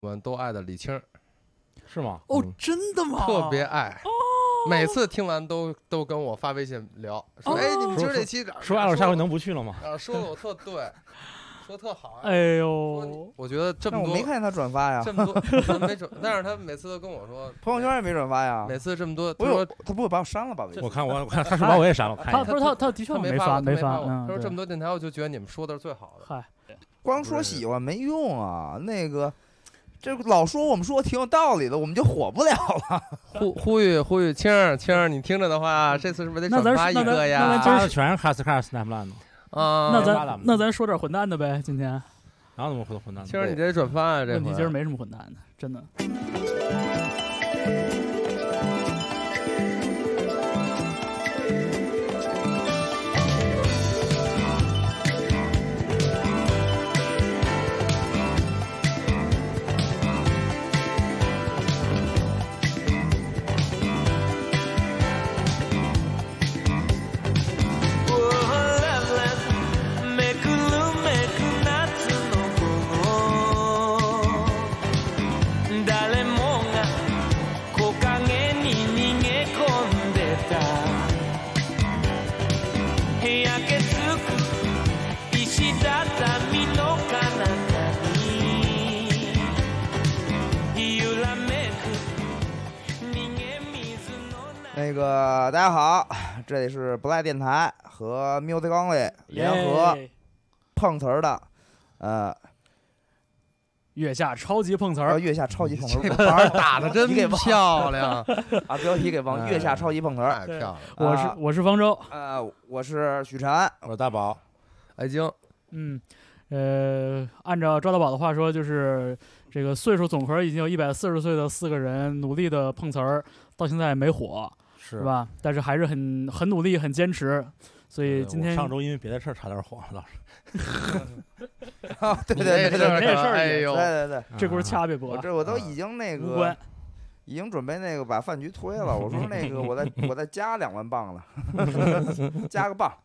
我们都爱的李青， 是吗？ 哦，真的吗？ 特别爱。每次听完都跟我发微信聊，说哎，你们今儿这期说艾老师下回能不去了吗？ 说的我特对，说特好。 哎呦， 我觉得这么多， 我没看见他转发呀， 这么多没转，但是他每次都跟我说， 朋友圈也没转发呀。 每次这么多， 他不会把我删了吧？ 我看他是把我也删了， 他不是他的确没发。 他说这么多电台，我就觉得你们说的是最好的。 嗨， 光说喜欢没用啊，那个。这老说我们说挺有道理的，我们就火不了了。 呼吁青儿，你听着的话，这次是不是得转发一个呀？ 发的全是卡斯 Snapland 的啊。 那咱说点混蛋的呗，今天。 然后怎么混蛋？ 青儿，你这转发啊，这问题今儿没什么混蛋的，真的。 那个大家好，这里是不赖电台和 Music Only 联合碰瓷儿的， 月下超级碰瓷儿， 月下超级碰瓷儿， 这玩意儿打的真漂亮啊！标题给忘，月下超级碰瓷儿， 太漂亮。 我是方舟， 我是许晨， 我是大宝， 艾晶。 按照赵大宝的话说，就是这个岁数总和已经有140岁的4个人努力的碰瓷儿，到现在没火。是吧？但是还是很努力，很坚持，所以今天上周因为别的事儿差点火，老师。 对， 这事儿， 哎呦， 对， 这轱辘掐别播， 我都已经那个已经准备那个把饭局推了。我说那个我再加2万镑了，加个镑。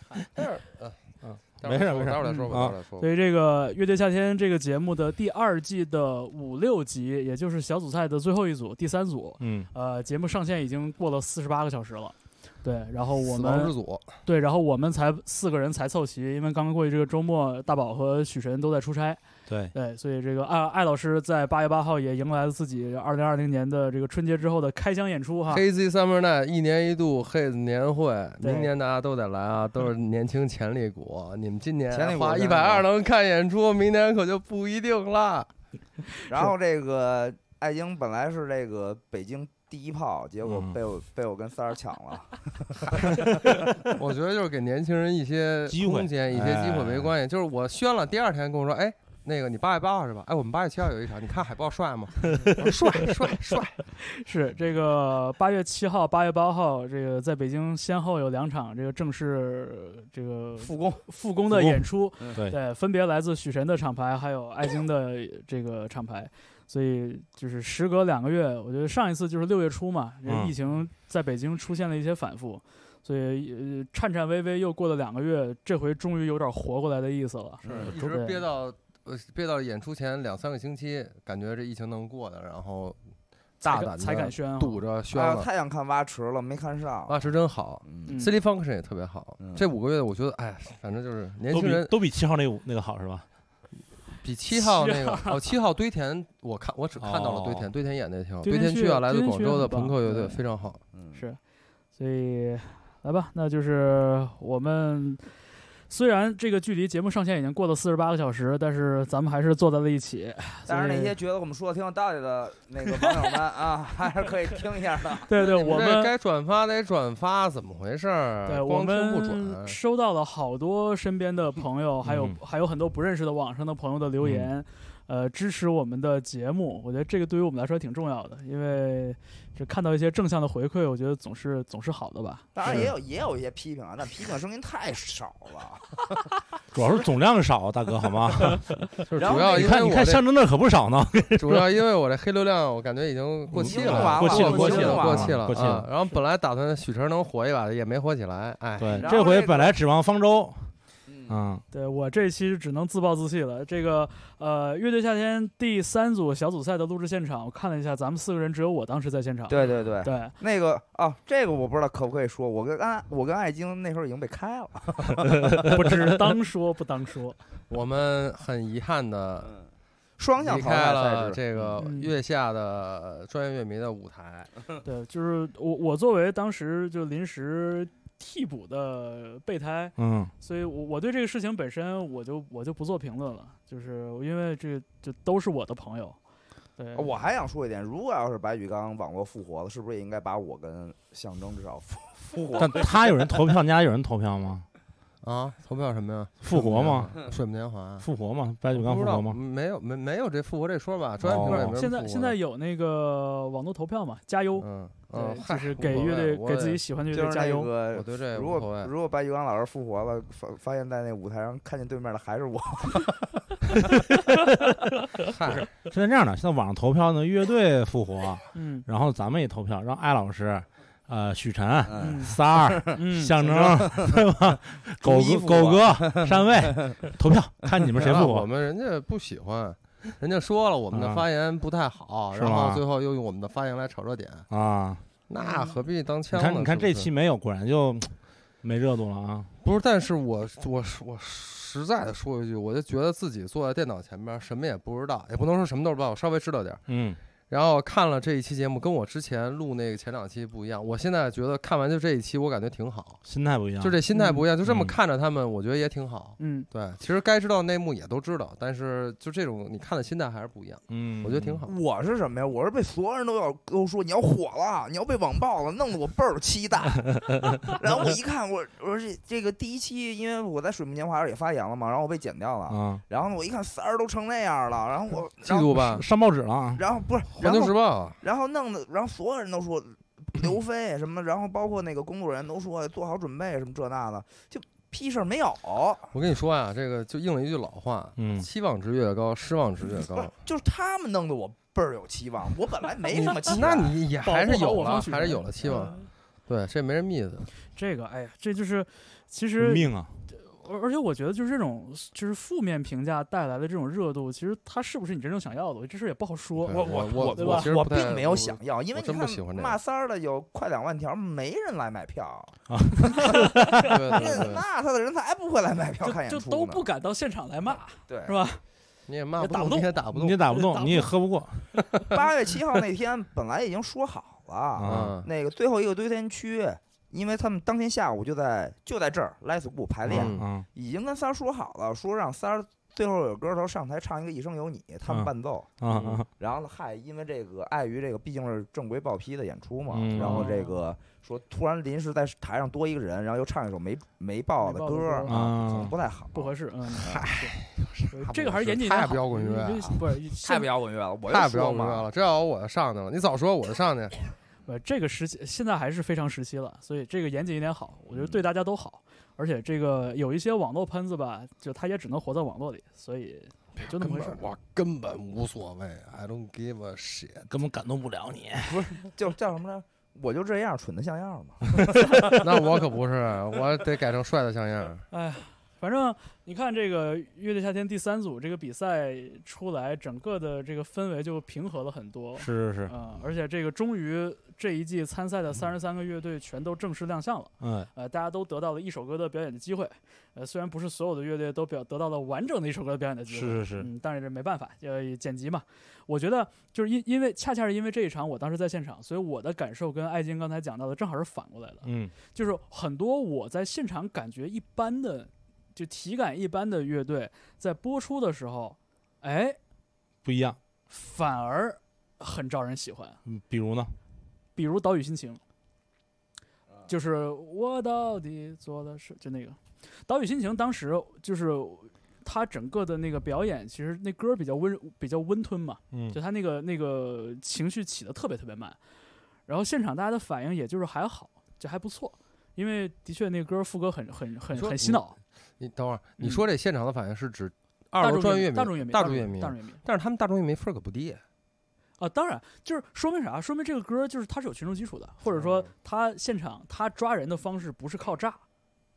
没事， 待会儿再说吧。 所以这个乐队夏天这个节目的第2季的5、6集，也就是小组赛的最后一组，第3组，节目上线已经过了48个小时了。对，然后我们对，然后我们才4个人才凑齐，因为刚刚过去这个周末，大宝和许晨都在出差。对，所以这个艾老师在8月8号也迎来了自己2020年的这个春节之后的开箱演出哈。 Hazy Summer Night 1年1度 Hazy 年会，明年大家都得来啊，都是年轻潜力股。你们今年花120能看演出，明年可就不一定了。 然后这个艾晶本来是这个北京第一炮，结果被我跟三儿抢了。 我觉得就是给年轻人一些空间，一些机会没关系。就是我宣了，第2天跟我说，哎，那个你8月8号是吧？哎，我们8月7号有一场，你看海报帅吗？我说帅。 是这个8月7号、8月8号，这个在北京先后有2场这个正式这个复工的演出，对，分别来自许晨的厂牌，还有艾晶的这个厂牌。所以就是时隔2个月，我觉得上一次就是6月初嘛，疫情在北京出现了一些反复，所以颤颤巍巍又过了2个月，这回终于有点活过来的意思了。 一直憋到演出前2-3个星期，感觉这疫情能过的，然后大胆才敢宣， 堵着宣了。 太想看蛙池了，没看上。 蛙池真好，City Function 也特别好。这5个月我觉得，哎，反正就是年轻人都比7号那个好是吧？ 比7号那个7号堆填，我只看到了堆填演的挺好。堆填区啊，来自广州的朋克乐队非常好。 是，所以来吧，那就是我们。虽然这个距离节目上线已经过了48个小时，但是咱们还是坐在了一起。 但是那些觉得我们说的挺有道理的那个网友们啊，还是可以听一下的。 对，我们该转发得转发，怎么回事？ 对， 光听不转。收到了好多身边的朋友，还有很多不认识的网上的朋友的留言。支持我们的节目，我觉得这个对于我们来说挺重要的，因为就看到一些正向的回馈，我觉得总是好的吧。 当然也有一些批评啊，但批评声音太少了。 主要是总量少，大哥好吗？ 主要你看象征的可不少呢。 主要因为我这黑流量，我感觉已经过气了。然后本来打算许晨能火一把的，也没火起来。哎， 对，这回本来指望方舟。 对我这期只能自暴自弃了。这个乐队夏天第3组小组赛的录制现场，我看了一下，咱们4个人只有我当时在现场。 对，那个这个我不知道可不可以说，我跟艾晶那时候已经被开了， 不知当说不当说。 我们很遗憾的双向离开了这个月下的专业乐迷的舞台。 对，就是我作为当时就临时替补的备胎，所以我对这个事情本身我就不做评论了，就是因为这就都是我的朋友。对， 我还想说一点，如果要是白举纲网络复活了，是不是也应该把我跟象征至少复活？ 但他有人投票，你家有人投票吗？ 投票什么呀？ 复活吗？ 水木年华复活吗？白举纲复活吗？ 没有这复活这说吧，专业评委没人复活。 现在有那个网络投票嘛，加油。就是给乐队给自己喜欢的乐队加油。 我对这如果白举纲老师复活了，发现在那舞台上看见对面的还是我。 现在这样的，现在网上投票呢，乐队复活，然后咱们也投票，让艾老师。许晨、三儿、象征，对吧？狗哥、单卫投票，看你们谁复活。 我们人家不喜欢，人家说了我们的发言不太好，然后最后又用我们的发言来炒热点啊， 那何必当枪呢？ 你看这期没有，果然就没热度了啊。 不是，但是我实在的说一句，我就觉得自己坐在电脑前边，什么也不知道，也不能说什么都不知道，我稍微知道点。然后看了这一期节目，跟我之前录那个前2期不一样。我现在觉得看完就这一期，我感觉挺好， 心态不一样， 就这心态不一样，就这么看着他们，我觉得也挺好。对，其实该知道内幕也都知道，但是就这种你看的心态还是不一样。我觉得挺好。 我是什么呀？我是被所有人都说你要火了，你要被网爆了，弄得我倍儿期待。然后我一看，我说这个第1期，因为我在水木年华也发言了嘛，然后我被剪掉了。然后我一看三儿都成那样了，然后我嫉妒吧， 上报纸了。 然后不是。 环球时报， 然后弄的，然后所有人都说刘飞什么，然后包括那个工作人员都说做好准备什么这那的，就屁事儿没有。 我跟你说呀，这个就应了一句老话，期望值越高，失望值越高。 就是他们弄得我倍儿有期望，我本来没什么期望， 那你也还是有了，还是有了期望。对，这没人密的。 这个，哎呀，这就是其实命啊。 而且我觉得就是这种就是负面评价带来的这种热度，其实它是不是你真正想要的，这事也不好说。 我并没有想要，因为你看骂三儿的有快2万条，没人来买票。骂他的人才不会来买票看演出， 就都不敢到现场来骂， 对， 是吧？ 你也骂不动， 你也打不动， 你也打不动，你也喝不过。 8月7号那天本来已经说好了，那个最后一个堆填区。因为他们当天下午就在这儿莱斯库排练，已经跟三儿说好了，说让三儿最后有歌头上台唱一个《一生有你》，他们伴奏。然后因为这个碍于这个毕竟是正规报批的演出嘛，然后这个说突然临时在台上多一个人，然后又唱一首没报的歌可能不太好， 不合适。这个还是严谨。 太不摇滚乐了， 不是太不摇滚乐了， 太不摇滚乐了。这要我就上去了，你早说我就上去。 这个时期现在还是非常时期了，所以这个严谨一点好，我觉得对大家都好。而且这个有一些网络喷子吧，就他也只能活在网络里，所以就那么回事。 我根本无所谓 ，I don't give a shit， 根本感动不了你。 不是，就叫什么来？我就这样，蠢的像样嘛。 那我可不是，我得改成帅的像样。 哎。反正你看这个乐队夏天第3组这个比赛出来，整个的这个氛围就平和了很多。 是而且这个终于这一季参赛的33个乐队全都正式亮相了。大家都得到了一首歌的表演的机会。虽然不是所有的乐队都得到了完整的一首歌的表演的机会。 是。 当然这没办法，剪辑嘛。我觉得就是因为恰恰是因为这一场我当时在现场，所以我的感受跟艾晶刚才讲到的正好是反过来的。就是很多我在现场感觉一般的。就体感一般的乐队在播出的时候， 不一样， 反而很招人喜欢。 比如呢？ 比如岛屿心情，就是我到底做了事，就那个岛屿心情。当时就是他整个的那个表演，其实那歌比较温吞嘛，就他那个情绪起得特别特别慢，然后现场大家的反应也就是还好，就还不错，因为的确那个歌副歌很洗脑。 你等会儿，你说这现场的反应是指2楼专业乐迷、大众乐迷，但是他们大众乐迷分可不低啊。当然，就是说明啥？说明这个歌就是它是有群众基础的，或者说他现场他抓人的方式不是靠炸，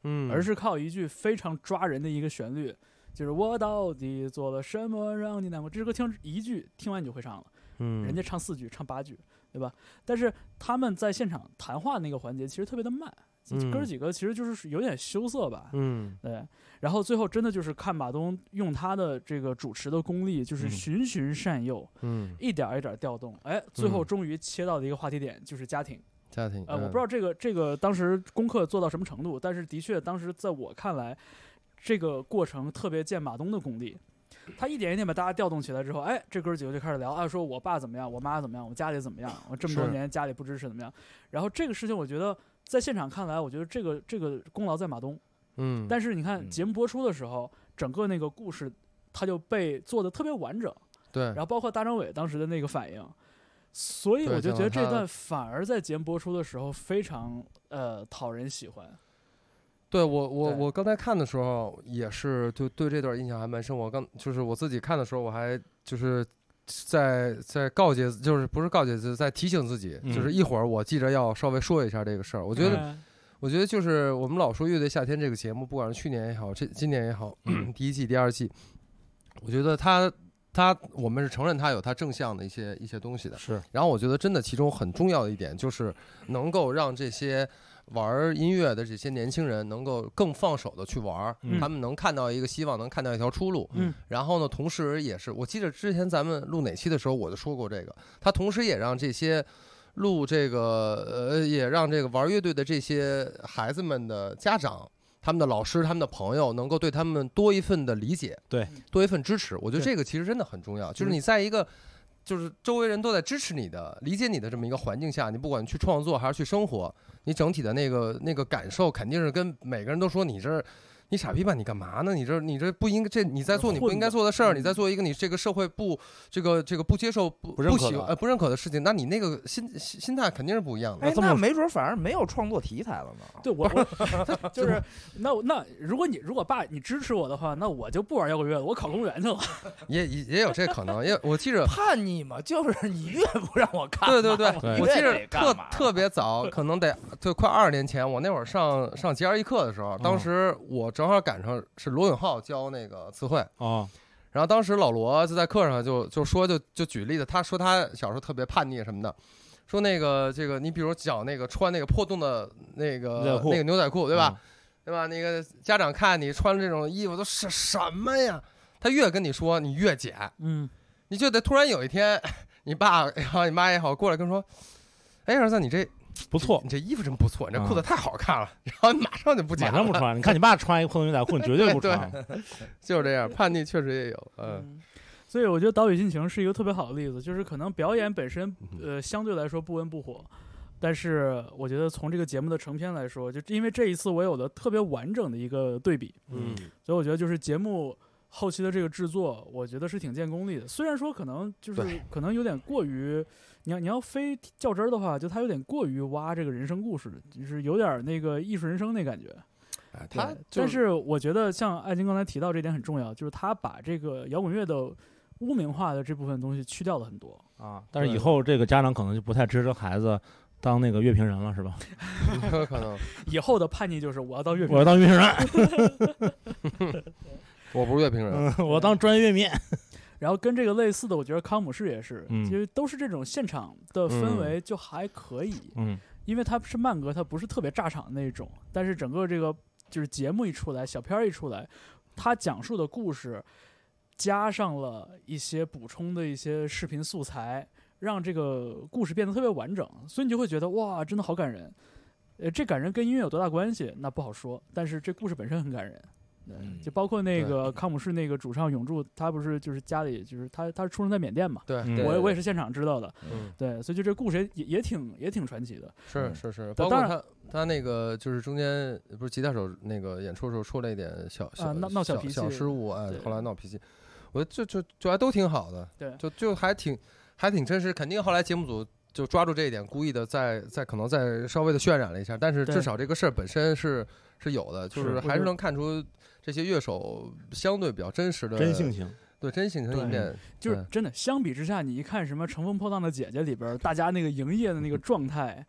而是靠一句非常抓人的一个旋律，就是我到底做了什么让你难过。这歌听一句，听完你就会唱了。人家唱4句，唱8句，对吧？但是他们在现场谈话那个环节其实特别的慢，哥几个其实就是有点羞涩吧。对。然后最后真的就是看马东用他的这个主持的功力，就是循循善诱，一点一点调动，哎，最后终于切到的一个话题点就是家庭。我不知道这个当时功课做到什么程度，但是的确当时在我看来，这个过程特别见马东的功力。他一点一点把大家调动起来之后，哎，这哥几个就开始聊啊，说我爸怎么样，我妈怎么样，我家里怎么样，我这么多年家里不支持怎么样。然后这个事情，我觉得在现场看来，我觉得这个功劳在马东。但是你看节目播出的时候，整个那个故事，它就被做的特别完整。 对。 然后包括大张伟当时的那个反应，所以我就觉得这段反而在节目播出的时候非常讨人喜欢。 对我刚才看的时候也是对这段印象还蛮深。就是我自己看的时候，我还就是在告诫，就是不是告诫，就是在提醒自己，就是一会儿我记着要稍微说一下这个事儿。我觉得就是我们老说乐队夏天这个节目，不管是去年也好，今年也好，第1季、第2季，我觉得我们是承认它有它正向的一些东西的。 是。 然后我觉得真的其中很重要的一点就是能够让这些玩音乐的这些年轻人能够更放手的去玩，他们能看到一个希望，能看到一条出路。然后呢，同时也是我记得之前咱们录哪期的时候我就说过这个，他同时也让这些录这个也让这个玩乐队的这些孩子们的家长、他们的老师、他们的朋友能够对他们多一份的理解， 对， 多一份支持。我觉得这个其实真的很重要，就是你在一个就是周围人都在支持你的、理解你的这么一个环境下，你不管去创作还是去生活，你整体的那个感受肯定是跟每个人都说你傻逼吧，你干嘛呢？你这不应该，你在做你不应该做的事儿，你在做一个你这个社会不不接受不认可的事情，那你那个心态肯定是不一样的。 那没准反而没有创作题材了呢。 对，我就是那如果爸你支持我的话，那我就不玩摇滚乐了，我考公务员去了。 也有这可能，因为我记着叛逆嘛，就是你越不让我看， 对，我记着特别早，可能得快20年前，我那会儿上 GRE 课的时候，当时我正好赶上是罗永浩教那个词汇然后当时老罗就在课上就说就举例子，他说他小时候特别叛逆什么的，说那个这个你比如讲那个穿那个破洞的那个牛仔裤对吧？那个家长看你穿这种衣服都是什么呀？他越跟你说你越捡，你就得突然有一天你爸也好你妈也好过来跟说，哎儿子你这不错， 你这衣服真不错，你这裤子太好看了，然后马上就不捡了， 马上不穿。你看你爸穿一个破牛仔裤，你绝对不穿。 就是这样，叛逆确实也有， 所以我觉得岛屿心情是一个特别好的例子，就是可能表演本身相对来说不温不火，但是我觉得从这个节目的成片来说，就因为这一次我有了特别完整的一个对比，所以我觉得就是节目后期的这个制作，我觉得是挺见功力的。虽然说可能有点过于，你要非较真儿的话，就它有点过于挖这个人生故事，就是有点那个艺术人生那感觉。但是我觉得像艾金刚才提到这点很重要，就是他把这个摇滚乐的污名化的这部分东西去掉了很多啊。但是以后这个家长可能就不太支持孩子当那个乐评人了，是吧？ 有可能。 以后的叛逆就是我要当乐评人， 我要当乐评人。 我不是乐评人， 我要当专业乐迷。 然后跟这个类似的，我觉得康姆士也是，其实都是这种现场的氛围就还可以，因为它是慢歌，它不是特别炸场的那种，但是整个这个就是节目一出来，小片一出来，它讲述的故事加上了一些补充的一些视频素材，让这个故事变得特别完整，所以你就会觉得哇，真的好感人。这感人跟音乐有多大关系？那不好说，但是这故事本身很感人。就包括那个康姆士那个主唱永柱，他不是就是家里就是他是出生在缅甸嘛， 对， 我也是现场知道的，对，所以就这故事也挺传奇的， 是，包括他那个就是中间不是吉他手那个演出的时候出了一点闹小脾气小失误，后来闹脾气，我觉得就还都挺好的， 对， 就还挺真实，肯定后来节目组就抓住这一点，故意的再可能再稍微的渲染了一下，但是至少这个事儿本身是有的，就是还是能看出这些乐手相对比较真实的真性情， 对真性情一面， 就是真的。相比之下，你一看什么《乘风破浪的姐姐》里边，大家那个营业的那个状态，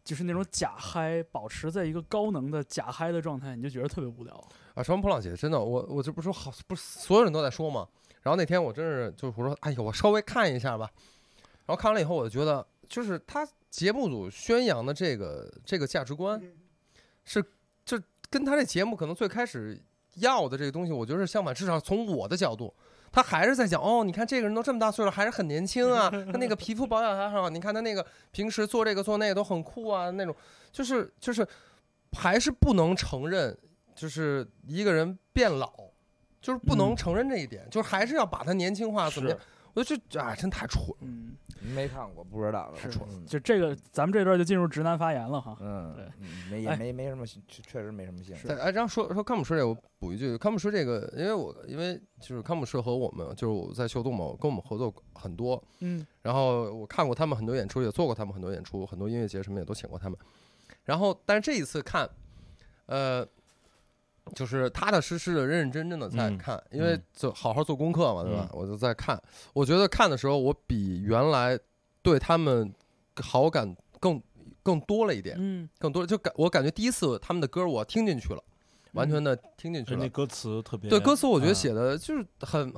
就是那种假嗨，保持在一个高能的假嗨的状态，你就觉得特别无聊啊。什么普朗姐真的，我这不是说好，不是所有人都在说吗？然后那天我真是就是我说，哎呀，我稍微看一下吧。然后看完了以后，我就觉得，就是他节目组宣扬的这个价值观，是就跟他这节目可能最开始要的这个东西，我觉得是相反。至少从我的角度，他还是在讲哦，你看这个人都这么大岁数了，还是很年轻啊，他那个皮肤保养还好，你看他那个平时做这个做那个都很酷啊，那种就是还是不能承认，就是一个人变老。就是不能承认这一点，就是还是要把它年轻化，怎么样？我觉得这真太蠢。 没看过，不知道的。 是，就这个，咱们这段就进入直男发言了哈。 对，没什么，确实没什么兴趣。 哎，然后说康姆士这个，我补一句，康姆士这个，因为就是康姆士和我们，就是我在秀动嘛，跟我们合作很多，然后我看过他们很多演出，也做过他们很多演出，很多音乐节什么也都请过他们。然后，但是这一次看，就是踏踏实实的、认认真真的在看，因为就好好做功课嘛，对吧？我就在看，我觉得看的时候，我比原来对他们好感更多了一点，更多我感觉第一次他们的歌我听进去了，完全的听进去了。 那歌词特别对，歌词我觉得写的就是很，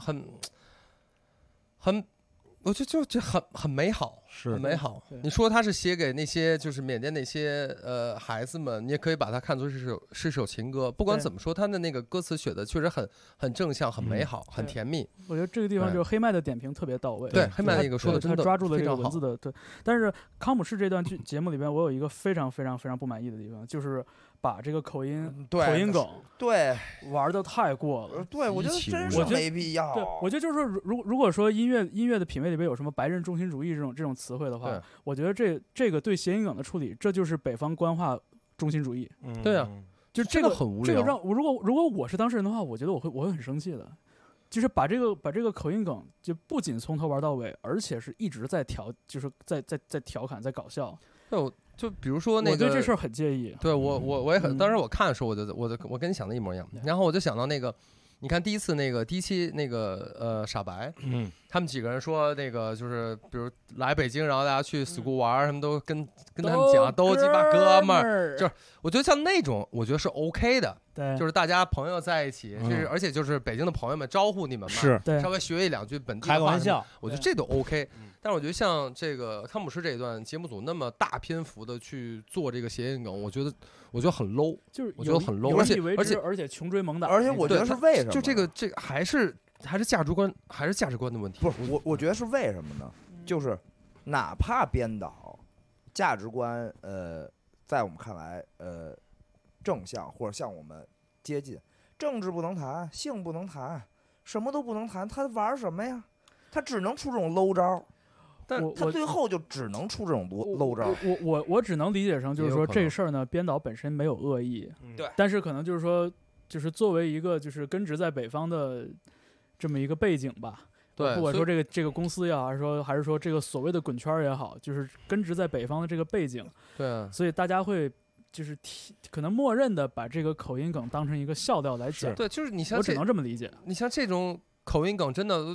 我觉得就很美好， 是很美好。你说他是写给那些就是缅甸那些孩子们，你也可以把它看作是一首情歌。不管怎么说，他的那个歌词写的确实很正向、很美好、很甜蜜。 我觉得这个地方就是黑麦的点评特别到位。 对，黑麦那个说的真的他抓住了这个文字的对。但是康姆士这段节目里边，我有一个非常非常非常不满意的地方，就是把这个口音梗玩的太过了。 对，我觉得真是没必要。 对，我觉得就是说，如果说音乐的品味里边有什么白人中心主义这种词汇的话，我觉得这个对谐音梗的处理，这就是北方官话中心主义。 对啊， 就这个很无聊。 这个让我如果我是当事人的话，我觉得我会很生气的。就是把这个口音梗，就不仅从头玩到尾，而且是一直在就是在调侃，在搞笑。 就比如说那个， 我对这事儿很介意。 对我也很，当时我看的时候，我跟你想的一模一样。然后我就想到那个，你看第一期那个傻白，他们几个人说那个就是比如来北京，然后大家去 school 玩，他们都跟他们讲都鸡巴哥们儿，就是我觉得像那种，我觉得是 OK 的。 对， 就是大家朋友在一起，而且就是北京的朋友们招呼你们嘛， 是稍微学一两句本地的话， 开个玩笑， 我觉得这都 OK。但是我觉得像这个康姆士这一段节目组那么大篇幅的去做这个谐音梗，我觉得很 low， 就是我觉得很 low， 而且穷追猛打， 而且我觉得是为什么？ 就这个还是价值观的问题。 不是我觉得是为什么呢？就是哪怕编导价值观在我们看来正向或者向我们接近，政治不能谈，性不能谈，什么都不能谈，他玩什么呀？他只能出这种 low 招。但他最后就只能出这种漏招。 我只能理解成就是说这事儿呢，编导本身没有恶意， 对， 但是可能就是说，就是作为一个就是根植在北方的这么一个背景吧， 对， 不管说这个公司也好，还是说这个所谓的滚圈也好，就是根植在北方的这个背景， 对， 所以大家会就是可能默认的把这个口音梗当成一个笑料来讲， 对，就是你像我只能这么理解。 你像这种口音梗，真的，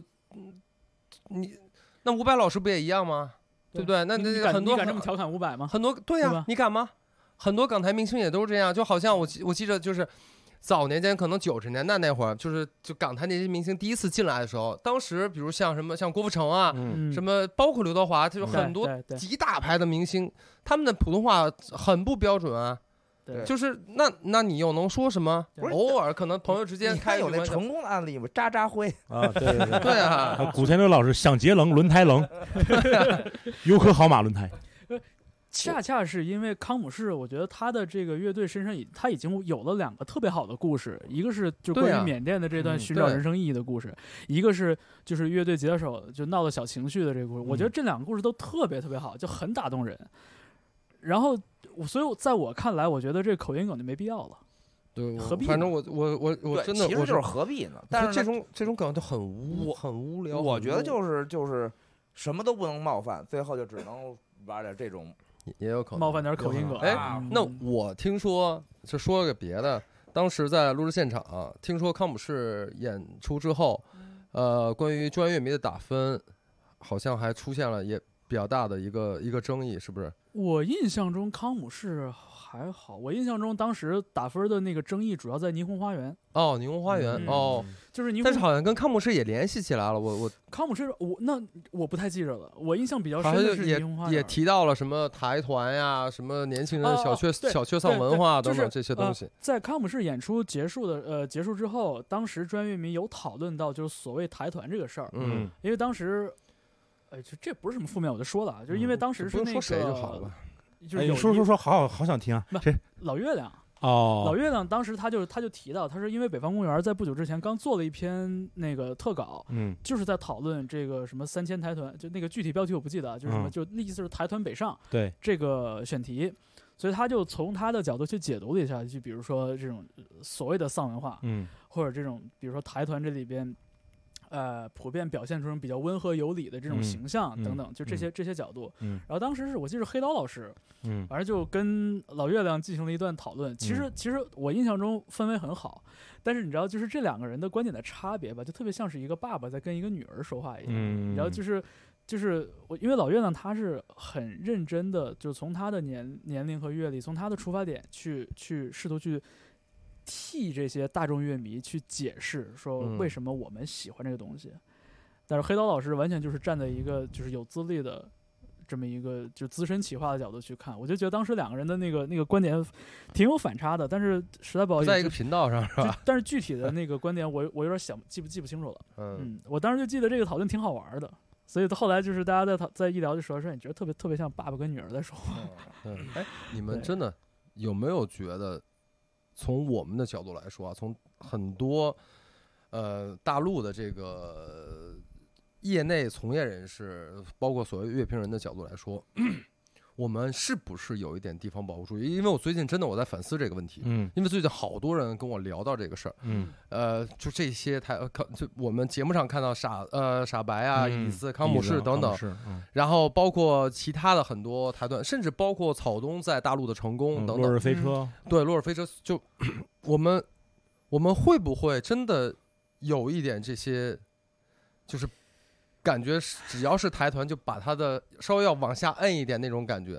那伍佰老师不也一样吗？对不对？那很多你敢这么调侃伍佰吗？ 很多对呀，你敢吗？很多港台明星也都是这样，就好像我记着就是早年间可能90年代那会儿，就港台那些明星第一次进来的时候，当时比如像郭富城啊，什么包括刘德华，就很多极大牌的明星，他们的普通话很不标准啊。就是那你又能说什么？偶尔可能朋友之间开有那成功的案例吗？渣渣辉啊，对对啊， 古天乐老师想节能轮胎冷，优客好马轮胎。 恰恰是因为康姆士，我觉得他的这个乐队身上他已经有了2个特别好的故事，一个是就关于缅甸的这段寻找人生意义的故事，一个是就是乐队吉他手就闹了小情绪的这个故事。我觉得这2个故事都特别特别好，就很打动人。然后，所以在我看来，我觉得这口音梗就没必要了。 对， 何必？ 反正我真的， 其实就是何必呢？但是这种梗就很无聊。 我觉得就是什么都不能冒犯，最后就只能玩点这种， 也有可能冒犯点口音梗。 哎，那我听说就说个别的，当时在录制现场，听说康姆士演出之后，关于专业乐迷的打分，好像还出现了也比较大的一个争议，是不是？ 我印象中康姆士还好，我印象中当时打分的那个争议主要在霓虹花园。 哦，霓虹花园， 就是霓虹， 但是好像跟康姆士也联系起来了。我康姆士，我不太记着了。我印象比较深的是霓虹花园， 也提到了什么台团呀，什么年轻人小确丧文化等等这些东西。 在康姆士演出结束之后，当时专业乐迷有讨论到就是所谓台团这个事儿。因为当时。这不是什么负面，我就说了啊，就是因为当时是那个， 说谁就好了， 就是说，好想听啊。谁？ 老月亮。 老月亮当时他就提到，他说因为北方公园在不久之前刚做了一篇那个特稿，就是在讨论这个什么3000台团，就那个具体标题我不记得，就是什么，就意思是台团北上对这个选题，所以他就从他的角度去解读了一下，就比如说这种所谓的丧文化，或者这种比如说台团这里边。普遍表现出比较温和有礼的这种形象等等，就这些角度。然后当时是我记得黑刀老师，反正就跟老月亮进行了一段讨论。其实我印象中氛围很好，但是你知道，就是这两个人的观点的差别吧，就特别像是一个爸爸在跟一个女儿说话一样。然后就是我，因为老月亮他是很认真的，就从他的年龄和阅历，从他的出发点去试图去。替这些大众乐迷去解释说为什么我们喜欢这个东西，但是黑刀老师完全就是站在一个就是有资历的这么一个就资深企划的角度去看，我就觉得当时两个人的那个观点挺有反差的，但是实在不好意思， 在一个频道上是吧？ 但是具体的那个观点我有点记不清楚了。我当时就记得这个讨论挺好玩的，所以后来就是大家在一聊就说你觉得特别像爸爸跟女儿在说话。 你们真的有没有觉得？从我们的角度来说啊，从很多大陆的这个业内从业人士，包括所谓乐评人的角度来说，我们是不是有一点地方保护主义？因为我最近真的我在反思这个问题，因为最近好多人跟我聊到这个事儿，就这些就我们节目上看到傻白啊、椅子、康姆士等等，然后包括其他的很多台段，甚至包括草东在大陆的成功等等， 落日飞车， 对，落日飞车，就我们会不会真的有一点这些，就是感觉只要是台团就把他的稍微要往下摁一点那种感觉。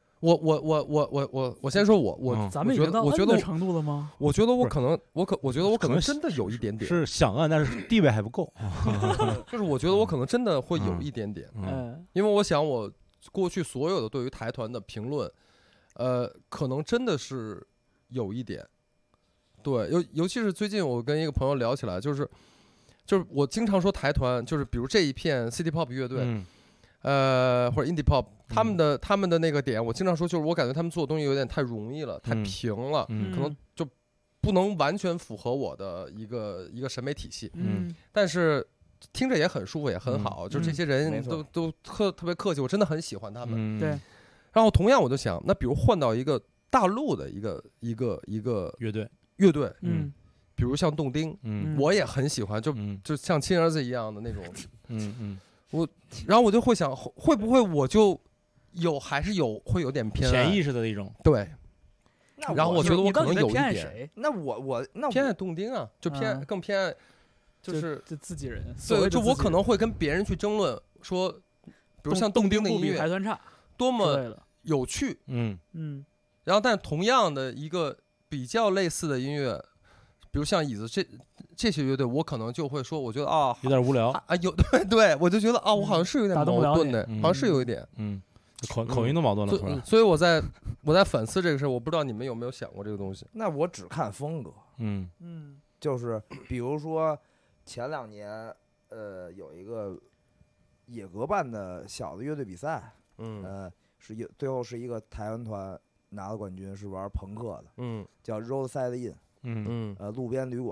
我先说咱们已经到摁的程度了吗？ 我觉得我可能真的有一点点是想摁，但是地位还不够。 就是我觉得我可能真的会有一点点，因为我想我过去所有的对于台团的评论，可能真的是有一点，对，尤其是最近我跟一个朋友聊起来，就是我经常说台团，就是比如这一片 City Pop 乐队，或者 Indie Pop， 他们的那个点，我经常说，就是我感觉他们做的东西有点太容易了，太平了，可能就不能完全符合我的一个审美体系。但是听着也很舒服，也很好，就这些人都特别客气，我真的很喜欢他们。 对。 然后同样我就想，那比如换到一个大陆的一个乐队，比如像洞丁，我也很喜欢，就像亲儿子一样的那种，然后我就会想，会不会我就还是会有点偏爱潜意识的一种， 对。然后我觉得我可能有一点， 那我偏爱洞丁啊，就更偏爱， 就是自己人， 对，就我可能会跟别人去争论说，比如像洞丁的音乐台团差， 多么有趣，然后但同样的一个比较类似的音乐，比如像椅子这些乐队，我可能就会说，我觉得有点无聊啊，对，我就觉得我好像是有点矛盾的，好像是有一点， 口音都矛盾了， 所以我在反思这个事儿，我不知道你们有没有想过这个东西。 那我只看风格，就是比如说前2年，有一个野格办的小的乐队比赛，最后是一个台湾团拿了冠军，是玩朋克的，叫 Roadside Inn，路边旅馆，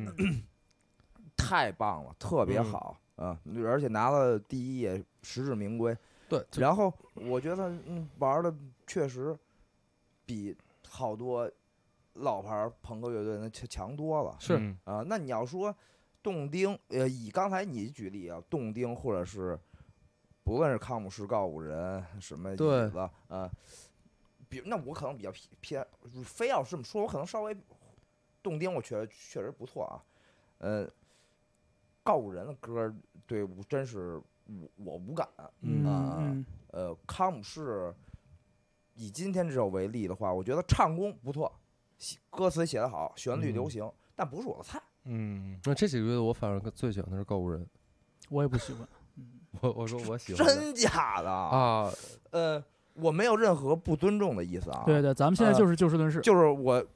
太棒了，特别好而且拿了第1也实至名归。 对， 然后我觉得玩的确实比好多老牌朋克乐队那强多了。 是那你要说洞丁，以刚才你举例啊，洞丁或者是不论是康姆士、告五人什么椅子，那我可能比较偏，非要这么说，我可能稍微洞丁，我觉得确实不错啊。告五人的歌对我真是我无感康姆士以今天这首为例的话，我觉得唱功不错，歌词写得好，旋律流行，但不是我的菜。 那这几个乐队我反而最喜欢的是告五人， 我也不喜欢。 我说我喜欢。 真假的啊？我没有任何不尊重的意思啊。 对，咱们现在就是就事论事。 就是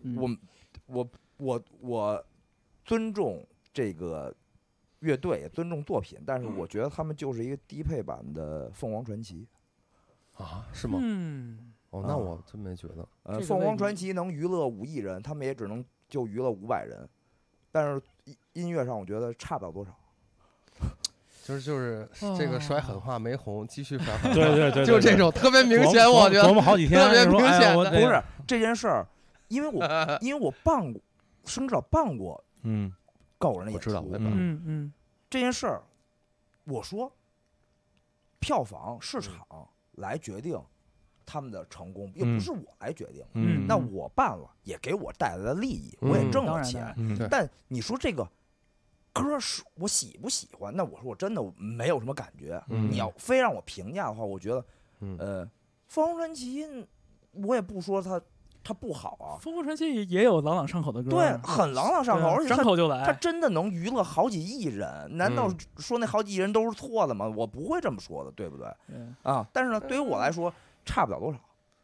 我尊重这个乐队，尊重作品，但是我觉得他们就是一个低配版的凤凰传奇。 啊？是吗？那我真没觉得。 凤凰传奇能娱乐5亿人，他们也只能就娱乐500人，但是音乐上我觉得差不了多少。 就是这个甩狠话没红，继续甩狠话。 对， 就这种特别明显，我觉得琢磨好几天， 特别明显。 不是这件事儿，因为我办过，生知道办过，告五人的演出， 我知道，我也办。 这件事儿，我说，票房市场来决定他们的成功，又不是我来决定。那我办了，也给我带来了利益，我也挣了钱。但你说这个歌是我喜不喜欢？那我说我真的没有什么感觉。你要非让我评价的话，我觉得，凤凰传奇，我也不说它不好啊。 凤凰传奇也有朗朗上口的歌， 对，很朗朗上口，而且张口就来。 它真的能娱乐好几亿人，难道说那好几亿人都是错的吗？我不会这么说的，对不对？但是呢，对于我来说，差不了多少。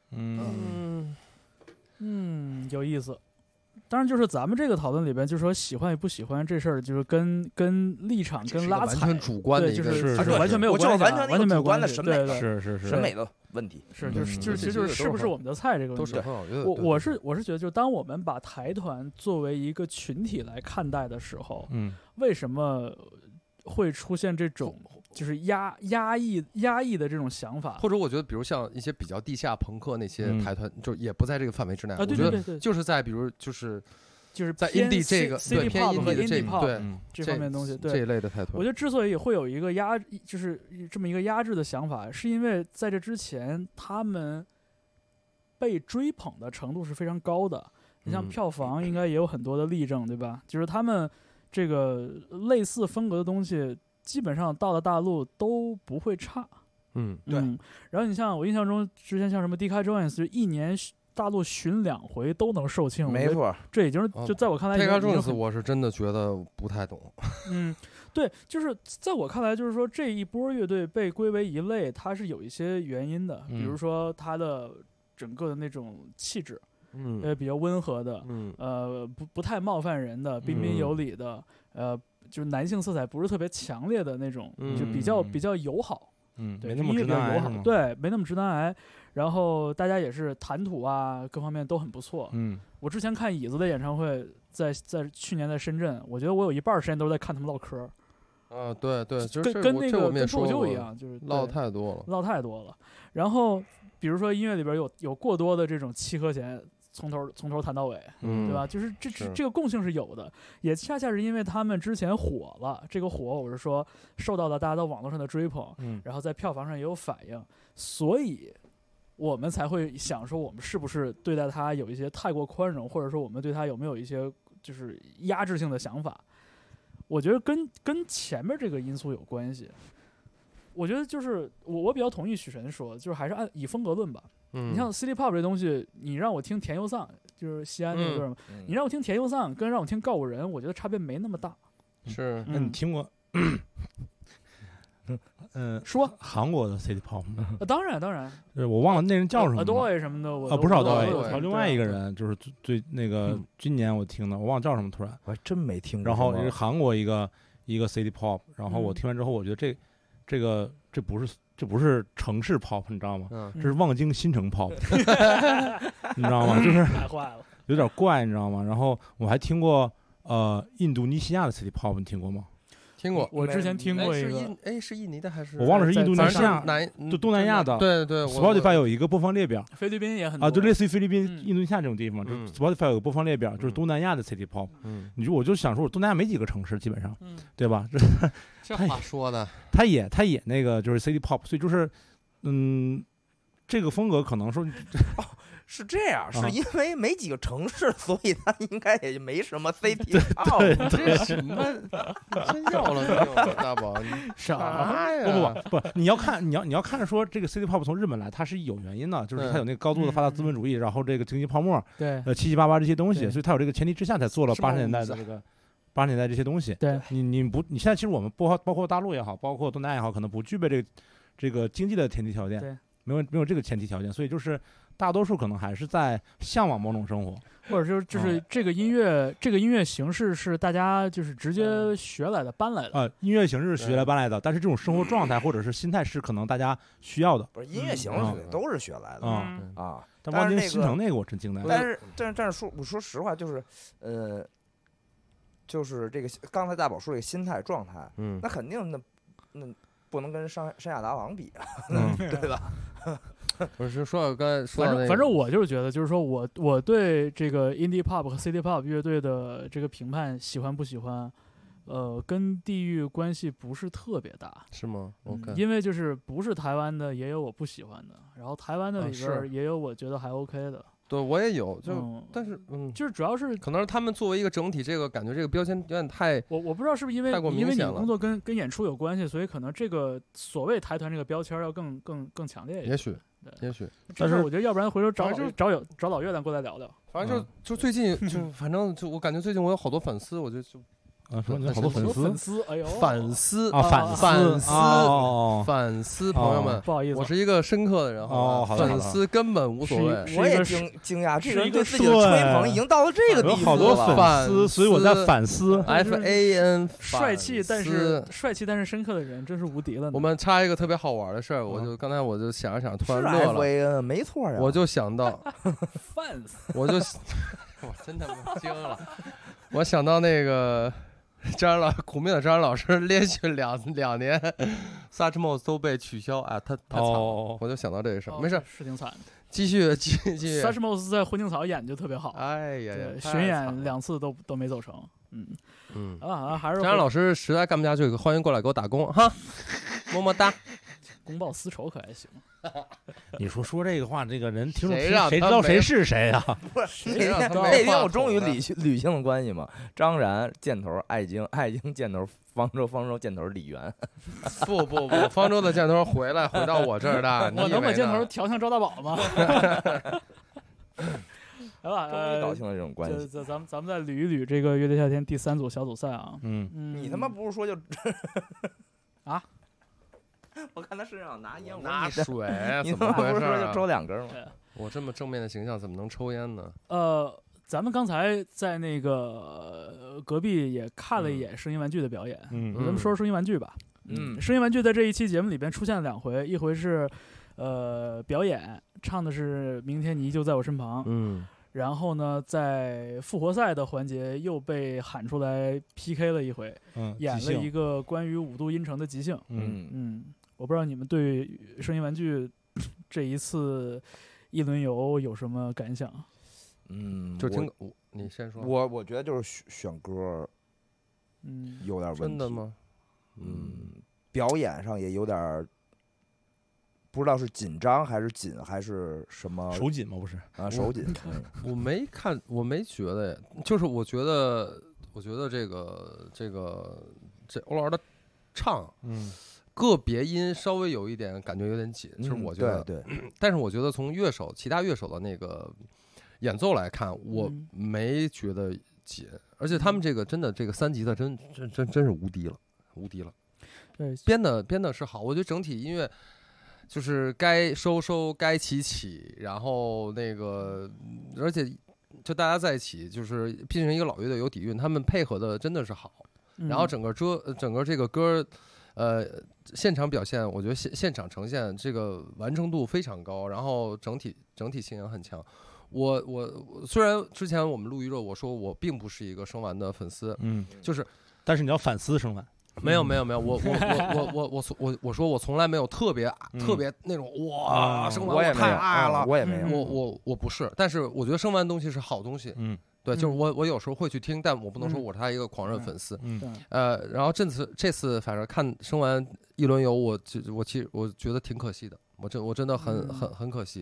有意思。当然，就是咱们这个讨论里边，就是说喜欢与不喜欢这事儿，就是跟立场跟拉踩完全主观的一个， 就是完全没有关系， 完全没有关的审美， 是审美的问题， 其实就是不是我们的菜这个问题。我是觉得，就当我们把台团作为一个群体来看待的时候，为什么会出现这种就是压抑的这种想法？ 或者我觉得，比如像一些比较地下朋克那些台团，就也不在这个范围之内。我觉得就是在比如就是在 indie 这个对偏 indie 的这这方面的东西， 这一类的台团， 我觉得之所以会有一个就是这么一个压制的想法，是因为在这之前他们被追捧的程度是非常高的。你像票房应该也有很多的例证，对吧？就是他们这个类似风格的东西，基本上到了大陆都不会差。 对。 然后你像我印象中之前像什么 DK Jones 就一年大陆巡2回都能售罄， 没错， 这已经就在我看来 DK Jones 我是真的觉得不太懂。 对，就是在我看来，就是说这一波乐队被归为一类，它是有一些原因的，比如说它的整个的那种气质。比较温和的，不太冒犯人的，彬彬有礼的，就是男性色彩不是特别强烈的那种，就比较友好，对， 没那么直男癌， 对，没那么直男癌。然后大家也是谈吐啊，各方面都很不错。我之前看椅子的演唱会，在去年在深圳，我觉得我有一半时间都是在看他们唠嗑。 对，就是跟那个跟脱口秀一样，就是唠太多了。然后比如说音乐里边有过多的这种7和弦。从头谈到尾，对吧？就是这个共性是有的，也恰恰是因为他们之前火了，这个火我是说受到了大家在网络上的追捧，然后在票房上也有反应，所以我们才会想说，我们是不是对待他有一些太过宽容，或者说我们对他有没有一些就是压制性的想法？我觉得跟前面这个因素有关系。我觉得就是我比较同意许晨说，就是还是以风格论吧。你像 City Pop 这东西，你让我听田佑丧，就是西安那个歌嘛，你让我听田佑丧，跟让我听告五人，我觉得差别没那么大。 是， 那你听过？ 说韩国的 City Pop 吗？ 当然， 我忘了那人叫什么。 Adoy 什么的， 不是 Adoy， 还有另外一个人，就是最那个今年我听的，我忘了叫什么，突然我还真没听过。 然后是韩国一个 City Pop， 然后我听完之后，我觉得这不是城市 pop， 你知道吗？这是望京新城 pop， 你知道吗？就是太坏了， 有点怪，你知道吗？然后我还听过印度尼西亚的 City Pop， 你听过吗？ 听过， 我之前听过一个， 是印尼的还是我忘了是印度尼西亚，就东南亚的。 对 ，Spotify 有一个播放列表， 菲律宾也很多就类似于菲律宾、印度尼西亚这种地方，就 Spotify 有个播放列表，就是东南亚的 City Pop。我就想说，我东南亚没几个城市，基本上，对吧？ 这话说的， 他也那个就是 City Pop， 所以就是，这个风格可能说， 是这样，是因为没几个城市，所以它应该也没什么 City Pop。 这什么？真要了没有，大宝？啥呀？ 不，你要看说这个 City Pop 从日本来，它是有原因的，就是它有那个高度的发达资本主义，然后这个经济泡沫， 对， 七七八八这些东西，所以它有这个前提之下才做了80年代的这个80年代这些东西。 对， 你现在其实我们包括大陆也好，包括东南亚也好，可能不具备这个经济的前提条件， 对， 没有这个前提条件，所以就是大多数可能还是在向往某种生活， 或者就是这个音乐形式是大家就是直接学来的搬来的音乐形式是学来搬来的，但是这种生活状态或者是心态是可能大家需要的。 不是音乐形式都是学来的啊。 但望京新城那个我真惊呆了。 但是我说实话，就是就是这个刚才大宝说这个心态状态，那肯定那不能跟山下达郎比啊，对吧？ 不是说刚才说反正我就是觉得，就是说我对这个 indie pop 和 city pop 乐队的这个评判喜欢不喜欢，跟地域关系不是特别大， 是吗？ 因为就是不是台湾的也有我不喜欢的，然后台湾的里边也有我觉得还 OK 的。 对，我也有，但是就是主要是可能是他们作为一个整体，这个感觉这个标签有点太， 我不知道是不是因为你工作跟演出有关系，所以可能这个所谓台团这个标签要更强烈一点。 也许， 但是我觉得要不然回头找老乐咱过来聊聊。 反正就最近反正我感觉最近我有好多粉丝，我就说你好多粉丝， 哎呦， 反思朋友们， 不好意思， 我是一个深刻的人，粉丝根本无所谓。 我也惊讶，这个人对自己的吹捧已经到了这个地步了。 有好多粉丝，所以我在反思。 FAN 帅气但是深刻的人真是无敌了。 我们插一个特别好玩的事儿，刚才我就想想，突然乐了。 FAN 没错呀， 我就想到，我真他妈惊了，我想到那个。苦命的张老师连续两年 Such Modes 都被取消啊，他惨了，我就想到这个事儿，没事， 是挺惨的。 继续。 Such Modes 在混凝草演就特别好， 哎呀， 巡演2次都没走成，还是张老师实在干不下去，欢迎过来给我打工哈，么么哒。 公报私仇可还行？ 你说这个话，这个人听众谁知道谁是谁啊？ 不是，那天我终于捋清了关系嘛。张然箭头艾京箭头方舟箭头李元。 不，方舟的箭头回到我这儿的。 我能把箭头调向赵大宝吗？来吧， 终于搞清了这种关系。 咱们再捋一捋这个乐队夏天第3组小组赛啊。 你他妈不是说就啊？ 我看他身上拿烟， 拿水， 你怎么回事？就抽2根吗？ 我这么正面的形象怎么能抽烟呢？ 咱们刚才在那个隔壁也看了一眼声音玩具的表演。咱们说声音玩具吧。声音玩具在这一期节目里边出现了2回，一回是表演，唱的是《明天你依旧在我身旁》。然后呢，在复活赛的环节又被喊出来 PK 了一回，演了一个关于5度音程的即兴。我不知道你们对声音玩具这一次一轮游有什么感想？ 就你先说。 我觉得就是选歌，有点问题。 真的吗？ 表演上也有点。不知道是紧张还是紧还是什么手紧吗？不是啊，手紧。 我没看，我没觉得，就是我觉得这欧老师的唱，个别音稍微有一点感觉有点紧，就是我觉得对。 但是我觉得从其他乐手的那个演奏来看，我没觉得紧，而且他们这个真的这个3级的真是无敌了。 对， 编的是好，我觉得整体音乐。就是该收该起，然后那个，而且就大家在一起，就是毕竟一个老乐队有底蕴，他们配合的真的是好。然后整个这个歌，现场表现，我觉得现场呈现这个完成度非常高，然后整体性也很强。我虽然之前我们录预热，我说我并不是一个生完的粉丝， 但是你要反思生完。 没有，我说我从来没有特别那种哇，生完我太爱了， 我也没有， 我不是，但是我觉得生完的东西是好东西，对，就是我有时候会去听，但我不能说我是他一个狂热粉丝，然后这次反正看生完一轮游，我其实我觉得挺可惜的，我真的很可惜。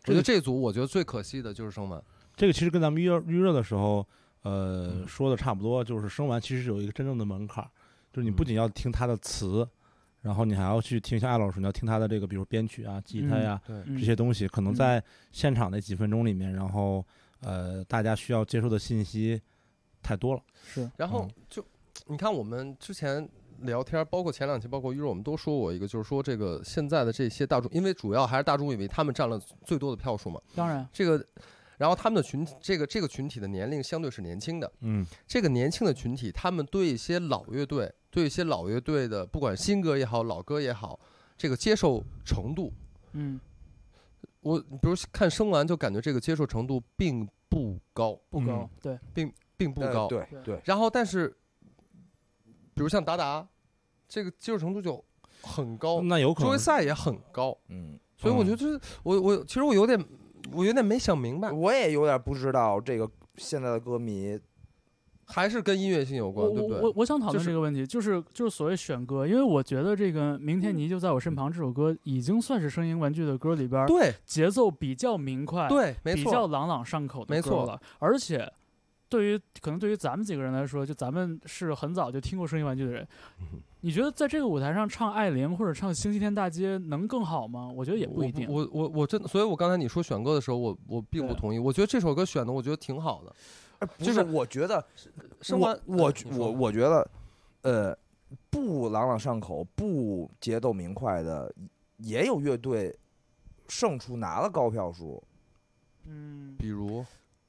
我觉得这组我觉得最可惜的就是生完。 这个其实跟咱们预热的时候，说的差不多，就是生完其实有一个真正的门槛，就是你不仅要听他的词，然后你还要去听像艾老师，你要听他的这个，比如编曲啊、吉他呀这些东西，可能在现场那几分钟里面，然后大家需要接受的信息太多了。 是， 然后就你看我们之前聊天，包括前2期，包括预热，我们都说过一个，就是说这个现在的这些大众，因为主要还是大众以为他们占了最多的票数嘛。 当然， 这个。然后他们的这个群体的年龄相对是年轻的，这个年轻的群体，他们对一些老乐队的，不管新歌也好，老歌也好，这个接受程度，我比如看生完就感觉这个接受程度并不高， 对， 并不高， 对。 然后但是，比如像达达，这个接受程度就很高， 那有可能， 周围赛也很高，所以我觉得就是其实我有点没想明白， 我也有点不知道这个现在的歌迷还是跟音乐性有关，对不对？ 我想讨论这个问题，就是所谓选歌，因为我觉得这个《明天你就在我身旁》这首歌已经算是声音玩具的歌里边， 对， 节奏比较明快， 对，没错， 比较朗朗上口的歌了，而且。可能对于咱们几个人来说，就咱们是很早就听过声音玩具的人，你觉得在这个舞台上唱《爱玲》或者唱《星期天大街》能更好吗？我觉得也不一定。 我真的，所以我刚才你说选歌的时候，我并不同意。我觉得这首歌选的，我觉得挺好的。 就是我觉得，我觉得，不朗朗上口、不节奏明快的，也有乐队胜出拿了高票数。 比如，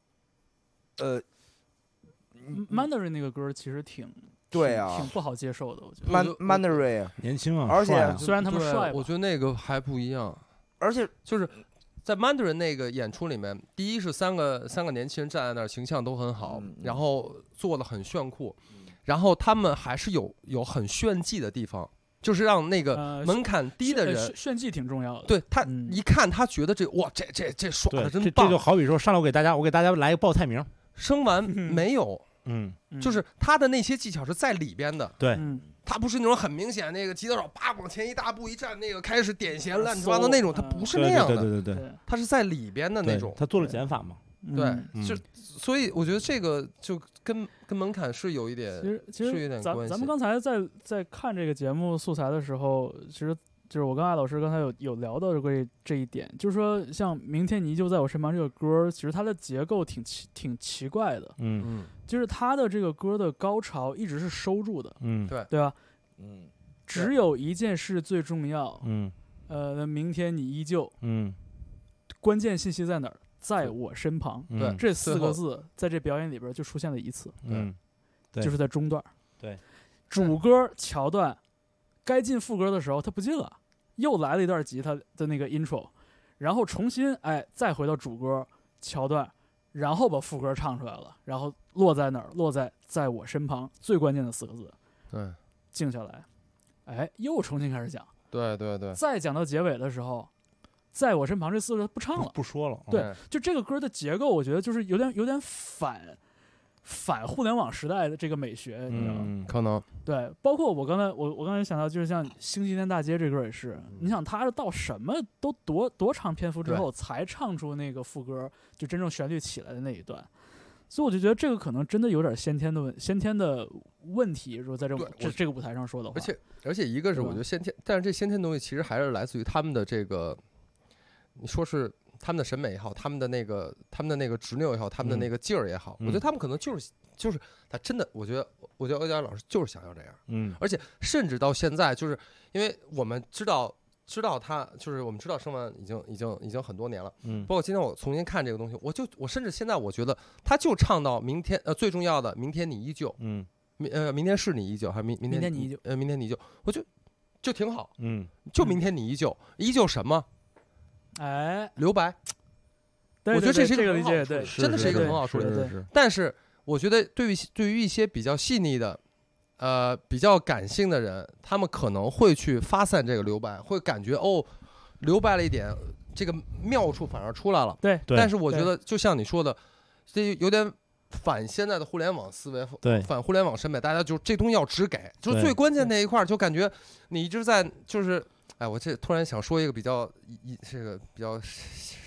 Mandarin 那个歌其实挺不好接受的，我觉得。Mandarin 年轻啊， 而且虽然他们帅， 我觉得那个还不一样。 而且就是在 Mandarin 那个演出里面，第一是三个年轻人站在那儿，形象都很好，然后做的很炫酷，然后他们还是有很炫技的地方。就是让那个门槛低的人炫技挺重要的， 对他一看他觉得这耍的真棒。 这就好比说上来我给大家来一个报菜名， 生完没有，就是他的那些技巧是在里边的， 对， 他不是那种很明显那个吉他手叭往前一大步一站，那个开始点弦乱七八糟那种，他不是那样的， 对， 他是在里边的那种， 他做了减法嘛， 对，所以我觉得这个就跟门槛是有一点， 其实是有点关系。 咱们刚才在看这个节目素材的时候，其实就是我跟艾老师刚才有聊到这一点，就是说像《明天你就在我身旁》这个歌，其实它的结构挺奇怪的，就是它的这个歌的高潮一直是收住的，对吧？只有一件事最重要，明天你依旧，关键信息在哪儿？在我身旁， 对， 这4个字在这表演里边就出现了1次，就是在中段， 对， 主歌桥段该进副歌的时候他不进了，又来了一段吉他的那个 intro， 然后重新再回到主歌桥段，然后把副歌唱出来了，然后落在哪儿？落在我身旁，最关键的4个字， 对， 静下来，又重新开始讲， 对， 再讲到结尾的时候。在我身旁这4个字不唱了， 不说了。 对，就这个歌的结构，我觉得就是有点反互联网时代的这个美学，你知道吗？ 可能对，包括我刚才想到，就是像《星期天大街》这歌也是，你想他到什么都多长篇幅之后才唱出那个副歌，就真正旋律起来的那一段，所以我就觉得这个可能真的有点先天的问题，如果在这个舞台上说的话， 而且一个是我觉得先天，但是这先天东西其实还是来自于他们的这个。你说是他们的审美也好，他们的那个执拗也好，他们的那个劲儿也好，我觉得他们可能就是他真的，我觉得欧阳老师就是想要这样，而且甚至到现在，就是因为我们知道他，就是我们知道生完已经很多年了，包括今天我重新看这个东西，我甚至现在我觉得他就唱到明天，最重要的明天你依旧，明天是你依旧还是明天你依旧， 明天你依旧，我就挺好，就明天你依旧什么？留白，我觉得这是一个理解，对， 真的是一个很好处理。但是我觉得对于一些比较细腻的，比较感性的人，他们可能会去发散这个留白，会感觉留白了一点，这个妙处反而出来了。 对。 但是我觉得就像你说的，这有点反现在的互联网思维，反互联网审美，大家就这东西要只给，就是最关键那一块，就感觉你一直在就是。我这突然想说一个比较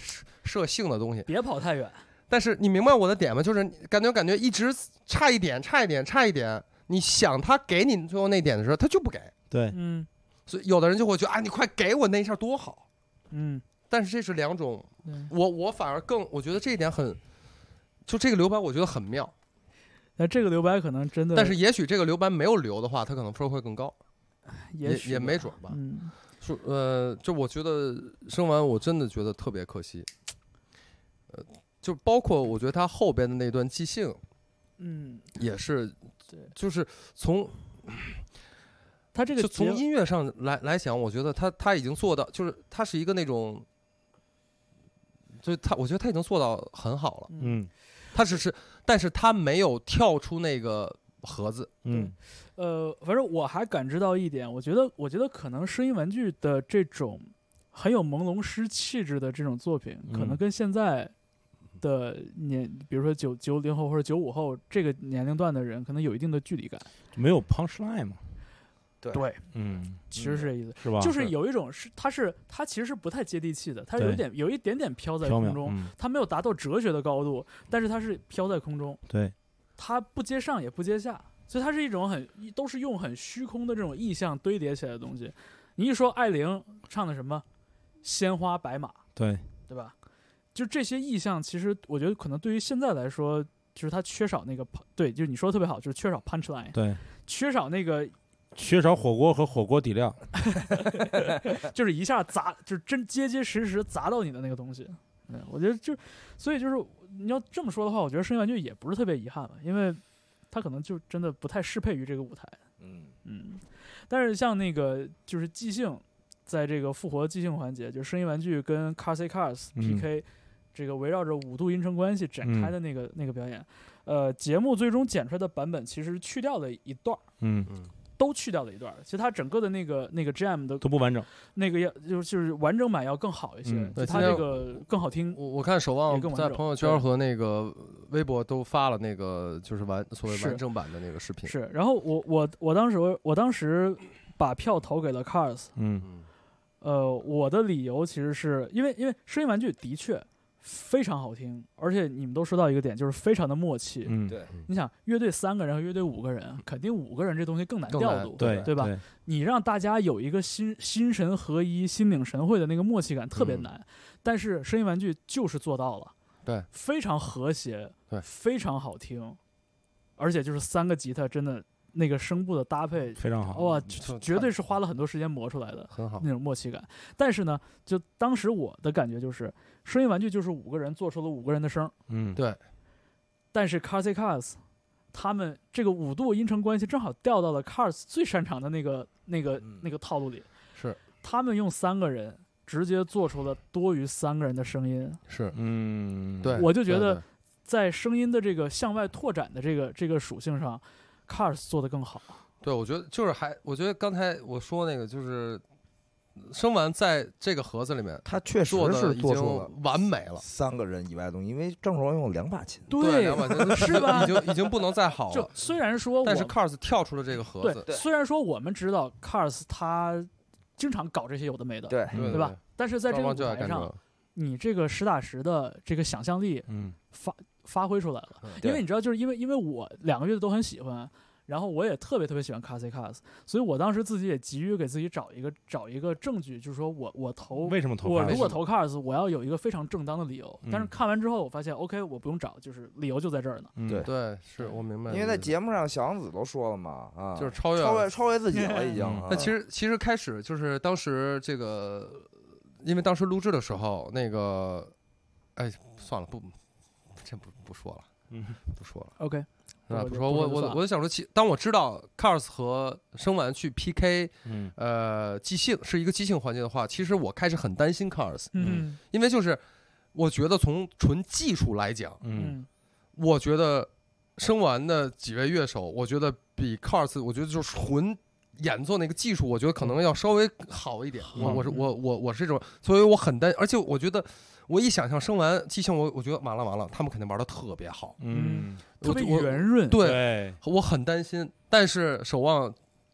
设性的东西， 别跑太远。 但是你明白我的点吗？就是感觉一直差一点，你想他给你最后那点的时候，他就不给。 对， 所以有的人就会觉得啊，你快给我那一下多好。但是这是两种，我反而我觉得这一点就这个留白，我觉得很妙。 那这个留白可能真的， 但是也许这个留白没有留的话，他可能分会更高，也没准吧。就我觉得生完，我真的觉得特别可惜。就包括我觉得他后边的那段即兴，也是，就是从他这个就从音乐上来讲，我觉得他已经做到，就是他是一个那种，就是我觉得他已经做到很好了。但是他没有跳出那个盒子。 反正我还感知到一点，我觉得可能声音玩具的这种很有朦胧诗气质的这种作品，可能跟现在的比如说90后或者95后这个年龄段的人，可能有一定的距离感。 没有 punch line 嘛？ 对，其实是这意思， 是吧？ 就是有一种它其实是不太接地气的，它有一点点飘在空中，它没有达到哲学的高度，但是它是飘在空中。 对， 它不接上也不接下，所以它是一种都是用很虚空的这种意象堆叠起来的东西。你一说艾玲唱的什么鲜花白马，对吧？就这些意象，其实我觉得可能对于现在来说，就是它缺少那个对，就是你说的特别好，就是缺少 punch line， 对，缺少火锅和火锅底料， 就是一下砸，就是真结结实实砸到你的那个东西。我觉得所以就是你要这么说的话，我觉得声音玩具也不是特别遗憾了，因为它可能就真的不太适配于这个舞台。但是像那个就是即兴，在这个复活即兴环节，就是声音玩具跟 Cars Cars PK，这个围绕着5度音程关系展开的那个表演，节目最终剪出来的版本其实去掉了一段，都去掉了一段，其实它整个的那个 jam 的都不完整， 那个就是完整版要更好一些，它这个更好听。 我看守望在朋友圈和那个微博都发了那个就是所谓完整版的那个视频。 是，然后我当时把票投给了 Cars，我的理由其实是因为声音玩具的确非常好听，而且你们都说到一个点，就是非常的默契。 对， 你想乐队3个人和乐队5个人，肯定5个人这东西更难调度，对吧？你让大家有一个心神合一、心领神会的那个默契感特别难，但是声音玩具就是做到了， 对， 非常和谐， 对， 非常好听，而且就是3个吉他真的那个声部的搭配非常好， 哇，绝对是花了很多时间磨出来的， 很好那种默契感。但是呢，就当时我的感觉就是，声音玩具就是5个人做出了5个人的声， 对。 但是 Cars Cars 他们这个5度音程关系正好调到了 Cars 最擅长的那个套路里， 是他们用3个人直接做出了多于3个人的声音， 是， 对，我就觉得在声音的这个向外拓展的这个属性上。Cars 做得更好， 对，我觉得就是我觉得刚才我说那个就是声完在这个盒子里面， 他确实是做出了完美了 3个人以外的东西，因为郑爽用2把琴， 对，2把琴是吧？ 已经不能再好了。 就虽然说， 但是 Cars 跳出了这个盒子， 对，虽然说我们知道 Cars 他经常搞这些有的没的， 对吧？但是在这个舞台上，你这个实打实的这个想象力，发挥出来了，因为你知道，就是因为我2个乐队都很喜欢，然后我也特别特别喜欢 Cars Cars， 所以我当时自己也急于给自己找一个证据，就是说我投为什么投 Cars？ 我如果投 Cars， 我要有一个非常正当的理由。但是看完之后，我发现 OK， 我不用找，就是理由就在这儿呢。 对，是我明白。 因为在节目上，小王子都说了嘛， 就是超越自己了已经。 那其实开始就是当时这个，因为当时录制的时候，那个，哎，算了，不说了，不说了。 OK， 不说，我就想说，当我知道 Cars 和声完去 PK，即兴是一个即兴环节的话，其实我开始很担心 Cars，因为就是我觉得从纯技术来讲，我觉得声完的几位乐手，我觉得比 Cars， 我觉得就是纯演奏那个技术，我觉得可能要稍微好一点。我是这种，所以我很担，而且我觉得。我一想象声完即兴，我觉得完了，他们肯定玩的特别好， 特别圆润。 对，我很担心。但是守望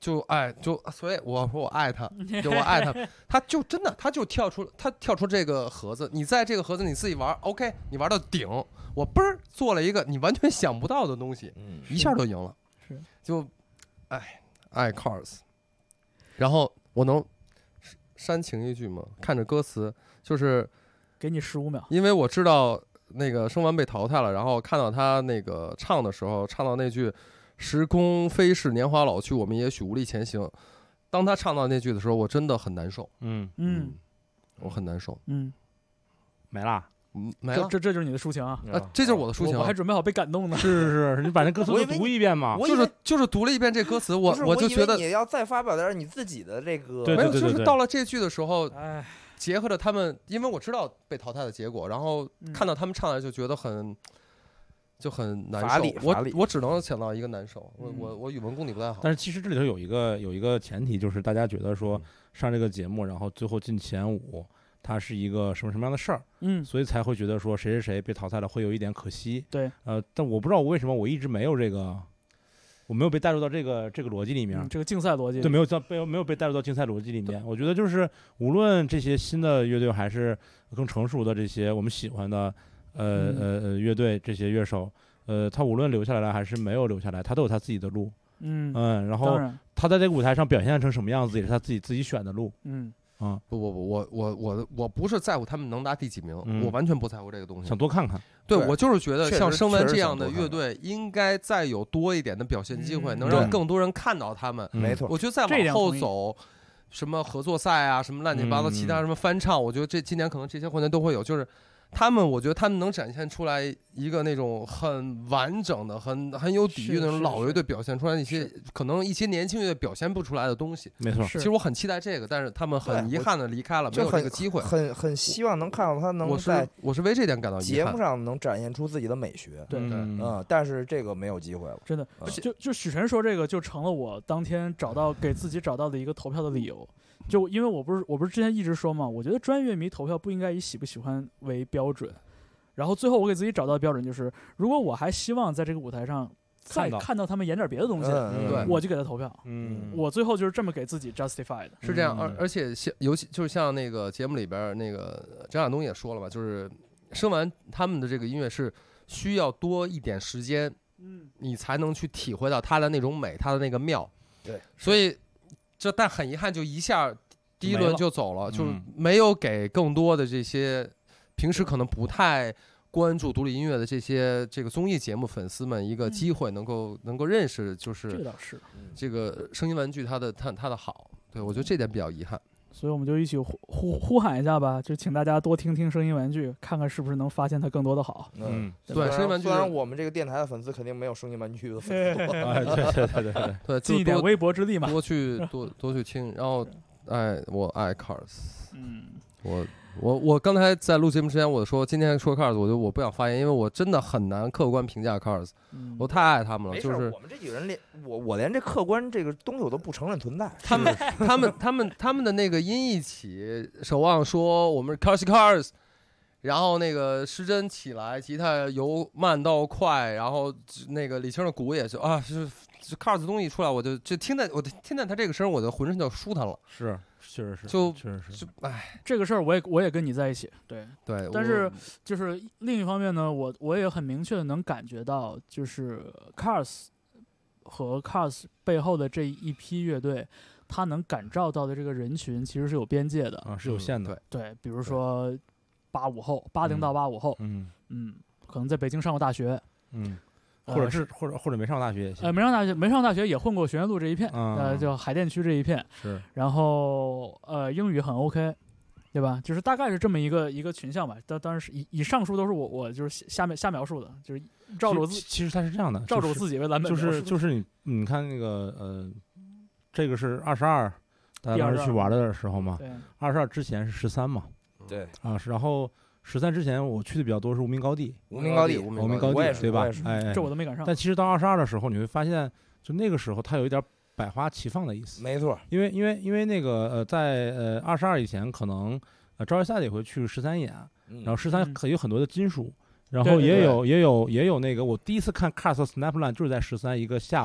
所以我说我爱他，就我爱他，他就真的他就跳出这个盒子，你在这个盒子你自己玩 ，OK， 你玩到顶，我嘣儿做了一个你完全想不到的东西，一下就赢了， 是就爱 Cars， 然后我能煽情一句吗？看着歌词就是给你15秒， 因为我知道那个生完被淘汰了，然后看到他那个唱的时候，唱到那句。时空飞逝，年华老去，我们也许无力前行。当他唱到那句的时候，我真的很难受。我很难受。 没了， 没了。 这就是你的抒情啊！ 这就是我的抒情。 我还准备好被感动呢。 是，你把那歌词都读一遍嘛。 就是读了一遍这歌词，我就觉得你要再发表点你自己的这个。 对， 就是到了这句的时候，结合着他们，因为我知道被淘汰的结果，然后看到他们唱来就觉得就很难受，我只能想到一个难受，我语文功底不太好。 但是其实这里头有一个前提，就是大家觉得说上这个节目，然后最后进前5，它是一个什么样的事儿，所以才会觉得说谁谁谁被淘汰了会有一点可惜。 对， 但我不知道为什么我一直没有这个，我没有被带入到这个逻辑里面， 这个竞赛逻辑， 对，没有被带入到竞赛逻辑里面。我觉得就是无论这些新的乐队还是更成熟的这些我们喜欢的。乐队这些乐手，他无论留下来了还是没有留下来，他都有他自己的路，然后他在这个舞台上表现成什么样子，也是他自己选的路， 不，我不是在乎他们能拿第几名，我完全不在乎这个东西， 想多看看， 对我就是觉得像声纹这样的乐队应该再有多一点的表现机会，能让更多人看到他们， 没错， 我觉得再往后走。什么合作赛啊，什么乱七八糟，其他什么翻唱，我觉得今年可能这些环节都会有，就是他们，我觉得他们能展现出来一个那种很完整的、很有底蕴的那种老乐队表现出来一些可能一些年轻乐队表现不出来的东西。 没错， 其实我很期待这个，但是他们很遗憾的离开了，没有这个机会。 很希望能看到他能在我是为这点感到遗憾。 节目上能展现出自己的美学。 对， 但是这个没有机会了。 真的，就许晨说这个就成了我当天给自己找到的一个投票的理由。就因为我不是之前一直说嘛，我觉得专业乐迷投票不应该以喜不喜欢为标准，然后最后我给自己找到的标准就是，如果我还希望在这个舞台上再看到他们演点别的东西，我就给他投票。我最后就是这么给自己 justify 的。 是这样，而且尤其就是像那个节目里边那个张亚东也说了嘛，就是声完他们的这个音乐是需要多一点时间，你才能去体会到他的那种美，他的那个妙。 对， 所以。但很遗憾，就一下第一轮就走了，就没有给更多的这些平时可能不太关注独立音乐的这个综艺节目粉丝们一个机会，能够认识，就是这倒是这个声音玩具它的好。对，我觉得这点比较遗憾。 所以我们就一起呼喊一下吧，就请大家多听听声音玩具，看看是不是能发现它更多的好。 对，声音玩具。 虽然我们这个电台的粉丝肯定没有声音玩具的粉丝多， 对， 尽一点微薄之力嘛， 多去听。然后，我爱 Cars。我刚才在录节目之前，我说今天说 Cars，我不想发言，因为我真的很难客观评价 Cars，我太爱他们了。就是我们这几个人我连这客观这个东西我都不承认存在。 他们的那个音一起，守望说我们是 Cars， 然后那个失真起来，吉他由慢到快，然后那个李青的鼓也是是 Cars 的东西出来，我听见他这个声，我的浑身就舒坦了。 是。确实是， 就这个事儿我也跟你在一起，对，但是就是另一方面呢，我也很明确的能感觉到，就是 Cars 和 Cars 背后的这一批乐队，他能感召到的这个人群其实是有边界的是有限的。 对，比如说80后，80到85后，可能在北京上过大学， 或者没上大学也行。 没上大学也混过学院路这一片，就海淀区这一片。 是。 然后英语很 OK， 对吧？就是大概是这么一个群像吧。当然是以上述都是我就是瞎描述的，就是照着我自己。 其实它是这样的， 照着我自己为蓝本描述。 就是你看那个这个是22，大家当时去玩的时候嘛。 对。 22之前是13嘛。 对。 然后。13之前我去的比较多是无名高地，对吧？ 这我都没赶上。 但其实到22的时候，你会发现，就那个时候它有一点百花齐放的意思。 没错， 因为那个在22以前，可能招业赛也会去13演，然后13有很多的金属，然后也有那个我第一次看 Cars Snapline 就是在13一个下午，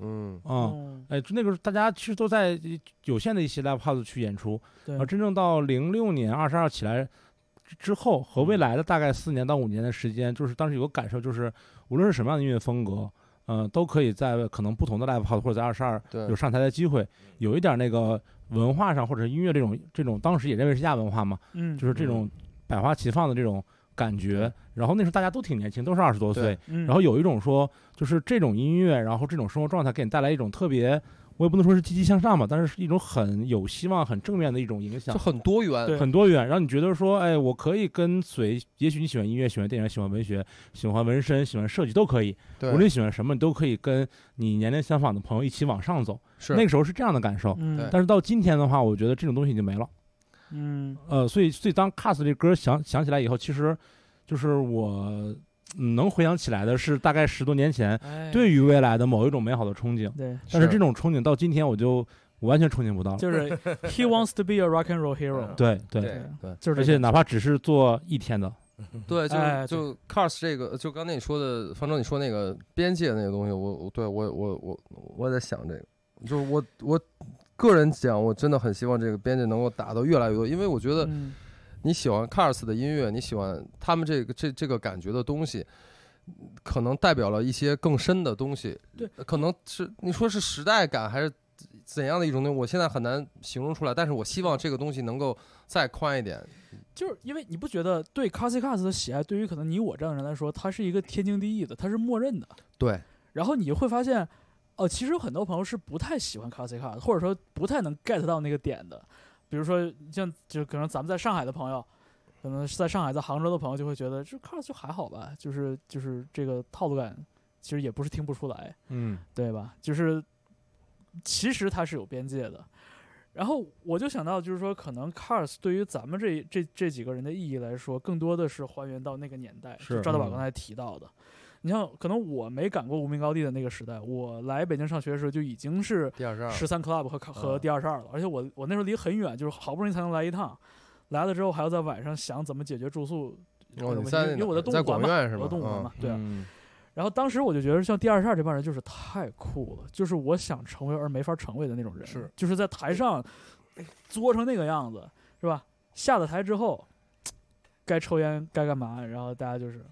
那个大家其实都在有限的一些 live house 去演出，真正到06年22起来之后，和未来的大概4年到5年的时间，就是当时有个感受，就是无论是什么样的音乐风格，都可以在可能不同的 live house 或者在22有上台的机会，有一点那个文化上或者音乐这种当时也认为是亚文化嘛，就是这种百花齐放的这种感觉。然后那时候大家都挺年轻，都是20多岁，然后有一种说就是这种音乐，然后这种生活状态给你带来一种特别。我也不能说是积极向上吧，但是是一种很有希望、很正面的一种影响， 就很多元， 很多元。让你觉得说，哎，我可以跟随，也许你喜欢音乐、喜欢电影、喜欢文学、喜欢纹身、喜欢设计都可以，无论喜欢什么，你都可以跟你年龄相仿的朋友一起往上走。 是那个时候是这样的感受，但是到今天的话，我觉得这种东西已经没了。所以当 Cars 这歌想起来以后，其实就是我。能回想起来的是大概10多年前对于未来的某一种美好的憧憬，但是这种憧憬到今天我完全憧憬不到了。 就是 He wants to be a rock and roll hero。 对， 就是而且哪怕只是做1天的， 对，就 Cars 这个，就刚才你说的，方舟你说那个边界那个东西，我在想这个，就是我个人讲，我真的很希望这个边界能够打到越来越多，因为我觉得。你喜欢 Cars 的音乐，你喜欢他们这个感觉的东西，可能代表了一些更深的东西。 对， 可能是你说是时代感还是怎样的一种东西，我现在很难形容出来。但是我希望这个东西能够再宽一点。 就是因为你不觉得对 Cars 的喜爱，对于可能你我这样的人来说，它是一个天经地义的，它是默认的。 对。 然后你会发现，其实有很多朋友是不太喜欢 Cars， 或者说不太能 get 到那个点的。比如说，就可能咱们在上海的朋友，可能是在上海、在杭州的朋友就会觉得这 Cars 就还好吧，就是这个套路感，其实也不是听不出来，对吧？就是其实它是有边界的。然后我就想到，就是说，可能 Cars 对于咱们这几个人的意义来说，更多的是还原到那个年代，是赵大宝刚才提到的。你像可能我没赶过无名高地的那个时代，我来北京上学的时候就已经是13 Club 和第22了，而且我那时候离很远，就是好不容易才能来一趟，来了之后还要在晚上想怎么解决住宿，因为我在东五环嘛，我在东五环嘛，对啊。然后当时我就觉得像第22这帮人就是太酷了，就是我想成为而没法成为的那种人，就是在台上作成那个样子，是吧？下了台之后，该抽烟该干嘛，然后大家就是。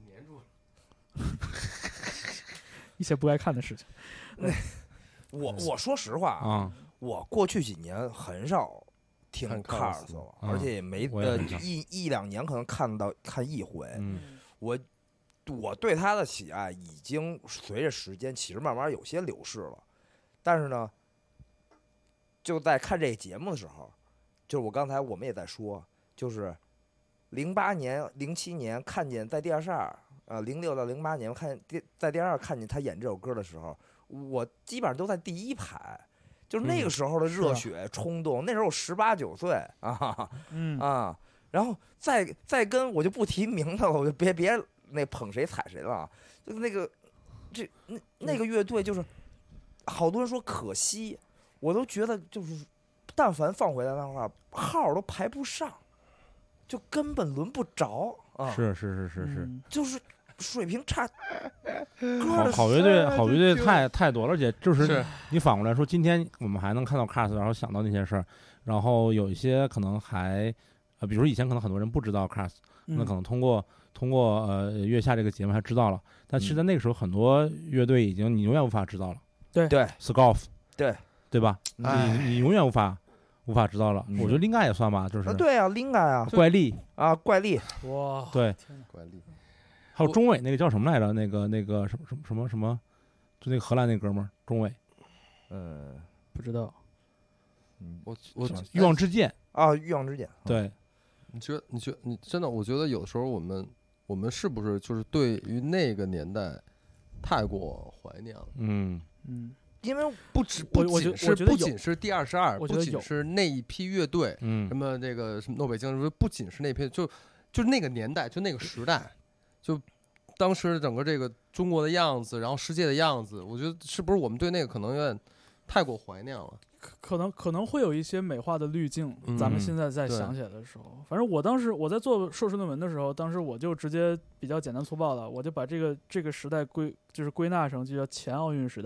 一些不该看的事情。 我说实话啊，我过去几年很少听 Cars 了，而且也没一两年可能看一回。我对他的喜爱已经随着时间其实慢慢有些流逝了，但是呢，就在看这个节目的时候，就是我们也在说，就是08年、07年看见在第22。06到08年，在第2看见他演这首歌的时候，我基本上都在第1排，就是那个时候的热血冲动。那时候我18、19岁啊，然后再跟我就不提名字了，我就别那捧谁踩谁了，就是那个乐队，就是好多人说可惜，我都觉得就是但凡放回来的话，号都排不上，就根本轮不着啊。 是， 就是水平差。 好乐队太多了，而且就是你反过来说，今天我们还能看到 Cars， 然后想到那些事儿，然后有一些可能还比如说以前可能很多人不知道 Cars， 那可能通过月下这个节目还知道了，但其实在那个时候很多乐队已经你永远无法知道了。 对 ，Scoff， 对吧？你永远无法知道了。我觉得Linga也算吧，就是对啊，Linga啊， 怪力啊，怪力， 哇， 对， 怪力。 还有钟伟那个叫什么来着？那个什么，就那个荷兰那哥们儿钟伟， 不知道。 我欲望之剑啊，欲望之剑。 对， 你真的，我觉得有的时候我们是不是就是对于那个年代太过怀念了？ 因为不仅是第22，不仅是那一批乐队，什么那个什么诺北京，不仅是那批，就那个年代，就那个时代。就当时整个这个中国的样子，然后世界的样子，我觉得是不是我们对那个可能有点太过怀念了？ 可能会有一些美化的滤镜。咱们现在在想起来的时候，反正当时我在做硕士论文的时候，当时我就直接比较简单粗暴的，我就把这个时代归纳成就叫前奥运时代。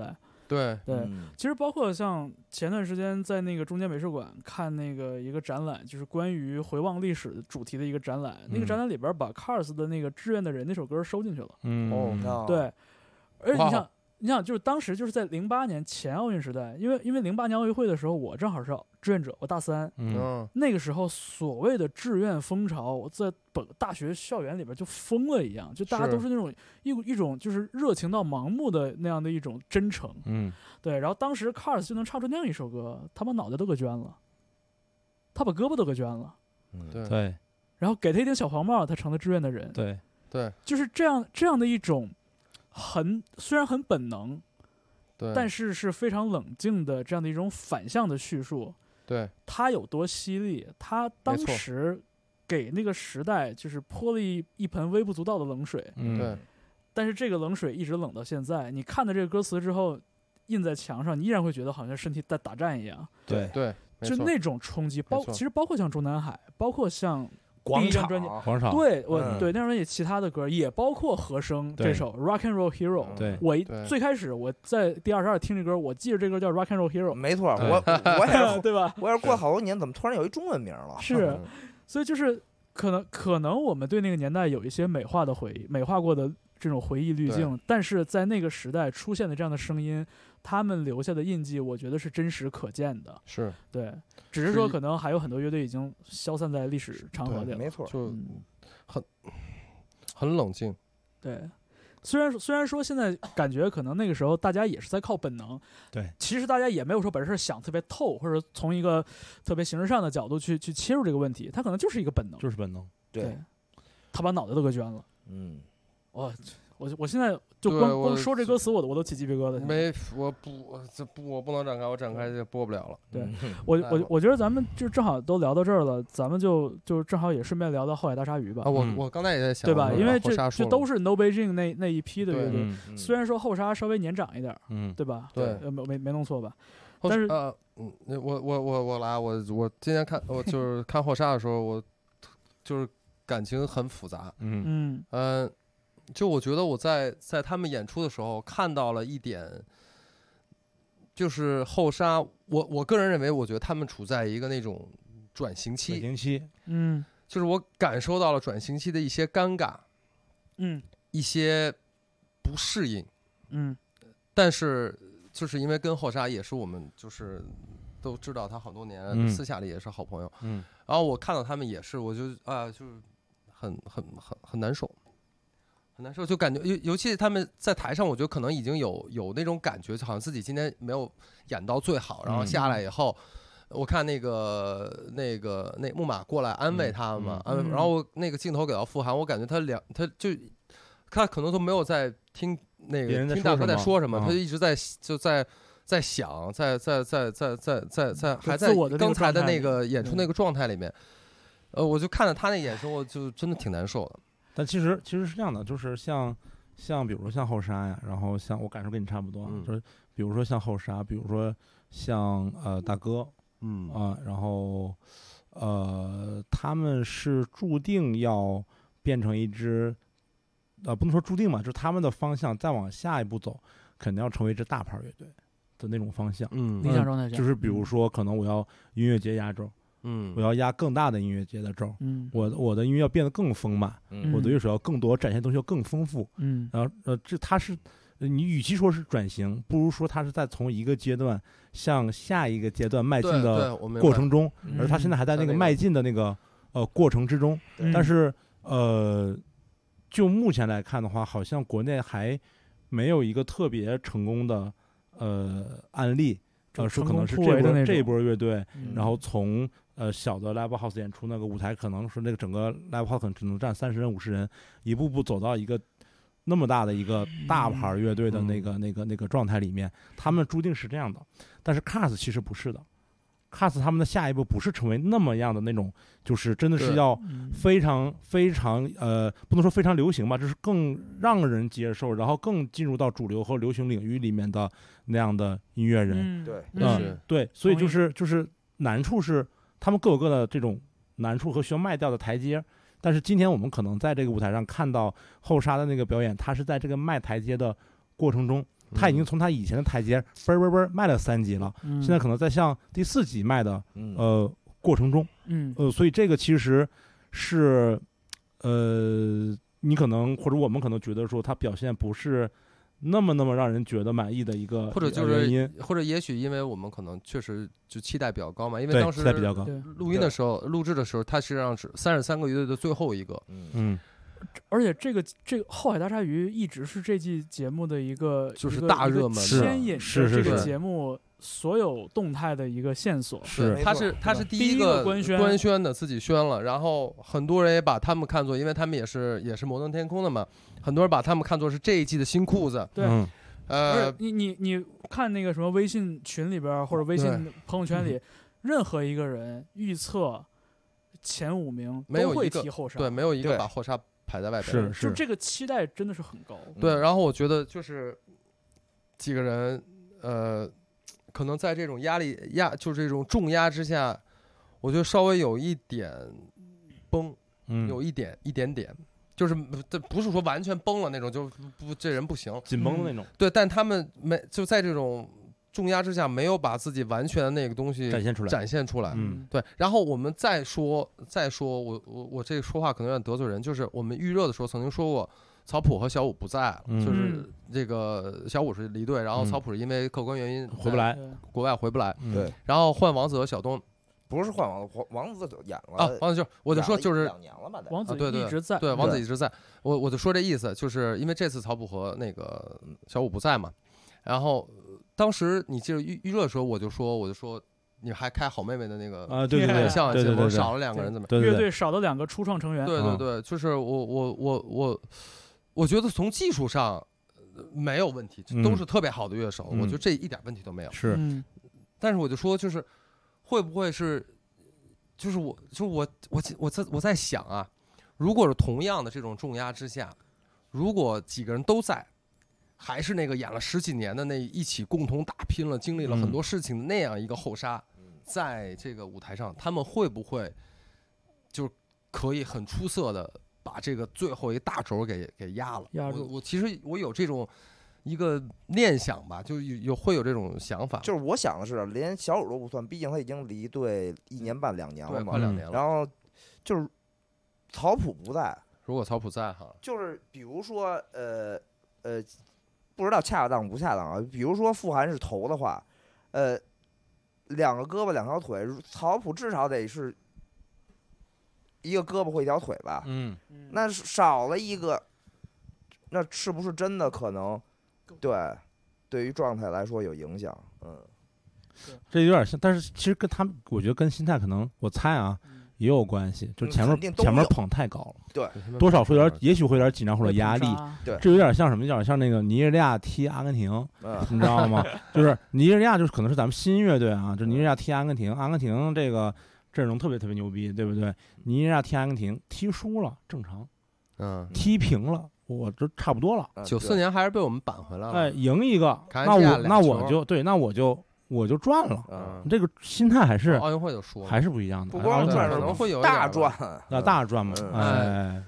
对对，其实包括像前段时间在那个中间美术馆看那个一个展览，就是关于回望历史主题的一个展览，那个展览里边把 Cars 的那个志愿的人那首歌收进去了。对，而且你想，就是当时就是在08年前奥运时代，因为08年奥运会的时候，我正好是志愿者，我大3，那个时候所谓的志愿风潮，在大学校园里边就疯了一样，就大家都是那种一种就是热情到盲目的那样的一种真诚，对。然后当时 Cars 就能唱出那样一首歌，他把脑袋都给捐了，他把胳膊都给捐了， 对。 然后给他一顶小黄帽，他成了志愿的人， 对， 就是这样的一种。虽然很本能， 对， 但是是非常冷静的这样的一种反向的叙述。 对， 他有多犀利，他当时给那个时代就是泼了一盆微不足道的冷水。 对， 但是这个冷水一直冷到现在。你看了这个歌词之后，印在墙上，你依然会觉得好像身体在打战一样。 对， 就那种冲击，其实包括像中南海，包括像。 广场， 对那张专辑其他的歌也包括和声这首 Rock and Roll Hero。 对， 我最开始我在第22听这歌，我记得这歌叫 Rock and Roll Hero。 没错，我也是， 对吧？ 我也是过好多年，怎么突然有一中文名了？ 是，所以就是可能我们对那个年代有一些美化的回忆，美化过的这种回忆滤镜，但是在那个时代出现的这样的声音，他们留下的印记，我觉得是真实可见的。 是对。只是说，可能还有很多乐队已经消散在历史长河里了。 没错， 就很冷静。 对，虽然说现在感觉可能那个时候大家也是在靠本能。 对， 其实大家也没有说本事想特别透，或者从一个特别形式上的角度去切入这个问题，他可能就是一个本能。 就是本能。 对，他把脑袋都给捐了。我现在就光说这歌词，我都起鸡皮疙瘩。 我不能展开，我展开就播不了了。 对，我觉得咱们就正好都聊到这儿了，咱们就正好也顺便聊到后海大鲨鱼吧。 我刚才也在想， 对吧？因为这都是 No Beijing 那一批的乐队，虽然说后沙稍微年长一点，对吧？ 对， 没弄错吧？但是我来，我今天看我就是看后沙的时候，我就是感情很复杂。就我觉得我在他们演出的时候看到了一点，就是后沙，我个人认为，我觉得他们处在一个那种转型期，就是我感受到了转型期的一些尴尬，一些不适应，但是就是因为跟后沙也是我们就是都知道他好多年，私下里也是好朋友，然后我看到他们也是，我就就是很难受。很难受，就感觉尤其他们在台上，我觉得可能已经有那种感觉，就好像自己今天没有演到最好，然后下来以后，我看那木马过来安慰他们嘛，然后那个镜头给到傅涵，我感觉他可能都没有在听大哥在说什么，他就一直在想，还在刚才的那个演出那个状态里面，我就看着他那眼神，我就真的挺难受的。 但其实是这样的，就是像比如说像后沙呀，然后像我感受跟你差不多，就是比如说像后沙，比如说像大哥，然后他们是注定要变成一支，不能说注定嘛，就是他们的方向再往下一步走，肯定要成为一支大牌乐队的那种方向。 理想状态下， 就是比如说可能我要音乐节压轴。我要压更大的音乐节的轴，我的音乐要变得更丰满，我的乐手要更多，展现东西要更丰富，然后他是你与其说是转型，不如说他是在从一个阶段向下一个阶段迈进的过程中，而他现在还在那个迈进的那个过程之中，但是就目前来看的话，好像国内还没有一个特别成功的案例，说可能是这一波乐队，然后从小的 live house 演出那个舞台，可能是那个整个 live house 可能只能站30人50人，一步步走到一个那么大的一个大牌乐队的那个状态里面，他们注定是这样的。但是 Cars 其实不是的， Cars 他们的下一步不是成为那么样的那种，就是真的是要非常非常不能说非常流行吧，就是更让人接受，然后更进入到主流和流行领域里面的那样的音乐人。对，所以就是难处是他们各有各的这种难处和需要迈掉的台阶。但是今天我们可能在这个舞台上看到后沙的那个表演，他是在这个迈台阶的过程中他已经从他以前的台阶迈了3级了，现在可能在向第4级迈的过程中，所以这个其实是你可能或者我们可能觉得说他表现不是那么让人觉得满意的一个或者就是原因， 或者也许因为我们可能确实就期待比较高嘛，因为当时期待比较高， 录音的时候录制的时候，他实际上是33个乐队的最后一个， 而且这个后海大鲨鱼一直是这季节目的一个就是大热门， 牵引着这个节目所有动态的一个线索。 是，他是第一个官宣的，自己宣了，然后很多人也把他们看作，因为他们也是摩登天空的嘛，很多人把他们看作是这一季的新裤子。 对，你看那个什么微信群里边或者微信朋友圈里，任何一个人预测前5名都会提后沙， 对，没有一个把后沙排在外边， 就这个期待真的是很高。 对，然后我觉得就是几个人，可能在这种就是这种重压之下，我觉得稍微有一点崩，有一点点，就是不是说完全崩了那种，就不这人不行， 紧绷的那种。 对，但他们就在这种重压之下，没有把自己完全的那个东西展现出来。对。然后我们再说，我这个说话可能有点得罪人，就是我们预热的时候曾经说过，曹普和小武不在了，就是这个小武是离队，然后曹普是因为客观原因回不来， 国外回不来。 对。 然后换王子和小东， 不是换王子就演了啊，王子我就说就是 2年了吧， 王子一直在， 对，王子一直在。我就说这意思，就是因为这次曹普和那个小武不在嘛，然后当时你记得预热的时候，我就说。你还开好妹妹的那个对像节目少了2个人怎么？ 乐队少了2个初创成员。 对，就是我觉得从技术上没有问题，都是特别好的乐手，我觉得这一点问题都没有。 是， 但是我就说，就是会不会是，就是我在想啊，如果是同样的这种重压之下，如果几个人都在。还是那个演了10几年的那一起共同打拼了，经历了很多事情的那样一个后沙，在这个舞台上，他们会不会就可以很出色的把这个最后一个大轴给压了？我其实我有这种一个念想吧，就会有这种想法。 就是我想的是，连小五都不算，毕竟他已经离队1年半2年了嘛， 快2年了。 然后就是曹普不在， 如果曹普在哈， 就是比如说不知道恰当不恰当啊？比如说傅涵是头的话，2个胳膊2条腿，曹普至少得是1个胳膊或1条腿吧？那少了一个，那是不是真的可能？对于状态来说有影响。 这有点像，但是其实跟他们，我觉得跟心态可能，我猜啊。也有关系，就是前面捧太高了， 对， 多少会有点，也许会有点紧张或者压力， 对， 这有点像什么？有点像那个尼日利亚踢阿根廷，你知道吗？就是尼日利亚就是可能是咱们新乐队啊，就是尼日利亚踢阿根廷，阿根廷这个阵容特别牛逼，对不对？尼日利亚踢阿根廷，踢输了正常，踢平了我这差不多了。 94年还是被我们扳回来了， 哎，赢一个，那我就赚了，这个心态还是奥运会就说还是不一样的， 不光赚， 可能会有大赚， 大赚嘛，哎，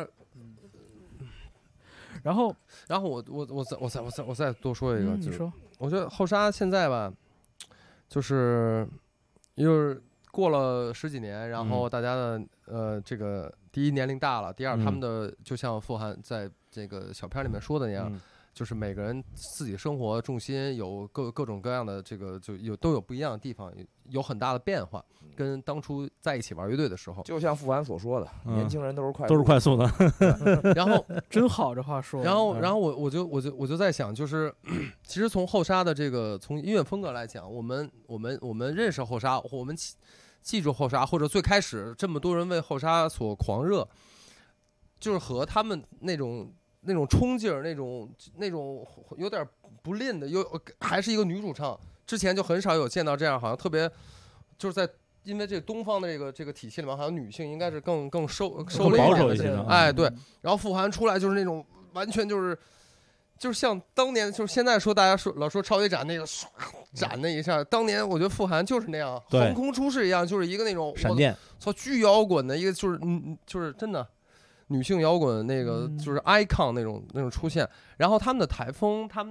然后我再多说一个， 你说， 我觉得后沙现在吧，就是过了10几年，然后大家的这个第一年龄大了，第二他们的就像傅涵在这个小片里面说的那样。就是每个人自己生活重心有各种各样的这个都有不一样的地方，有很大的变化，跟当初在一起玩乐队的时候， 就像傅涵所说的，年轻人都是快速的。 然后真好这话说。 然后我就在想，就是其实从后沙的这个从音乐风格来讲，我们认识后沙，我们记住后沙，或者最开始这么多人为后沙所狂热，就是和他们那种冲劲儿，那种有点不吝的，还是一个女主唱。之前就很少有见到这样，好像特别就是在因为这东方的这个体系里面，好像女性应该是更收敛一些的。哎，对。然后傅涵出来就是那种完全就是像当年就是现在说大家老说超级展那个唰展那一下，当年我觉得傅涵就是那样，横空出世一样，就是一个那种闪电， 巨摇滚的一个就是真的。女性摇滚那个就是 icon 那种出现，然后他们的台风，他们的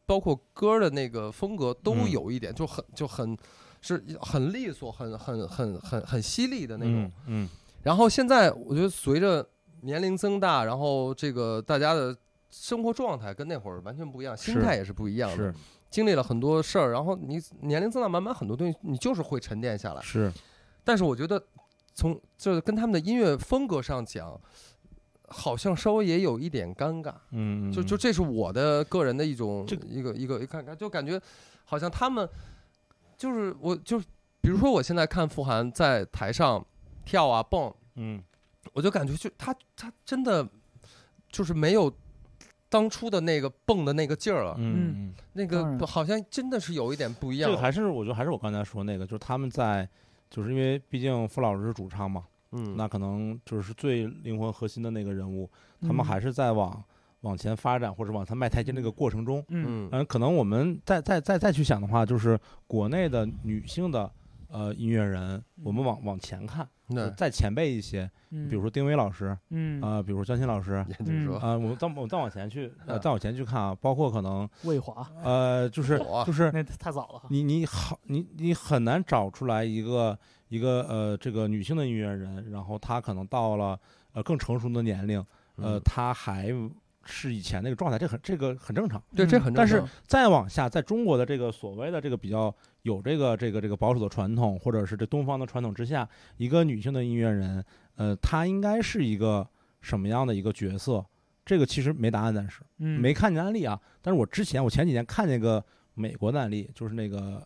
包括歌的那个风格都有一点，就很是很利索，很犀利的那种。然后现在我觉得随着年龄增大，然后这个大家的生活状态跟那会儿完全不一样，心态也是不一样的，经历了很多事儿，然后你年龄增大，慢慢很多东西你就是会沉淀下来。 是， 但是我觉得就是跟他们的音乐风格上讲，好像稍微也有一点尴尬。就这是我的个人的一种一个看，就感觉好像他们就是比如说我现在看傅函在台上跳啊蹦，我就感觉就他真的就是没有当初的那个蹦的那个劲儿了。那个好像真的是有一点不一样。 这个我觉得还是我刚才说那个，就是他们在，就是因为毕竟傅老师是主唱嘛，那可能就是最灵魂核心的那个人物，他们还是在往前发展或者往前迈台阶那个过程中，可能我们再去想的话，就是国内的女性的音乐人，我们往前看，再前辈一些，比如说丁薇老师，比如说江欣老师，我们再往前去，再往前去看啊，包括可能魏华， 就是那太早了， 你很难找出来一个这个女性的音乐人，然后她可能到了更成熟的年龄，她还是以前那个状态，这个很正常， 对，这很正常。 但是再往下，在中国的这个所谓的这个比较有这个保守的传统，或者是这东方的传统之下，一个女性的音乐人，她应该是一个什么样的一个角色？这个其实没答案，暂时没看见案例啊。但是我前几年看见个美国的案例，就是那个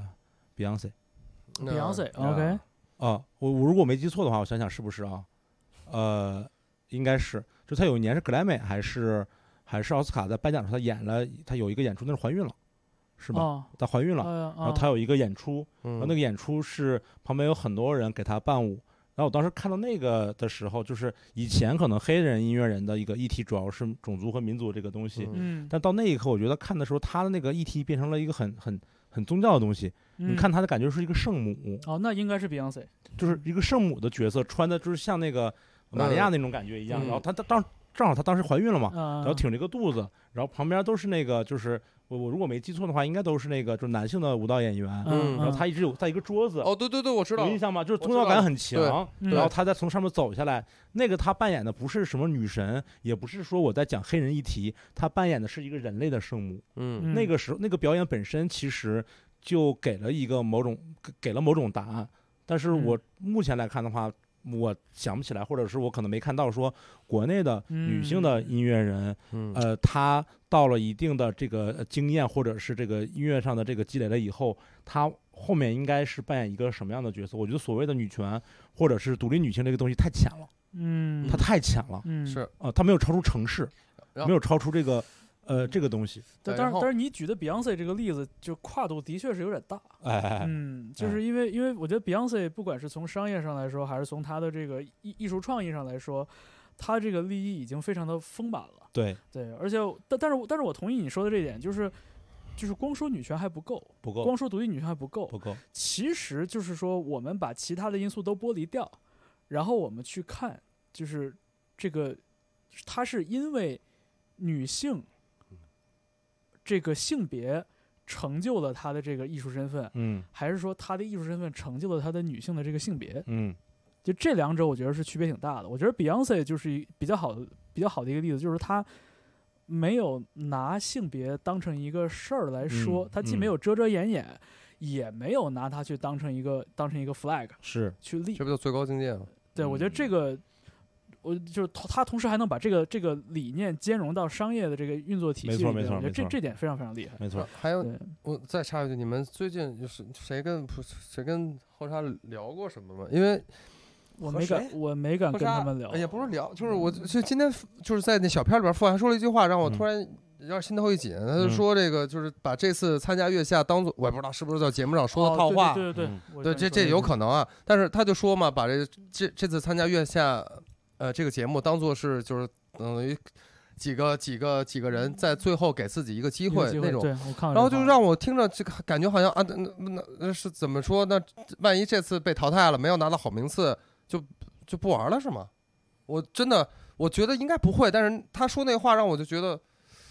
Beyonce，OK， 我如果没记错的话，我想想是不是啊？应该是。就他有一年是格莱美还是奥斯卡在颁奖的时候，他有一个演出，那是怀孕了，是吧？她怀孕了，然后她有一个演出，然后那个演出是旁边有很多人给她伴舞。然后我当时看到那个的时候，就是以前可能黑人音乐人的一个议题主要是种族和民族这个东西，但到那一刻，我觉得看的时候，他的那个议题变成了一个很宗教的东西。你看他的感觉是一个圣母， 那应该是 Beyonce， 就是一个圣母的角色，穿的就是像那个玛利亚那种感觉一样。然后他正好她当时怀孕了嘛，然后挺着一个肚子，然后旁边都是那个，就是我如果没记错的话，应该都是那个就是男性的舞蹈演员，然后他一直有在一个桌子， 对，我知道， 有印象吗？就是宗教感很强，然后他再从上面走下来，那个他扮演的不是什么女神，也不是说我在讲黑人议题，他扮演的是一个人类的圣母。那个时候那个表演本身其实就给了某种答案，但是我目前来看的话，我想不起来，或者是我可能没看到说国内的女性的音乐人，她到了一定的这个经验或者是这个音乐上的这个积累了以后，她后面应该是扮演一个什么样的角色？我觉得所谓的女权或者是独立女性这个东西太浅了，它太浅了， 是它没有超出城市，没有超出这个。这个东西， 但是你举的 Beyonce 这个例子，就跨度的确是有点大。就是因为我觉得 Beyonce 不管是从商业上来说，还是从他的这个艺术创意上来说，他这个利益已经非常的丰满了。 对， 而且但是我同意你说的这一点，就是光说女权还不够，光说独立女权还不够。其实就是说，我们把其他的因素都剥离掉，然后我们去看，就是这个，它是因为女性这个性别成就了她的这个艺术身份，还是说她的艺术身份成就了她的女性的这个性别，就这两者我觉得是区别挺大的。我觉得 Beyonce 就是比较好的一个例子，就是她没有拿性别当成一个事儿来说，她既没有遮遮掩掩，也没有拿它去当成一个 flag 是去立， 这不就最高境界吗？ 对，我觉得这个。就是他同时还能把这个理念兼容到商业的这个运作体系里面， 没错， 我觉得这点非常非常厉害。 没错， 还有我再插一句，你们最近就是谁跟后沙聊过什么吗？因为我没敢跟他们聊， 也不是聊，就是我就今天就是在那小片里边，傅函说了一句话，让我突然有点心头一紧。他就说这个就是把这次参加月下当做，我也不知道是不是在节目上说的套话， 对， 这有可能啊。但是他就说嘛，把这次参加月下。这个节目当做是就是等于几个人在最后给自己一个机会那种，然后就让我听着这个感觉好像啊，那是怎么说？那万一这次被淘汰了，没有拿到好名次，就不玩了是吗？我觉得应该不会，但是他说那话让我就觉得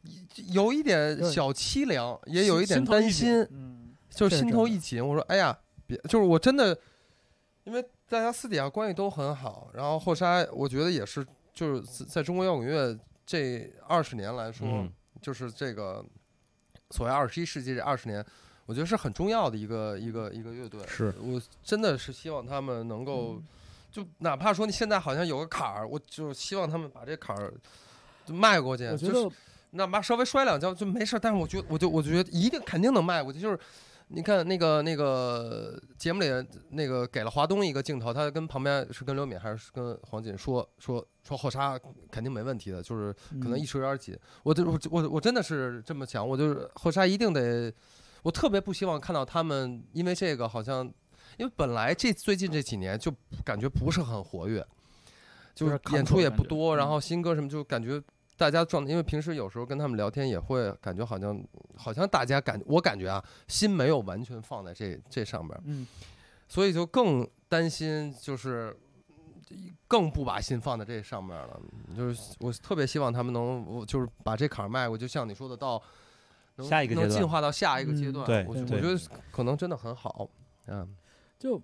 有一点小凄凉，也有一点担心，就是心头一紧。我说哎呀，别，就是我真的，因为大家私底下关系都很好，然后后沙我觉得也是，就是在中国摇滚乐这20年来说，就是这个所谓21世纪这20年。我觉得是很重要的一个乐队， 是我真的是希望他们能够，就哪怕说你现在好像有个坎儿，我就希望他们把这坎儿迈过去，就是哪怕稍微摔2跤就没事，但是我觉得一定肯定能迈过去。就是你看那个节目里那个给了华东一个镜头，他跟旁边是跟刘敏还是跟黄锦说后沙肯定没问题的，就是可能一时有点紧。我真的是这么想，我就是后沙一定得。我特别不希望看到他们因为这个好像，因为本来最近这几年就感觉不是很活跃，就是演出也不多，然后新歌什么就感觉大家状态，因为平时有时候跟他们聊天也会感觉好像大家我感觉啊心没有完全放在这上面，所以就更担心，就是更不把心放在这上面了。就是我特别希望他们能就是把这坎儿迈过，就像你说的到。 下一个阶段能进化到下一个阶段， 对， 我觉得可能真的很好， 就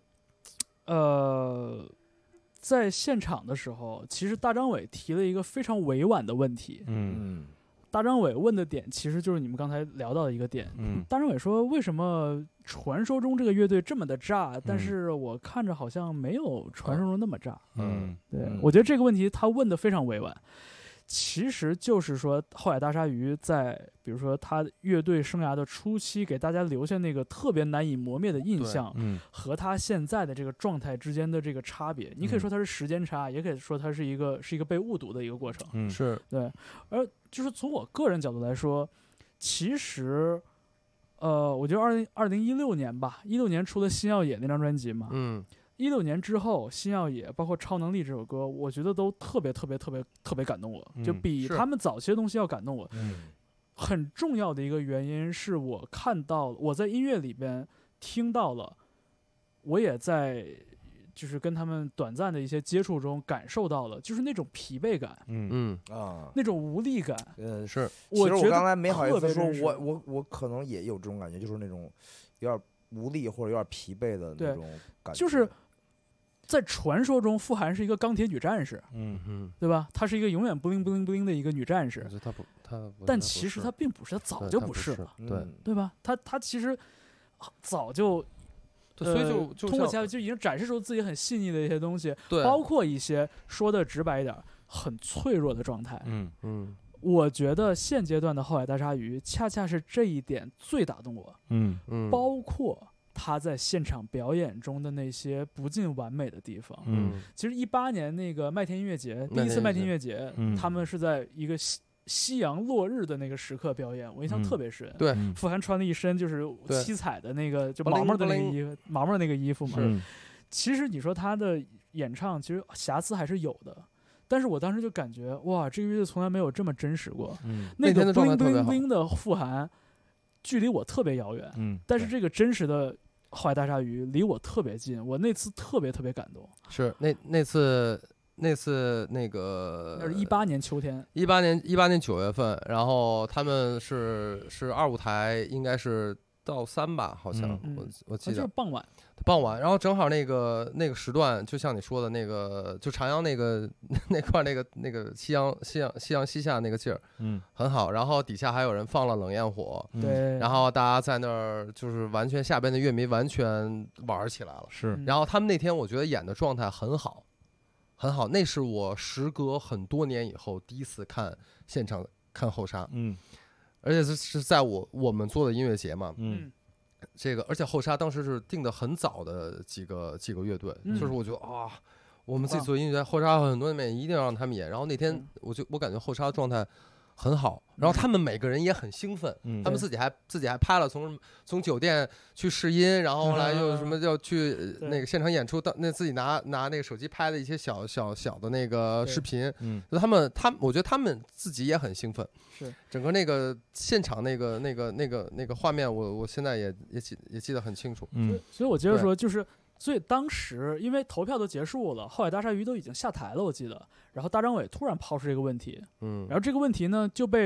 在现场的时候，其实大张伟提了一个非常委婉的问题，大张伟问的点其实就是你们刚才聊到的一个点，大张伟说为什么传说中这个乐队这么的炸，但是我看着好像没有传说中那么炸，对，我觉得这个问题他问的非常委婉。其实就是说，后海大鲨鱼在比如说他乐队生涯的初期，给大家留下那个特别难以磨灭的印象，和他现在的这个状态之间的这个差别，你可以说它是时间差，也可以说它是一个被误读的一个过程， 是对。而就是从我个人角度来说，其实，我觉得2016年吧，16年出了《新耀野》那张专辑嘛，16年之后，新耀野包括超能力这首歌，我觉得都特别感动我，就比他们早期的东西要感动我。很重要的一个原因是我看到，我在音乐里边听到了，我也在就是跟他们短暂的一些接触中感受到了，就是那种疲惫感，那种无力感。 是。 其实我刚才没好意思说，我可能也有这种感觉，就是那种有点无力或者有点疲惫的那种感觉， 就是。在传说中，傅函是一个钢铁女战士，对吧？她是一个永远不灵不灵不灵的一个女战士。但其实她并不是，她早就不是了，对吧？她其实早就， 所以就通过就已经展示出自己很细腻的一些东西，包括一些说的直白一点，很脆弱的状态。我觉得现阶段的后海大鲨鱼，恰恰是这一点最打动我。包括。他在现场表演中的那些不尽完美的地方，其实18年那个麦田音乐节，第一次麦田音乐节，他们是在一个夕阳落日的那个时刻表演，我印象特别深。 对， 傅函穿了一身就是七彩的那个，就毛毛的那个衣服，毛毛那个衣服嘛。其实你说他的演唱，其实瑕疵还是有的。但是我当时就感觉，哇，这个乐队从来没有这么真实过。那个 bling bling bling 的傅函，距离我特别遥远。但是这个真实的后海大鲨鱼离我特别近，我那次特别感动。 是那次那个那是18年秋天 ，18年9月份，然后他们是二舞台，应该是到3吧，好像我记得就是傍晚， 然后正好那个时段，就像你说的那个，就长阳那块那个夕阳西下那个劲儿，很好。然后底下还有人放了冷焰火， 对， 然后大家在那儿就是完全下边的乐迷完全玩起来了， 是。 然后他们那天我觉得演的状态很好，很好。那是我时隔很多年以后第一次看现场看后沙，而且是在我们做的音乐节嘛，这个而且后沙当时是定的很早的几个乐队，就是我觉得我们自己做音乐节，后沙很多面一定要让他们演。然后那天我感觉后沙状态很好，然后他们每个人也很兴奋，他们自己还拍了从酒店去试音，然后后来又什么要去那个现场演出，那自己拿那个手机拍的一些小的那个视频，他们我觉得他们自己也很兴奋， 是整个那个现场那个画面，我现在也记得很清楚， 所以我接着说就是。所以当时因为投票都结束了，后海大鲨鱼都已经下台了，我记得。然后大张伟突然抛出这个问题，然后这个问题呢就被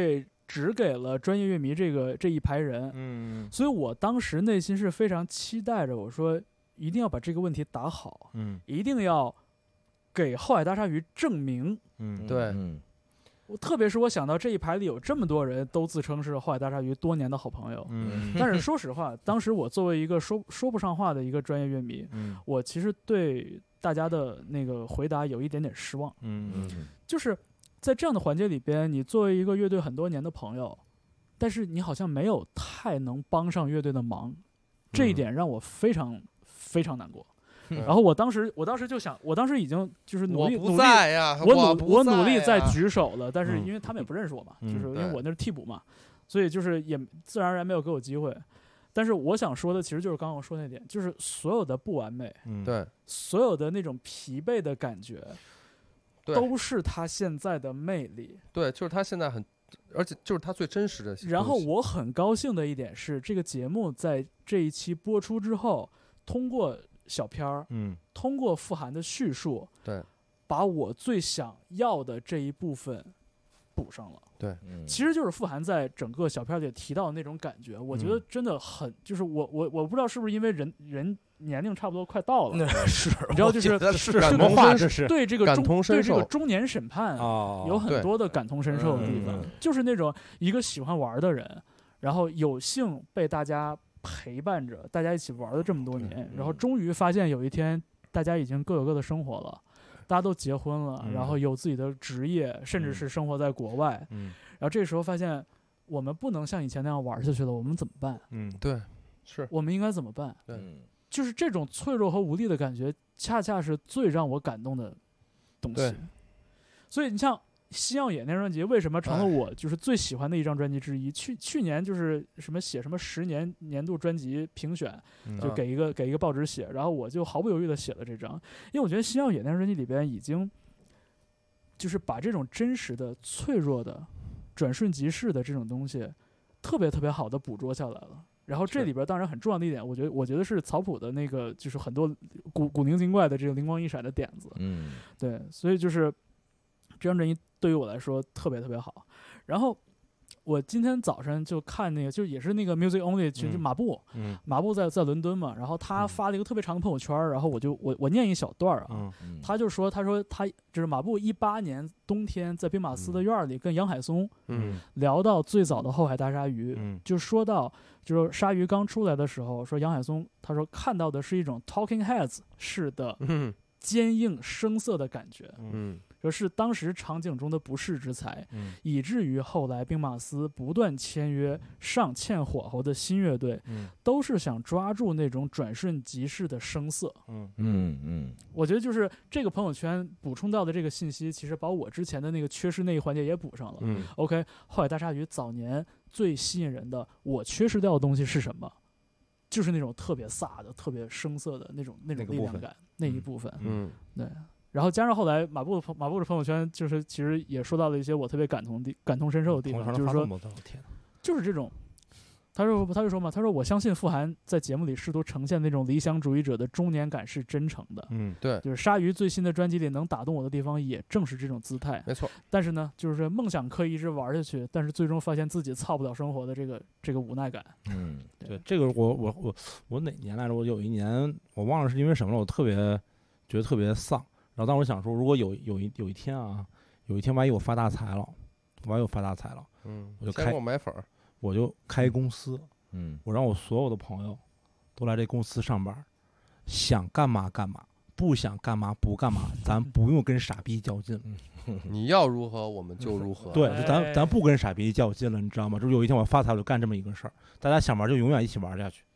只给了专业乐迷这一排人，所以我当时内心是非常期待着，我说一定要把这个问题打好，一定要给后海大鲨鱼证明， 对， 特别是我想到这一排里有这么多人都自称是后海大鲨鱼多年的好朋友，但是说实话，当时我作为一个说不上话的一个专业乐迷，我其实对大家的那个回答有一点点失望，就是在这样的环节里边，你作为一个乐队很多年的朋友，但是你好像没有太能帮上乐队的忙，这一点让我非常非常难过。然后我当时就想，我当时已经就是努力， 我不在呀， 我努力在举手了，但是因为他们也不认识我嘛，就是因为我那是替补嘛，所以就是也自然而然没有给我机会。但是我想说的其实就是刚刚我说那点，就是所有的不完美， 对， 所有的那种疲惫的感觉，都是他现在的魅力。 对，就是他现在而且就是他最真实的。 然后我很高兴的一点是，这个节目在这一期播出之后，通过小片儿，通过傅涵的叙述， 对， 把我最想要的这一部分补上了。 对， 其实就是傅涵在整个小片里提到的那种感觉，我觉得真的很，就是我不知道是不是因为人年龄差不多快到了， 是， 你知道，就是感同身受， 对这个感同身受， 对这个中年审判有很多的感同身受的地方，就是那种一个喜欢玩的人，然后有幸被大家陪伴着，大家一起玩了这么多年，然后终于发现有一天大家已经各有各的生活了，大家都结婚了，然后有自己的职业，甚至是生活在国外，然后这个时候发现我们不能像以前那样玩下去了，我们怎么办？ 对，是我们应该怎么办？ 对， 就是这种脆弱和无力的感觉，恰恰是最让我感动的东西。所以你像西耀野那张专辑，为什么成了我就是最喜欢的一张专辑之一？去年就是什么写什么10年度专辑评选，就给一个报纸写，然后我就毫不犹豫的写了这张，因为我觉得西耀野那张专辑里边已经就是把这种真实的、脆弱的、转瞬即逝的这种东西，特别特别好的捕捉下来了。然后这里边当然很重要的一点，我觉得是曹普的那个就是很多古灵精怪的这个灵光一闪的点子，对，所以就是这张专辑对于我来说特别特别好。然后我今天早上就看那个，就也是那个 Music Only 群，就马布在伦敦嘛，然后他发了一个特别长的朋友圈，然后我念一小段啊，他说他就是马布18年冬天在兵马司的院里跟杨海松聊到最早的后海大鲨鱼，就说到就是鲨鱼刚出来的时候，说杨海松他说看到的是一种 Talking Heads 式的坚硬生涩的感觉，说是当时场景中的不世之财，以至于后来兵马司不断签约上欠火候的新乐队，都是想抓住那种转瞬即逝的声色。我觉得就是这个朋友圈补充到的这个信息，其实把我之前的那个缺失那一环节也补上了。OK， 后海大鲨鱼早年最吸引人的，我缺失掉的东西是什么？就是那种特别飒的、特别声色的那种力量感那一部分。对。然后加上后来马布的朋友圈，就是其实也说到了一些我特别感同身受的地方，就是说，就是这种，他就说嘛，他说我相信傅涵在节目里试图呈现那种理想主义者的中年感是真诚的， 对，就是鲨鱼最新的专辑里能打动我的地方，也正是这种姿态， 没错。 但是呢，就是梦想可以一直玩下去，但是最终发现自己操不了生活的这个无奈感。 对，这个我哪年来着？我有一年我忘了是因为什么了，我觉得特别丧。然后当时我想说，如果有一天啊，万一我发大财了，我就先给我买粉， 我就开公司，我让我所有的朋友都来这公司上班，想干嘛干嘛，不想干嘛不干嘛，咱不用跟傻逼较劲， 你要如何我们就如何。 对，咱不跟傻逼较劲了，你知道吗？就是有一天我发财，我就干这么一个事儿，大家想玩就永远一起玩下去。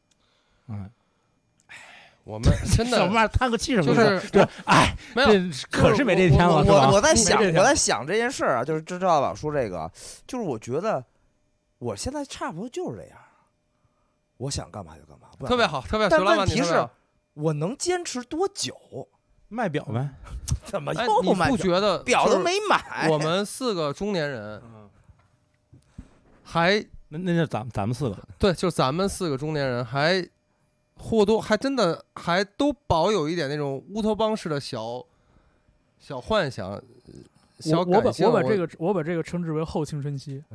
我们真的小妹叹个气什么的， 就是没有， 可是没这天了。 我在想这件事儿啊，就是知道老说这个，就是我觉得我现在差不多就是这样，我想干嘛就干嘛， 特别好，特别好。 但问题是，我能坚持多久？ 卖表呗？ 怎么又卖？ 你不觉得表都没买？ 我们4个中年人，还那是咱们4个， 对，就咱们4个中年人还。或多还真的还都保有一点那种乌托邦式的小幻想， 我把这个称之为后青春期，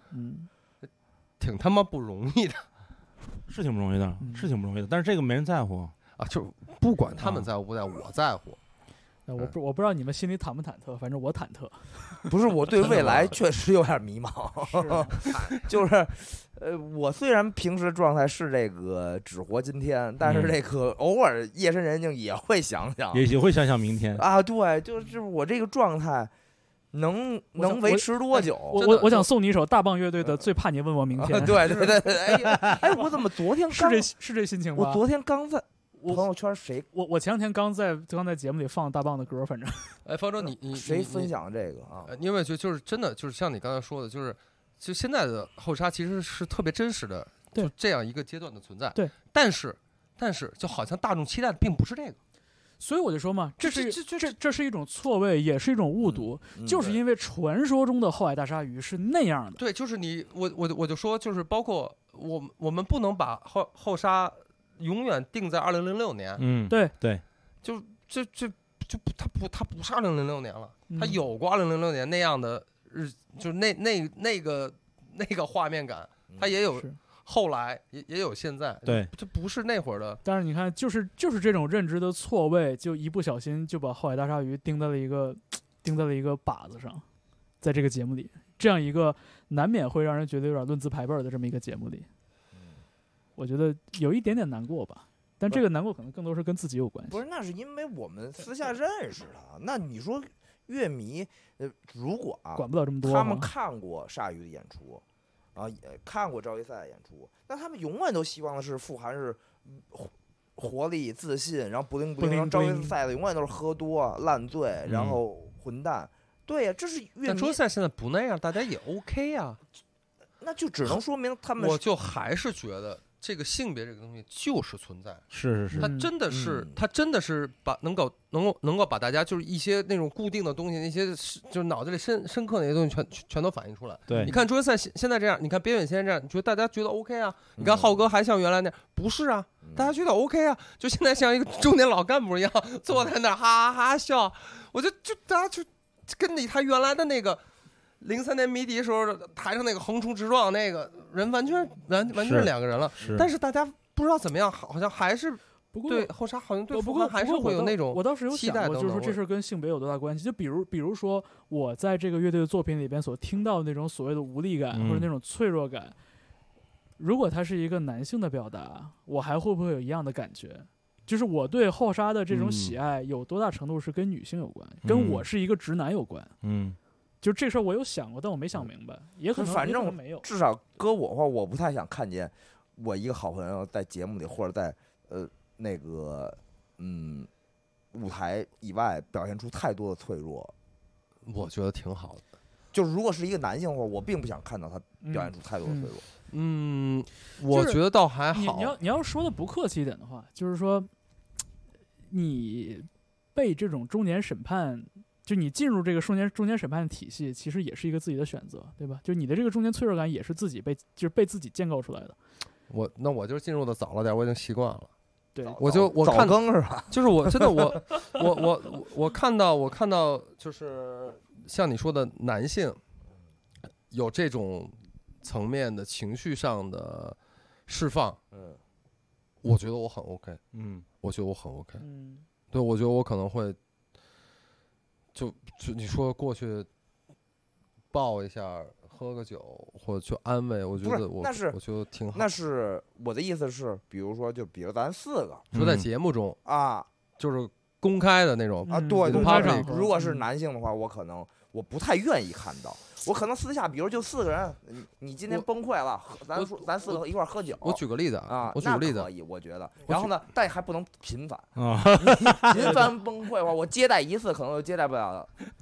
挺他妈不容易的， 是挺不容易的，是挺不容易的，但是这个没人在乎啊，就不管他们在乎不在乎，我在乎。 我不知道你们心里忐不忐忑，反正我忐忑。 不是，我对未来确实有点迷茫。就是，我虽然平时状态是这个只活今天，但是这个偶尔夜深人静也会想想， 也会想想明天啊。对，就是我这个状态能维持多久？ 我想送你一首大棒乐队的《最怕你问我明天》。 对，哎，我怎么昨天是这心情吗？ 我昨天刚在。朋友圈谁？ 我前两天刚在节目里放大棒的歌，反正。 哎，方舟，你谁分享这个啊？ 你有没有觉得就是真的就是像你刚才说的，就现在的后沙其实是特别真实的， 对这样一个阶段的存在。 对， 但是就好像大众期待的并不是这个， 所以我就说嘛，这是一种错位，也是一种误读，就是因为传说中的后海大鲨鱼是那样的。 对，就是我就说，就是包括我们不能把后沙永远定在2006年， 对， 就它不是2006年了，它有过2006年那样的就那个画面感，它也有后来也有现在， 对， 这不是那会儿的。 但是你看，就是这种认知的错位，就一不小心就把后海大鲨鱼钉在了一个靶子上，在这个节目里，这样一个难免会让人觉得有点论资排辈的这么一个节目里。我觉得有一点点难过吧，但这个难过可能更多是跟自己有关系。 不是，那是因为我们私下认识他。那你说乐迷，如果管不了这么多， 他们看过鲨鱼的演出，啊，也看过赵一赛的演出，那他们永远都希望的是富含是活力、自信，然后不灵，然后赵一赛的永远都是喝多、烂醉，然后混蛋。对呀，这是乐迷。 但赵一赛现在不那样，大家也 OK 呀。 那就只能说明他们。 我就还是觉得。这个性别这个东西就是存在， 是， 它真的是，它真的是能够把大家就是一些那种固定的东西，那些就是脑子里深刻那些东西全都反映出来。 对， 你看周杰赛现在这样，你看边远现在这样，你觉得大家觉得 OK 啊？你看浩哥还像原来那样，不是啊？大家觉得 OK 啊？就现在像一个中年老干部一样坐在那儿哈哈笑，我就大家就跟他原来的那个。03年迷笛时候台上那个横冲直撞那个人完全是两个人了，但是大家不知道怎么样，好像还是对后沙好像对富含还是会有那种我倒是有想过，就是说这事跟性别有多大关系？就比如说我在这个乐队的作品里边所听到的那种所谓的无力感或者那种脆弱感，如果它是一个男性的表达，我还会不会有一样的感觉？就是我对后沙的这种喜爱有多大程度是跟女性有关，跟我是一个直男有关？就这事儿我有想过，但我没想明白，也可能反正没有。 至少搁我的话，我不太想看见我一个好朋友在节目里或者在那个舞台以外表现出太多的脆弱。 我觉得挺好的。 就是如果是一个男性的话，我并不想看到他表现出太多的脆弱。 我觉得倒还好。 你要说的不客气一点的话，就是说你被这种中年审判。就你进入这个中间审判体系，其实也是一个自己的选择，对吧？就你的这个中间脆弱感也是自己被自己建构出来的。 我就是进入的早了点，我已经习惯了。 对， 我早更是吧？ 就是我真的我看到就是像你说的男性有这种层面的情绪上的释放，我觉得我很 OK， 我觉得我很 OK，对，我觉得我可能会。就你说过去抱一下，喝个酒或者去安慰，我觉得我觉得挺好。 那是我的意思是，比如咱4个说在节目中啊， 就是公开的那种啊，对，公开场合。如果是男性的话，我可能我不太愿意看到。我可能私下，比如就4个人，你今天崩溃了，咱4个一块喝酒。 我举个例子啊， 我举个例子， 可以，我觉得。然后呢，但还不能频繁啊。频繁崩溃的话，我接待1次可能就接待不了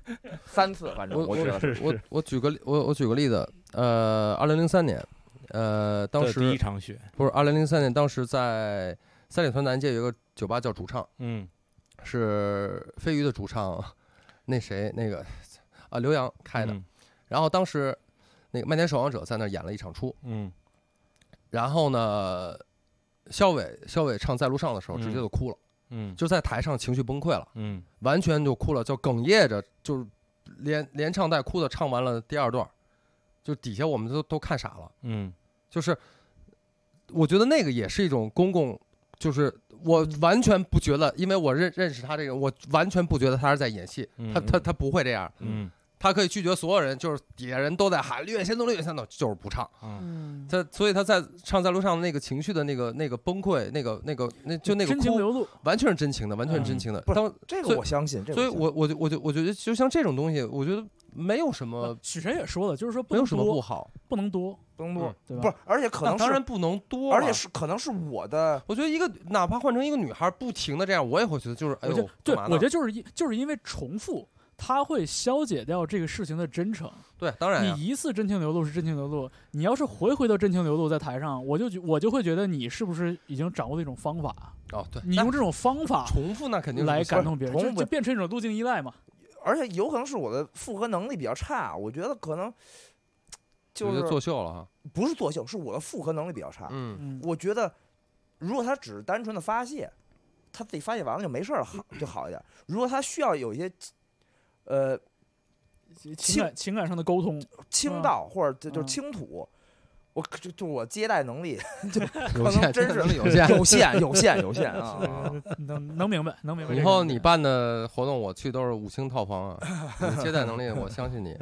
3次，反正我觉得是。我举个例子，2003年，当时第一场雪不是2003年，当时在三里屯南街有一个酒吧叫主唱，是飞鱼的主唱，那个刘洋开的。然后当时那个麦田守望者在那演了一场出，然后呢，肖伟唱在路上的时候直接就哭了，就在台上情绪崩溃了，完全就哭了，就哽咽着，就是连唱带哭的唱完了第2段，就底下我们都看傻了。就是我觉得那个也是一种公共，就是我完全不觉得，因为我认识他这个，我完全不觉得他是在演戏，他不会这样。他可以拒绝所有人，就是底下人都在喊绿野仙踪，绿野仙踪，就是不唱。所以他在唱在路上那个情绪的那个崩溃，那个真情流露， 完全是真情的，完全是真情的。 这个我相信。 所以我觉得就像这种东西，我觉得没有什么。 许晨也说了，就是说没有什么不好， 不能多， 对吧？不是，而且可能当然不能多， 而且是可能是我的。 我觉得一个哪怕换成一个女孩，不停的这样，我也会觉得就是哎呦， 对，我觉得就是因为重复。它会消解掉这个事情的真诚。 对，当然你一次真情流露是真情流露，你要是回到真情流露在台上，我就会觉得你是不是已经掌握了一种方法？ 对， 你用这种方法重复那肯定来感动别人，就变成一种路径依赖嘛。 而且有可能是我的复合能力比较差，我觉得可能就是作秀了哈。 不是作秀，是我的复合能力比较差。我觉得如果他只是单纯的发泄，他自己发泄完了就没事了，就好一点。如果他需要有一些情感上的沟通， 倾倒或者就是倾吐，我接待能力就可能真是有限啊！ 能明白。 以后你办的活动我去都是5星套房啊，你接待能力我相信你。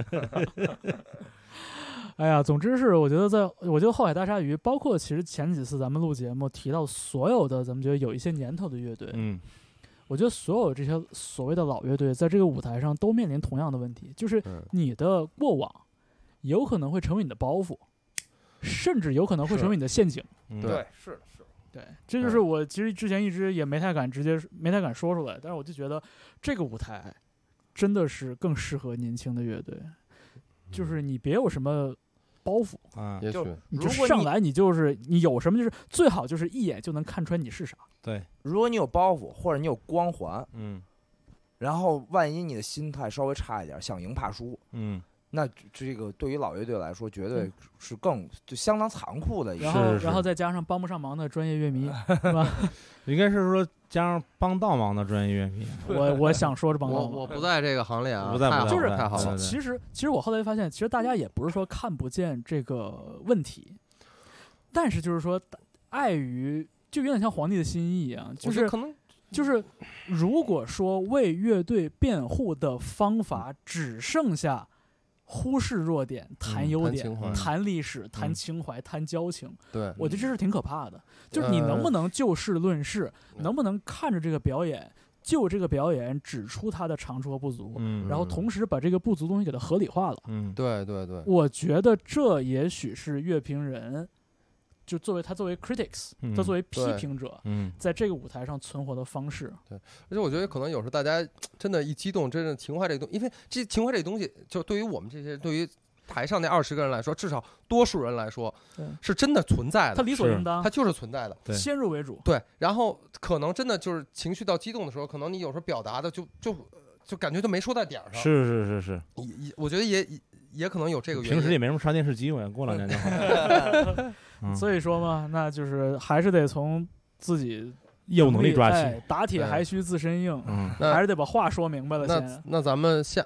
哎呀，总之是我觉得后海大鲨鱼，包括其实前几次咱们录节目提到所有的咱们觉得有一些年头的乐队，我觉得所有这些所谓的老乐队在这个舞台上都面临同样的问题，就是你的过往有可能会成为你的包袱，甚至有可能会成为你的陷阱。 对，是， 对，这就是我其实之前一直也没太敢说出来，但是我就觉得这个舞台真的是更适合年轻的乐队，就是你别有什么包袱也许你就上来你有什么就是最好就是一眼就能看穿你是啥。 对， 如果你有包袱或者你有光环，然后万一你的心态稍微差一点，想赢怕输，那这个对于老乐队来说，绝对是就相当残酷的一个。然后再加上帮不上忙的专业乐迷，是吧？ 应该是说加上帮倒忙的专业乐迷。 我想说是帮倒忙， 我不在这个行列啊， 就是太好了。 其实我后来发现，其实大家也不是说看不见这个问题，但是就是说碍于。就有点像皇帝的心意一样，就是可能就是如果说为乐队辩护的方法只剩下忽视弱点、谈优点、谈历史、谈情怀、谈交情， 对， 我觉得这是挺可怕的。就是你能不能就事论事，能不能看着这个表演，就这个表演指出它的长处和不足，然后同时把这个不足东西给它合理化了。 对， 我觉得这也许是乐评人。就作为 critics，他作为批评者，在这个舞台上存活的方式。 对，而且我觉得可能有时候大家真的一激动，真的情怀这个东西，因为这情怀这个东西，就对于我们这些对于台上那20个人来说，至少多数人来说，是真的存在的， 它理所应当， 它就是存在的， 先入为主。 对，然后可能真的就是情绪到激动的时候，可能你有时候表达的就感觉就没说在点上。 是， 我觉得也可能有这个原因。 平时也没什么刷电视机，我过2年就好。 所以说嘛，那就是还是得从自己业务能力抓起， 打铁还需自身硬，还是得把话说明白了先。 那咱们下，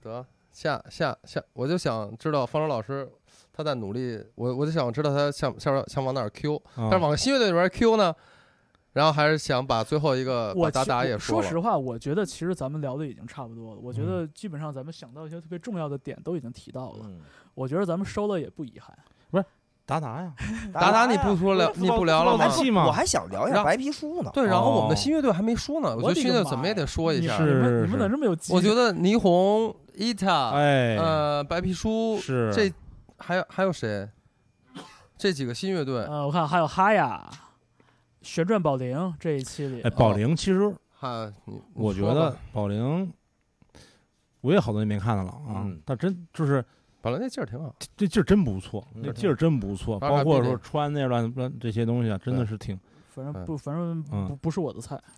我就想知道方舟老师他在努力，我就想知道他想往哪儿 Q，但是往新乐队里边 Q 呢，然后还是想把最后一个把达也说了。说实话，我觉得其实咱们聊的已经差不多了，我觉得基本上咱们想到一些特别重要的点都已经提到了，我觉得咱们收了也不遗憾。 不是。达呀， 达你不说了，你不聊了吗？ 我还想聊一下白皮书呢。 对，然后我们的新乐队还没说呢，我觉得新乐队怎么也得说一下。 你们怎么这么有激情？ 我觉得霓虹、伊塔，白皮书， 是这还有谁？这几个新乐队， 我看还有哈雅、旋转宝铃这一期里。 宝铃其实，我觉得宝铃，我也好多年没看了啊，但真就是。 宝铃那劲儿挺好， 这劲儿真不错，那劲儿真不错，包括说穿那乱这些东西啊，真的是挺， 反正不是我的菜。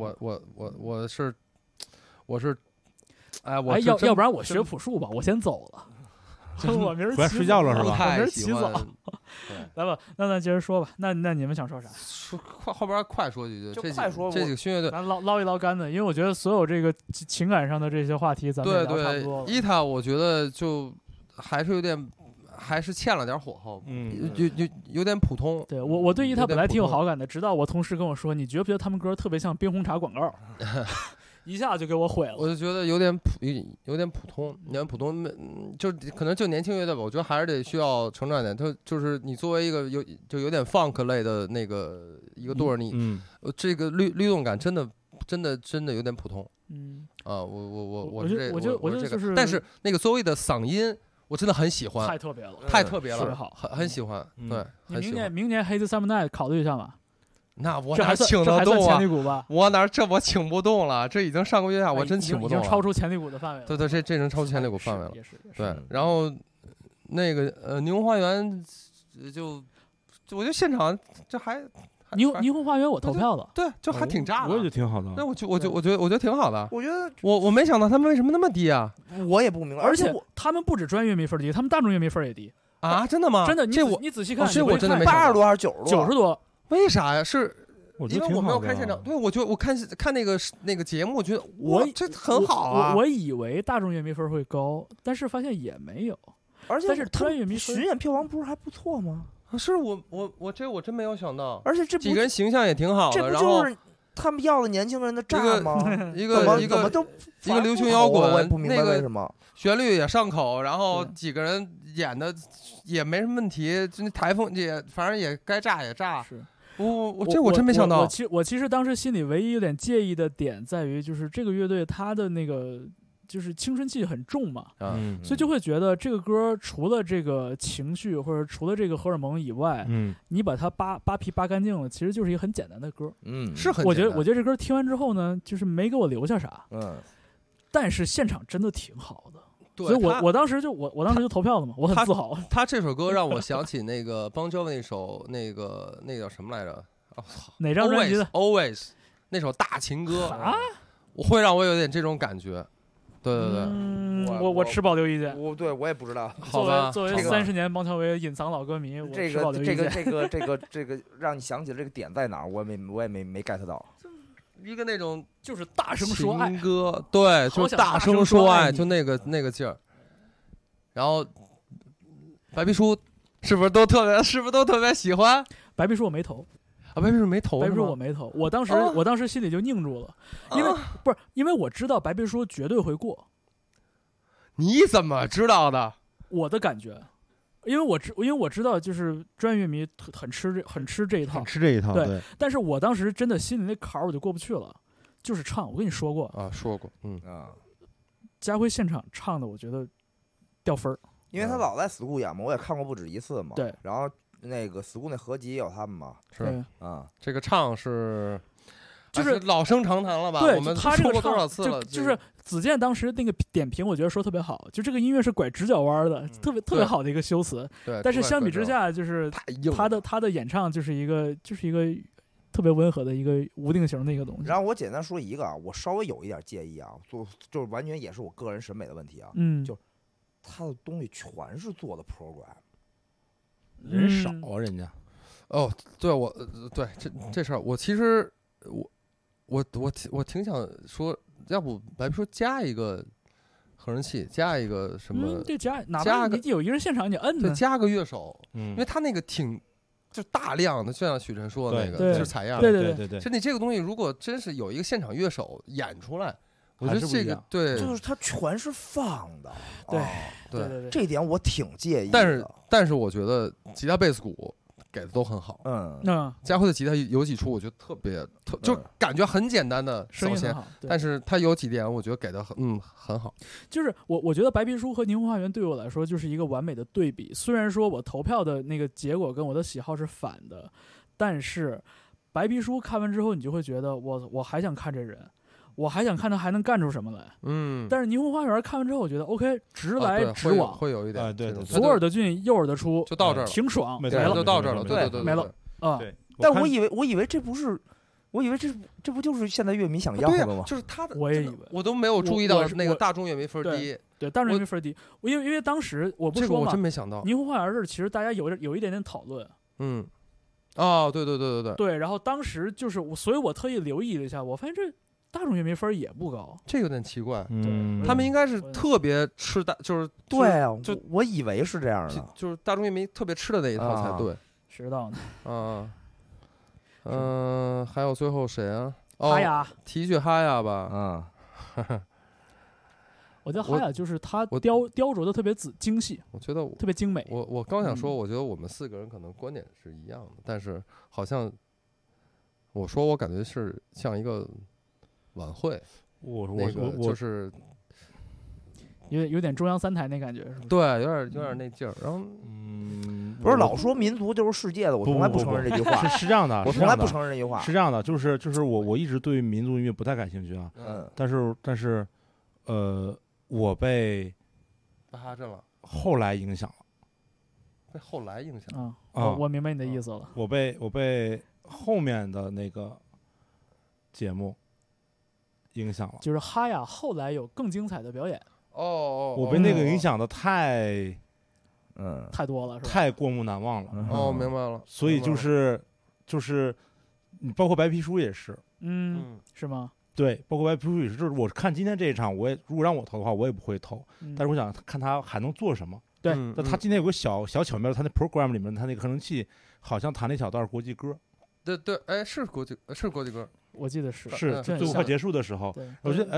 我是，哎， 要不然我学朴树吧，我先走了。我明儿回来睡觉了是吧？ 我明儿起早。 来吧，那咱接着说吧。那你们想说啥？ 后边快说几句， 就快说这几个新乐队， 咱捞一捞干的，因为我觉得所有这个情感上的这些话题，咱们聊差不多了。 伊塔，我觉得就还是有点。还是欠了点火候，有点普通。 对我对伊塔本来挺有好感的，直到我同事跟我说，你觉不觉得他们歌特别像冰红茶广告？一下就给我毁了。 我就觉得有点普通，就可能就年轻乐队吧。我觉得还是得需要成长点。就是你作为一个有点 funk 类的那个一个队儿，你这个律动感真的有点普通。我觉得就是，但是那个Zoe的嗓音。我真的很喜欢， 太特别了， 特别好，很喜欢。对， 明年黑子 Summer Night 考虑一下嘛？ 那我哪请得动啊？ 潜力股吧？ 我请不动了，这已经上个月下，我真请不动了， 已经超出潜力股的范围了。 对，这能超出潜力股范围了。 也是。 对，然后那个霓虹花园就我觉得现场这还。 霓虹花园我投票了， 对，就还挺炸的， 我也觉得挺好的。 那我觉得挺好的。 我觉得我没想到他们为什么那么低啊！ 我也不明白， 而且他们不止专业乐迷分低，他们大众乐迷分也低啊！真的吗？ 真的， 你仔细看， 这我真的没 80多还是 90多？ 为啥呀？是因为我没有看现场，对，我觉得我看那个节目，我觉得这很好啊。 我以为大众乐迷分会高，但是发现也没有。 而且但是专业乐迷巡演票房不是还不错吗？ 是我真没有想到， 而且这几个人形象也挺好的， 这不就是他们要的年轻人的炸吗？ 一个流行摇滚， 我也不明白为什么旋律也上口，然后几个人演的也没什么问题，就那台风也反正也该炸也炸。 是， 我真没想到。 我其实当时心里唯一有点介意的点在于，就是这个乐队它的那个。就是青春气很重嘛，所以就会觉得这个歌除了这个情绪或者除了这个荷尔蒙以外，你把它扒皮扒干净了，其实就是一个很简单的歌， 是很简单。 我觉得这歌听完之后呢，就是没给我留下啥，但是现场真的挺好的， 对， 所以我当时就投票了嘛，我很自豪。 他这首歌让我想起那个邦乔维那首那个叫什么来着？ 哪张专辑的 ？Always 那首大情歌啊，会让我有点这种感觉。对， 我持保留意见。 我也不知道。 好吧， 作为30年邦乔维隐藏老歌迷，我持保留意见。 这个让你想起这个点在哪儿？我也没 get 到。 一个那种就是大声说爱歌，对，就是大声说爱，就那个劲儿。然后白皮书是不是都特别喜欢？ 白皮书我没投。 白皮书没投， 白皮书我没投，我当时心里就拧住了，因为我知道白皮书绝对会过。 你怎么知道的？ 我的感觉，因为我知道，就是专业乐迷很吃这一套，对。但是我当时真的心里那坎儿我就过不去了，就是唱，我跟你说过啊， 家辉现场唱的，我觉得掉分儿， 因为他老在 school 演嘛，我也看过不止一次嘛， 对， 然后。那个 school 那合集也有他们嘛？ 是这个唱是就是老生常谈了吧？ 对， 我们他这个说过多少次了？ 就是子健当时那个点评，我觉得说特别好，就这个音乐是拐直角弯的，特别好的一个修辞。 对， 但是相比之下，就是他的演唱就是一个特别温和的一个无定型的一个东西。 然后我简单说一个啊，我稍微有一点介意啊，就是完全也是我个人审美的问题啊。就他的东西全是做的 program。 人少啊，人家。 对这事儿，我其实我挺想说，要不白皮书加一个合成器，加一个什么？ 对，哪怕你有一个人现场你摁对，加个乐手，因为他那个就大量的，就像许晨说的那个，就是采样。 对。 就你这个东西，如果真是有一个现场乐手演出来。我觉得这个对， 就是它全是放的， 对， 这点我挺介意的。但是我觉得吉他、贝斯、鼓给的都很好。家辉的吉他有几处我觉得就感觉很简单的声音很好， 但是他有几点我觉得给的很好。 就是我觉得白皮书和霓虹花园对我来说就是一个完美的对比。虽然说我投票的那个结果跟我的喜好是反的，但是白皮书看完之后，你就会觉得我还想看这人。我还想看他还能干出什么来，但是霓虹花园看完之后，我觉得 OK， 直来直往， 会有一点， 对， 左耳的进，右耳的出， 就到这儿了， 挺爽， 没了，就到这儿了，对， 没了啊。 但我以为这不是我以为这不就是现在乐迷想要的吗？ 就是他的， 我也以为， 我都没有注意到那个大众乐迷分低。 对，大众乐迷分低。因为当时我不说嘛， 这个我真没想到。 霓虹花园这其实大家有一点点讨论。 哦，对。 对，然后当时就是所以我特意留意了一下，我发现这大众乐迷分也不高， 这有点奇怪。他们应该是特别吃就是对啊，就我以为是这样的， 就是大众乐迷特别吃的那一套才对。 谁知道呢？ 还有最后谁啊？ 哈雅， 提一句哈雅吧。 我觉得哈雅就是他雕琢的特别精细， 我觉得特别精美。 我刚想说，我觉得我们4个人可能观点是一样的，但是好像我感觉是像一个晚会，就是有点中央3台那感觉，是吧？ 对，有点那劲儿。然后不是老说民族就是世界的，我从来不承认这句话。 是这样的， 我从来不承认这句话。 是这样的，就是我一直对民族音乐不太感兴趣啊。但是我被哈震了， 后来影响了。 被后来影响我明白你的意思了。 我被后面的那个节目影响了， 就是哈雅后来有更精彩的表演。 我被那个影响的太多了，是吧？ 太过目难忘了。 明白了。 所以就是你包括白皮书也是。 是吗？ 对，包括白皮书也是。就是我看今天这一场，如果让我投的话，我也不会投。但是我想看他还能做什么。 对， 那他今天有个小巧妙，他那 program 里面他那个合成器好像弹了一小段国际歌。 对，是国际歌， 我记得是最后快结束的时候，我觉得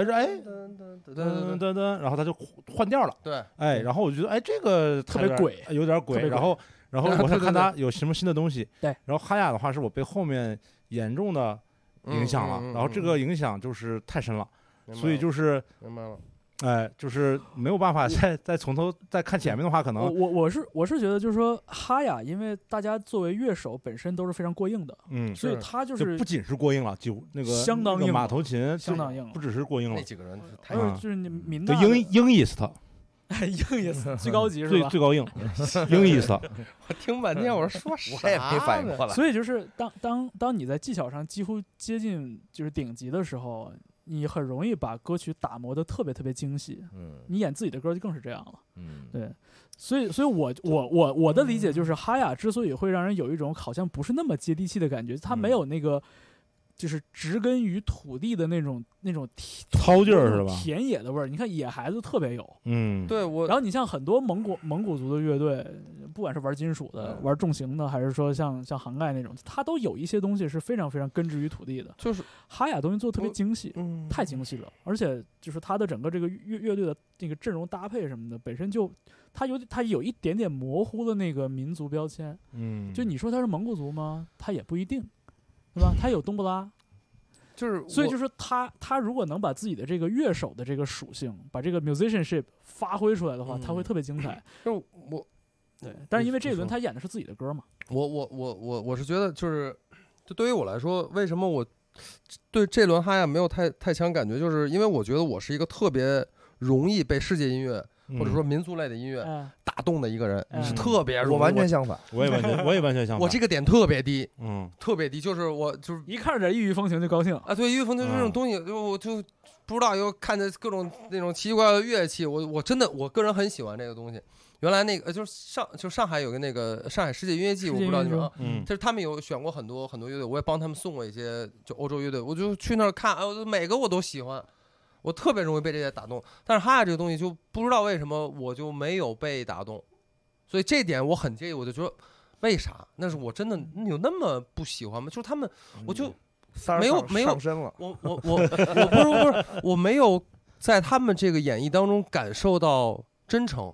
然后他就换调了。 对， 然后我觉得这个特别鬼， 有点鬼。然后我想看他有什么新的东西。 对， 然后哈雅的话是我被后面严重的影响了，然后这个影响就是太深了，所以就是明白了。 就是没有办法再从头再看前面的话，可能我是觉得就是说哈雅，因为大家作为乐手本身都是非常过硬的， 所以他就是不仅是过硬了，就那个相当硬， 马头琴相当硬， 不只是过硬了。 那几个人还有就是你民的英意思， 英意思最高级是吧？ 最高硬，英意思。 我听半天，我说啥？ 我也没反应过来。 所以就是当你在技巧上几乎接近就是顶级的时候，你很容易把歌曲打磨的特别特别精细。你演自己的歌就更是这样了。对，所以我的理解就是哈雅之所以会让人有一种好像不是那么接地气的感觉，它没有那个就是植根于土地的那种糙劲儿是吧？ 田野的味儿。你看野孩子特别有。 对我。 然后你像很多蒙古族的乐队，不管是玩金属的、玩重型的，还是说像涵盖那种，它都有一些东西是非常非常根植于土地的。 就是哈雅东西做的特别精细，太精细了。而且就是它的整个这个乐队的那个阵容搭配什么的，本身就它有一点点模糊的那个民族标签。就你说它是蒙古族吗？它也不一定。对吧？他有冬不拉，所以就是他如果能把自己的这个乐手的这个属性，把这个 musicianship 发挥出来的话，他会特别精彩。 就对，但是因为这一轮他演的是自己的歌嘛。 我是觉得就对于我来说，为什么我对这轮哈雅没有太强感觉，就是因为我觉得我是一个特别容易被世界音乐或者说民族类的音乐打动的一个人，是特别容易。 我完全相反， 我也完全相反。 我这个点特别低，特别低，就是一看着点异域风情就高兴啊。 对，异域风情这种东西，我就不知道，又看着各种那种奇奇怪怪的乐器，我真的我个人很喜欢这个东西。原来那个就上海有个那个上海世界音乐季，我不知道你们就是他们有选过很多乐队，我也帮他们送过一些就欧洲乐队，我就去那儿看，每个我都喜欢。我特别容易被这些打动，但是哈雅这个东西就不知道为什么我就没有被打动，所以这点我很介意。我就觉得为啥？那是我真的有那么不喜欢吗？就是他们，我就没有上身了。 我不是，我没有在他们这个演绎当中感受到真诚。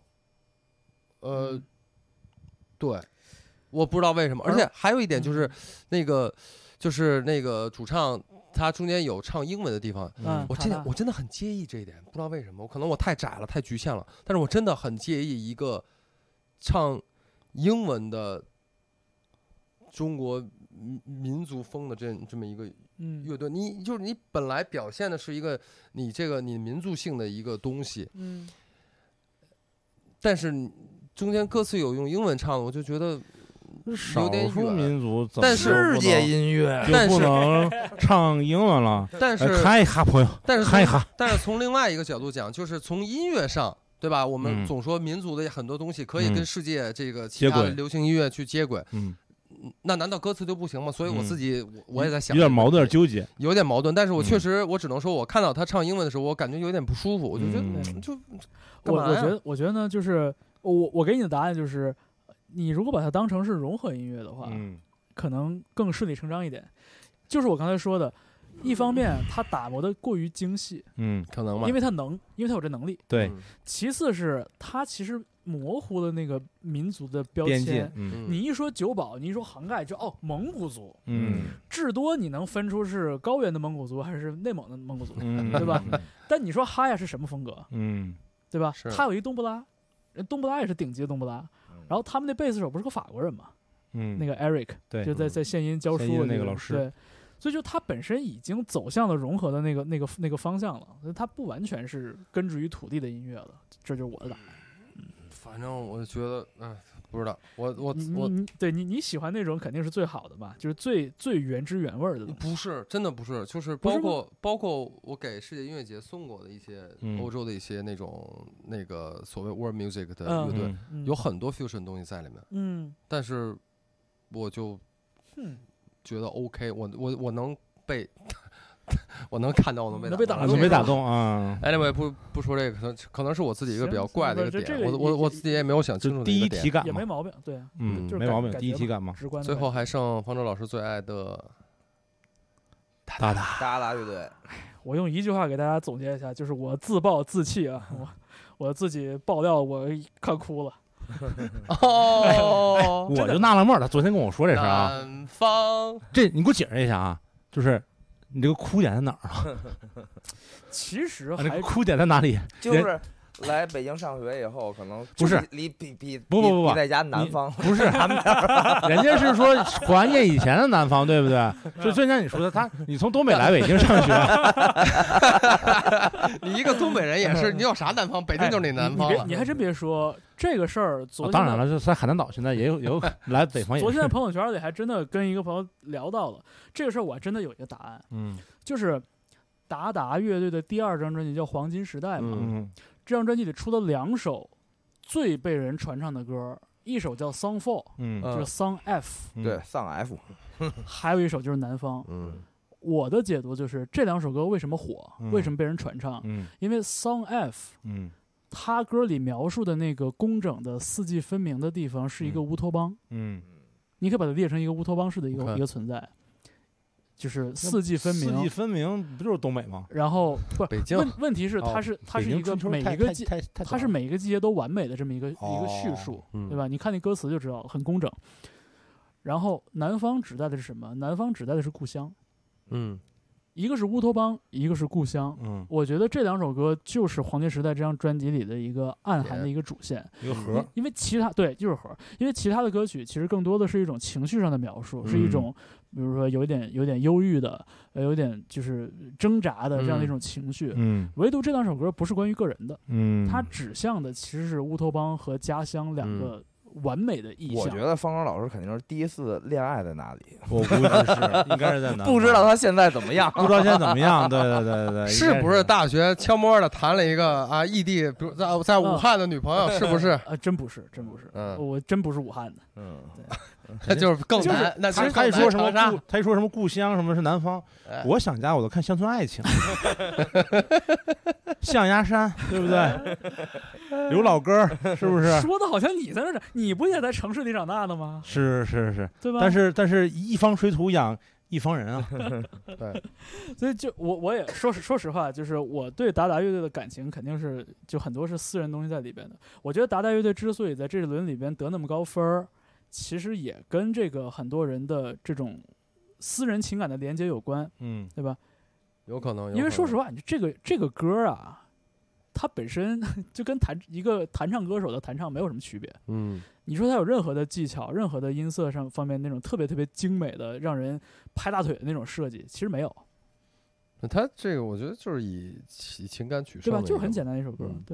对，我不知道为什么。而且还有一点就是那个主唱。他中间有唱英文的地方，我真的很介意这一点，不知道为什么，可能我太窄了，太局限了，但是我真的很介意一个唱英文的中国民族风的这么一个乐队，你本来表现的是一个你民族性的一个东西，但是中间歌词有用英文唱的，我就觉得少数民族怎么世界音乐就不能唱英文了？ 但是嗨哈朋友，嗨哈。 但是从另外一个角度讲，就是从音乐上，对吧？我们总说民族的很多东西可以跟世界这个其他的流行音乐去接轨。那难道歌词就不行吗？所以我自己我也在想， 有点矛盾，纠结， 有点矛盾。但是我确实，我只能说，我看到他唱英文的时候，我感觉有点不舒服。我就觉得，就我觉得呢，就是我给你的答案就是，你如果把它当成是融合音乐的话，可能更顺理成章一点。就是我刚才说的，一方面它打磨的过于精细， 可能吧， 因为它有这能力。 对。 其次是它其实模糊了那个民族的标签。你一说九堡，你一说杭盖，就蒙古族，至多你能分出是高原的蒙古族还是内蒙的蒙古族，对吧？但你说哈呀是什么风格？对吧？他有一冬不拉，冬不拉也是顶级的冬不拉。然后他们那贝斯手不是个法国人嘛？那个 Eric， 对， 就在现音教书的那个老师。 对。所以就他本身已经走向了融合的那个方向了，所以他不完全是根植于土地的音乐了，这就是我的答案。 反正我觉得，不知道，我对你喜欢那种肯定是最好的吧，就是最原汁原味的。 不是，真的不是，就是包括我给世界音乐节送过的一些欧洲的一些那个所谓 world music 的乐队，有很多 fusion 东西在里面。但是我就觉得 OK， 我能被我能看到，我能被打动啊。 Anyway， 不说这个，可能是我自己一个比较怪的一个点，我自己也没有想清楚。 第一体感也没毛病，对， 没毛病，第一体感嘛。 最后还剩方舟老师最爱的达达乐队。 我用一句话给大家总结一下，就是我自暴自弃啊，我自己爆料，我看哭了。 我就纳了闷了，他昨天跟我说这事啊。 南方， 这你给我解释一下啊，就是你这个哭点在哪儿啊？ 其实哭点在哪里？ 就是来北京上学以后，可能不是比在家南方不是，人家是说怀念以前的南方，对不对？就像你说的，你从东北来北京上学， 你一个东北人也是，你有啥南方？北京就是你南方了。 你还真别说这个事儿， 当然了，就在海南岛现在也有来北方也是。 昨天在朋友圈里还真的跟一个朋友聊到了这个事儿，我真的有一个答案，就是达达乐队的第2张专辑叫《黄金时代》嘛。这张专辑里出了2首最被人传唱的歌，一首叫《Song Fall》，就是 Song F， 对，Song F， 还有一首就是南方。我的解读就是这2首歌为什么火，为什么被人传唱？因为 Song F，他歌里描述的那个工整的四季分明的地方是一个乌托邦。你可以把它列成一个乌托邦式的一个存在。就是四季分明， 四季分明不就是东北吗？ 然后不， 北京问题是它是一个每一个季，它是每一个季节都完美的这么一个叙述，对吧？你看那歌词就知道很工整。然后南方指代的是什么？南方指代的是故乡。一个是乌托邦，一个是故乡。我觉得这2首歌就是《黄金时代》这张专辑里的一个暗含的一个主线， 一个核。 因为其他就是核，因为其他的歌曲其实更多的是一种情绪上的描述，是一种比如说有点忧郁的，有点就是挣扎的这样的一种情绪。唯独这2首歌不是关于个人的，它指向的其实是乌托邦和家乡2个完美的意象。 我觉得方舟老师肯定是第一次恋爱在哪里？ 我估计是，应该是在南方。 不知道他现在怎么样？ 不知道现在怎么样？对， 是不是大学悄摸的谈了一个异地，比如在武汉的女朋友？是不是？ 真不是，我真不是武汉的。 对。那就是更难。那他一说什么故乡，什么是南方，我想家我都看乡村爱情，象牙山，对不对？刘老根是不是？ 说的好像你在那儿，你不也在城市里长大的吗？ 是， 对吧？ 但是一方水土养一方人啊。 对， 所以就我也说实话，就是我对达达乐队的感情肯定是就很多是私人东西在里边的。我觉得达达乐队之所以在这一轮里边得那么高分儿，其实也跟这个很多人的这种私人情感的连接有关，对吧？ 有可能。 因为说实话，你这个歌啊，它本身就跟一个弹唱歌手的弹唱没有什么区别。你说它有任何的技巧，任何的音色上方面那种特别特别精美的让人拍大腿的那种设计，其实没有。 他这个我觉得就是以情感取胜， 对吧？就是很简单的一首歌，对吧？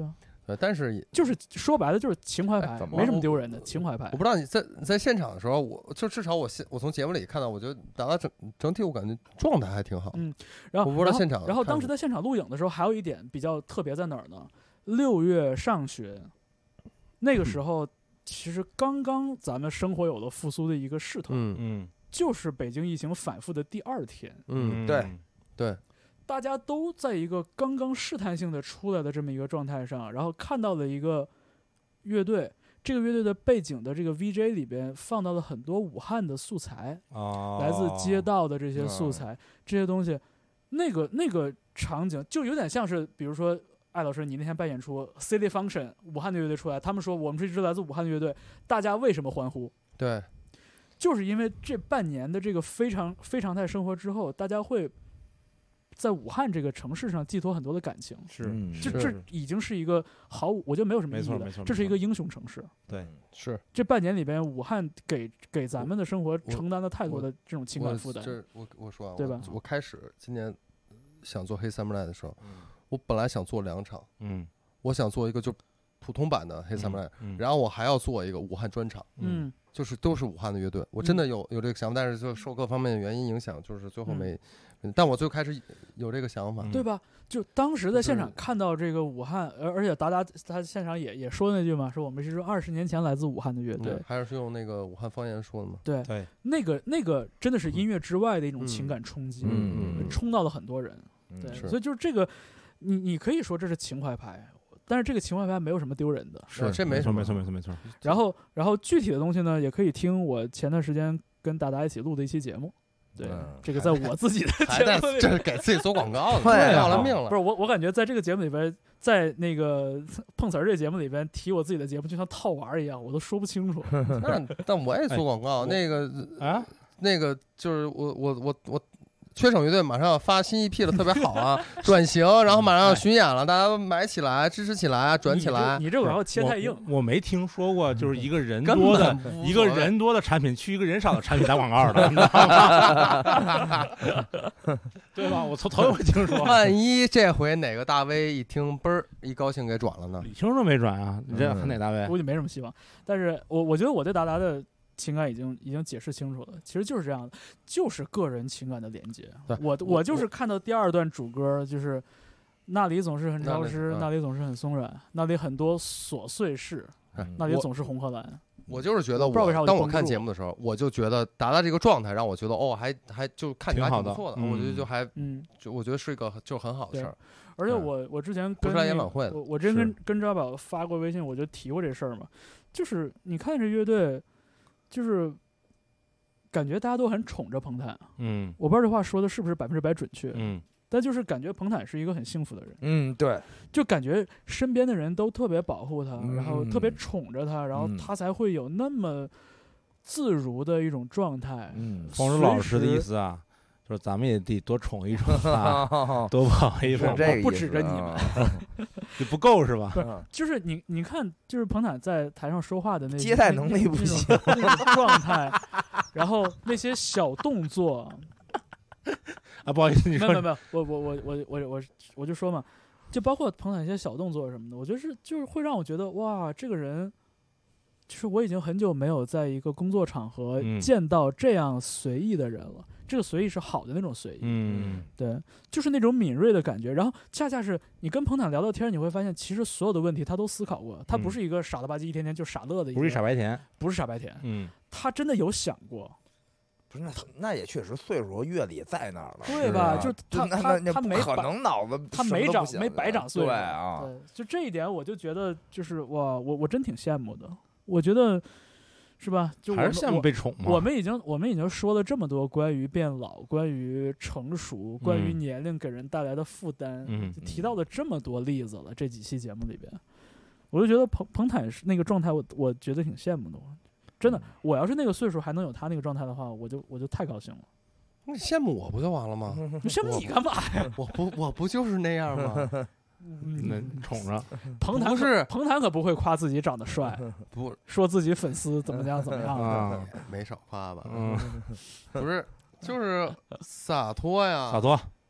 但是就是说白了就是情怀牌，没什么丢人的情怀牌。 我不知道你在现场的时候，我就至少我从节目里看到，我觉得达达整体我感觉状态还挺好。 然后我不知道现场。 然后当时在现场录影的时候，还有一点比较特别在哪儿呢？6月上旬，那个时候其实刚刚咱们生活有了复苏的一个势头。就是北京疫情反复的第2天。 对。 大家都在一个刚刚试探性的出来的这么一个状态上，然后看到了一个乐队，这个乐队的背景的这个 VJ 里边放到了很多武汉的素材，来自街道的这些素材，这些东西，那个场景就有点像是，比如说艾老师你那天办演出 City Function 武汉的乐队出来，他们说我们是一支来自武汉的乐队，大家为什么欢呼？ 对， 就是因为这半年的这个非常态生活之后，大家会在武汉这个城市上寄托很多的感情，这已经是一个我觉得没有什么意义的，这是一个英雄城市。 对， 是这半年里边，武汉给咱们的生活承担了太多的这种情感负担。 我说啊， 对吧？ 我开始今年想做黑 Summer Night 的时候，我本来想做2场，我想做一个就普通版的黑 Summer Night，然后我还要做一个武汉专场，就是都是武汉的乐队，我真的有这个想法，但是就受各方面的原因影响，就是最后没。但我最开始有这个想法， 对吧？就当时在现场看到这个武汉，而且达达他现场也说那句嘛，说我们是说20年前来自武汉的乐队， 还是用那个武汉方言说的嘛？ 对，那个真的是音乐之外的一种情感冲击，冲到了很多人。对，所以就是这个，你可以说这是情怀牌，但是这个情怀牌没有什么丢人的， 是这没错。 然后具体的东西呢，也可以听我前段时间跟达达一起录的一期节目。对，这个在我自己的节目里， 这是给自己做广告的， 要了命了。 不是我感觉在这个节目里边，在那个碰瓷儿这个节目里边提我自己的节目，就像套娃一样，我都说不清楚。 但我也做广告，那个就是我。缺省乐队马上要发新一批了，特别好啊！转型，然后马上要巡演了，大家买起来，支持起来，转起来。 你这广告切太硬， 我没听说过，就是一个人多的产品去一个人少的产品打广告的，你知道吗？对吧？我头一回听说。 万一这回哪个大 V 一听嘣儿一高兴给转了呢？ 李青都没转啊，你这哪大 V？ 估计没什么希望。但是我觉得我对达达的情感已经解释清楚了，其实就是这样的，就是个人情感的连接。我就是看到第2段主歌，就是那里总是很潮湿，那里总是很松软，那里很多琐碎事，那里总是红和蓝。 我就是觉得当我看节目的时候，我就觉得达达这个状态让我觉得还就看起来还挺不错的，我觉得就我觉得是一个就很好的事儿。 而且我之前跟我之前跟张宝发过微信，我就提过这事儿嘛，就是你看这乐队。就是感觉大家都很宠着彭坦，我不知道这话说的是不是100%准确，但就是感觉彭坦是一个很幸福的人， 对， 就感觉身边的人都特别保护他，然后特别宠着他，然后他才会有那么自如的一种状态。 方舟老师的意思啊，就是咱们也得多宠一宠他，多保一保， 不指着你们， 也不够是吧？ 就是你看，就是彭坦在台上说话的那接待能力不行那种状态，然后那些小动作啊，不好意思，你说没有，我就说嘛，就包括彭坦一些小动作什么的，我觉得就是会让我觉得哇，这个人。就是我已经很久没有在一个工作场合见到这样随意的人了。这个随意是好的那种随意，对，就是那种敏锐的感觉。然后恰恰是你跟彭坦聊聊天，你会发现其实所有的问题他都思考过，他不是一个傻了吧唧一天天就傻乐的一个， 不是傻白甜， 不是傻白甜，他真的有想过。 不是那也确实岁数和阅历在那儿了， 对吧？就他没可能脑子他没白长岁数， 对啊， 对，就这一点我就觉得就是哇，我真挺羡慕的。我觉得是吧？就还是羡慕被宠嘛。 我们已经说了这么多关于变老、关于成熟、关于年龄给人带来的负担，就提到了这么多例子了。这几期节目里边，我就觉得彭坦是那个状态，我觉得挺羡慕的。真的，我要是那个岁数还能有他那个状态的话，我就太高兴了。 你羡慕我不就完了吗？ 你羡慕你干嘛呀？ 我不就是那样吗？ 宠着彭坦可不会夸自己长得帅， 不说自己粉丝怎么样啊？ 没少夸吧？不是，就是洒脱呀， 洒脱。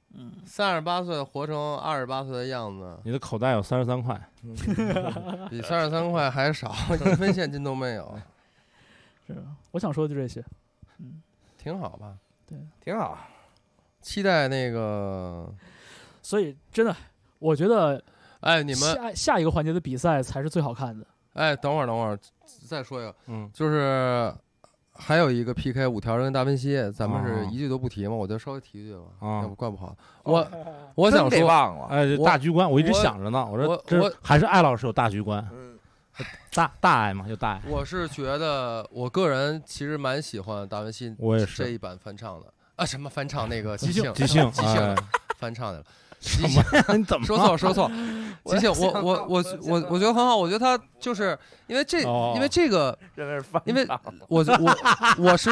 38岁活成28岁的样子， 你的口袋有33块， 比33块还少，1分现金都没有。 是，我想说的就这些， 挺好吧？ 对， 挺好。 期待那个， 所以真的，我觉得， 哎，你们下一个环节的比赛才是最好看的。 哎，等会儿，再说一个，就是还有一个 PK 5条人跟达芬西，咱们是一句都不提吗？我就稍微提一句吧，要不怪不好。我想说， 忘了， 哎，大局观，我一直想着呢。我说这还是艾老师有大局观，大爱嘛，就大爱。 我是觉得，我个人其实蛮喜欢达芬西这一版翻唱的啊，什么翻唱那个即兴翻唱的了。 什么呀？你怎么说错？即兴，我觉得很好。我觉得他就是因为这个，因为我是，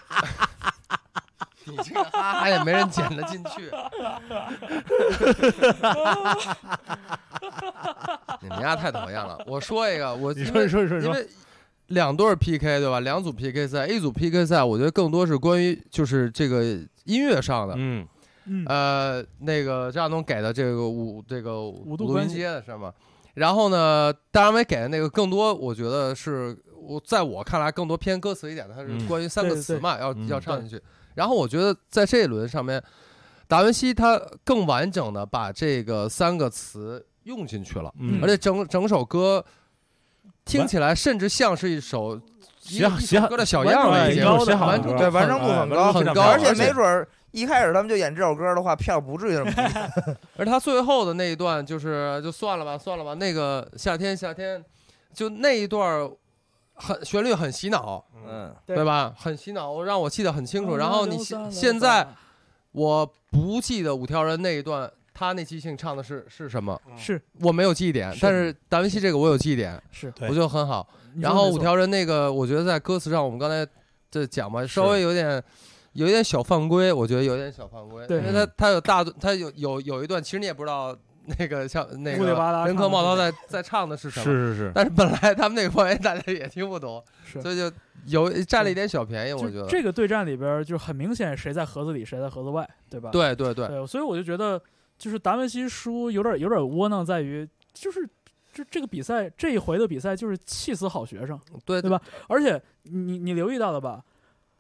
你这个哈哈也没人剪得进去。你丫太讨厌了。我说一个， 你说， 因为2对 PK 对吧？2组 PK 赛 ，A 组 PK 赛，我觉得更多是关于就是这个音乐上的，那个张亚东给的这个五路音阶的是吗？然后呢，大张伟给的那个更多，我觉得是在我看来更多偏歌词一点的，它是关于3个词嘛，要唱进去。然后我觉得在这一轮上面，达文西他更完整的把这个3个词用进去了，而且整首歌听起来甚至像是一首歌的小样了，已经对，完成度很高，而且没准一开始他们就演这首歌的话，票不至于这么低。 而他最后的那一段就算了吧，那个夏天，就那一段旋律很洗脑，对吧？很洗脑，让我记得很清楚。然后你现在我不记得5条人那一段，他那即兴唱的是什么？ 是我没有记忆点，但是达文西这个我有记忆点， 是我觉得很好。然后5条人那个，我觉得在歌词上，我们刚才这讲嘛，稍微有点小犯规，我觉得有点小犯规，因为他有一段，其实你也不知道那个像那个人科茂涛在唱的是什么， 是， 但是本来他们那个方言大家也听不懂，所以就占了一点小便宜，我觉得这个对战里边就很明显谁在盒子里谁在盒子外，对吧？ 对， 所以我就觉得就是达文西输有点窝囊在于就是这个比赛这一回的比赛就是气死好学生，对吧？而且你留意到了吧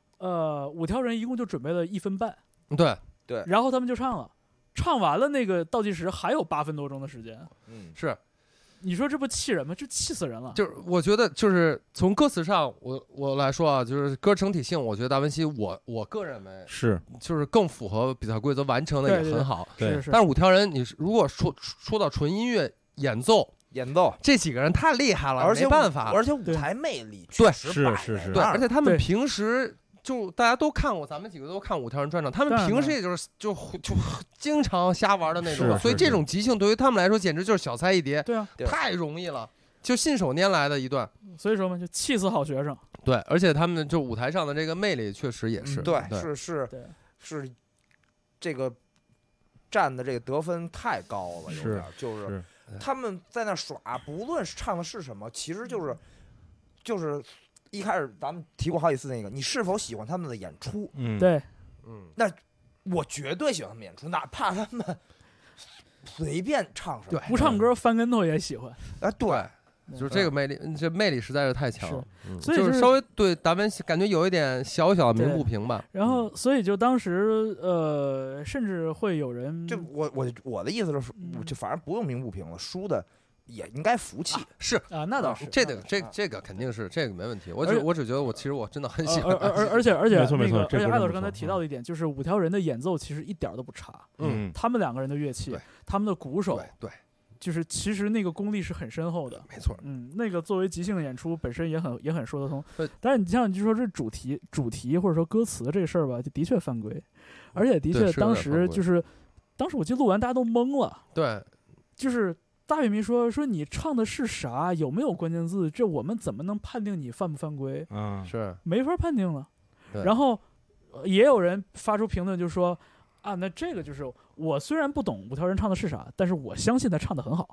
？5条人一共就准备了1分半， 对， 然后他们就唱了，唱完了那个倒计时还有8分多钟的时间， 是， 你说这不气人吗？这气死人了。 就是我觉得就是从歌词上我来说啊，就是歌整体性，我觉得达文西我个人认为是就是更符合比赛规则，完成的也很好， 对。 但是5条人，你如果说到纯音乐演奏，这几个人太厉害了， 而且没办法， 而且舞台魅力对是， 对，而且他们平时。就大家都看过，咱们几个都看5条人专场，他们平时也就经常瞎玩的那种，所以这种即兴对于他们来说简直就是小菜一碟， 对啊， 太容易了，就信手拈来的一段。 所以说嘛，就气死好学生。 对，而且他们就舞台上的这个魅力确实也是， 是这个占的这个得分太高了，有点就是他们在那耍，不论是唱的是什么，其实就是。一开始咱们提过好几次那个，你是否喜欢他们的演出？ 对， 那我绝对喜欢他们演出，哪怕他们随便唱什么， 不唱歌翻跟头也喜欢。 对，就是这个魅力，这魅力实在是太强了， 所以就是稍微对达文西感觉有一点小小的鸣不平吧。 然后，所以就当时甚至会有人， 就我的意思是，就反正不用鸣不平了，输的。也应该服气， 是啊，那倒是， 这个肯定是这个没问题。我只觉得其实我真的很喜欢， 而且没错， 而且艾老师刚才提到的一点就是5条人的演奏其实一点都不差，他们2个人的乐器，他们的鼓手， 对， 就是其实那个功力是很深厚的， 没错， 那个作为即兴演出本身也很说得通。但是你像就说这主题或者说歌词这个事儿吧，就的确犯规，而且的确当时我记得录完大家都懵了， 对， 就是。大乐迷说你唱的是啥？有没有关键字？这我们怎么能判定你犯不犯规？ 是没法判定了。然后也有人发出评论，就说啊，那这个就是我虽然不懂5条人唱的是啥，但是我相信他唱的很好。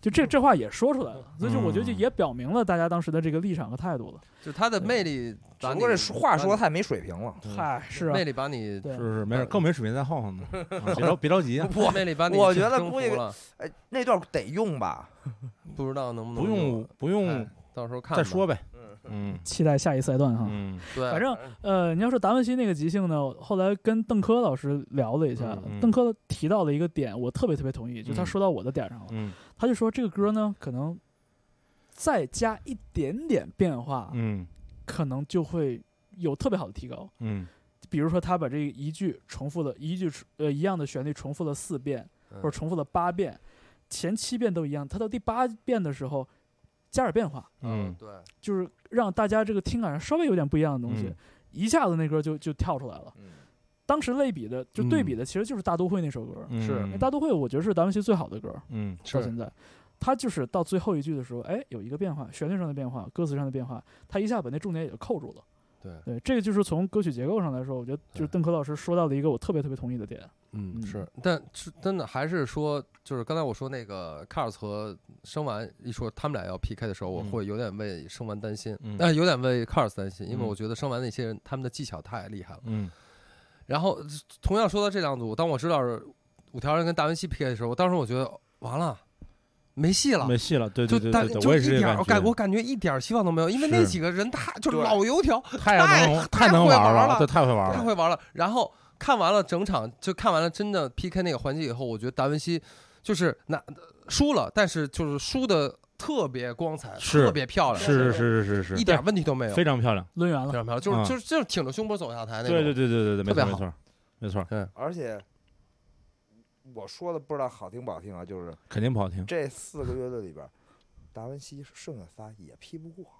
就这话也说出来了，所以就我觉得就也表明了大家当时的这个立场和态度了。 就他的魅力， 不过这话说太没水平了。 嗨，是魅力把你是没事，更没水平在后头呢。别着急啊， 魅力把你我觉得估计那段得用吧， 不知道能不能不用， 到时候看再说呗。 期待下一赛段哈。 对， 反正你要说达文西那个即兴呢，后来跟邓科老师聊了一下，邓科提到了一个点，我特别同意，就他说到我的点上了。他就说这个歌呢，可能再加一点点变化，可能就会有特别好的提高。比如说他把这一句重复了一样的旋律重复了4遍，或者重复了8遍，前7遍都一样，他到第8遍的时候加点变化， 对， 就是让大家这个听感上稍微有点不一样的东西，一下子那歌就跳出来了。当时类比的就对比的其实就是大都会那首歌， 是大都会我觉得是达文西最好的歌， 到现在他就是到最后一句的时候，哎，有一个变化，旋律上的变化，歌词上的变化，他一下把那重点也就扣住了。对，这个就是从歌曲结构上来说，我觉得就是邓科老师说到的一个我特别同意的点。 是，但是真的还是说，就是刚才我说那个卡尔斯和生完一说他们俩要 PK 的时候，我会有点为生完担心，有点为卡尔斯担心，因为我觉得生完那些人他们的技巧太厉害了。然后同样说到这两组，当我知道5条人跟达文西 PK 的时候，当时我觉得完了。没戏了， 对， 就我也是我感觉一点希望都没有，因为那几个人就老油条， 太能玩了，对，太会玩了。 然后看完了整场，就看完了真的 PK 那个环节以后，我觉得达文西就是输了，但是就是输的特别光彩，特别漂亮， 是， 一点问题都没有， 非常漂亮， 抡圆了， 非常漂亮，就是挺着胸脯走下台那种， 对， 特别好， 没错， 对， 而且。我说的不知道好听不好听啊，就是肯定不好听。 这4个乐队里边，达文西剩下仨也批不过，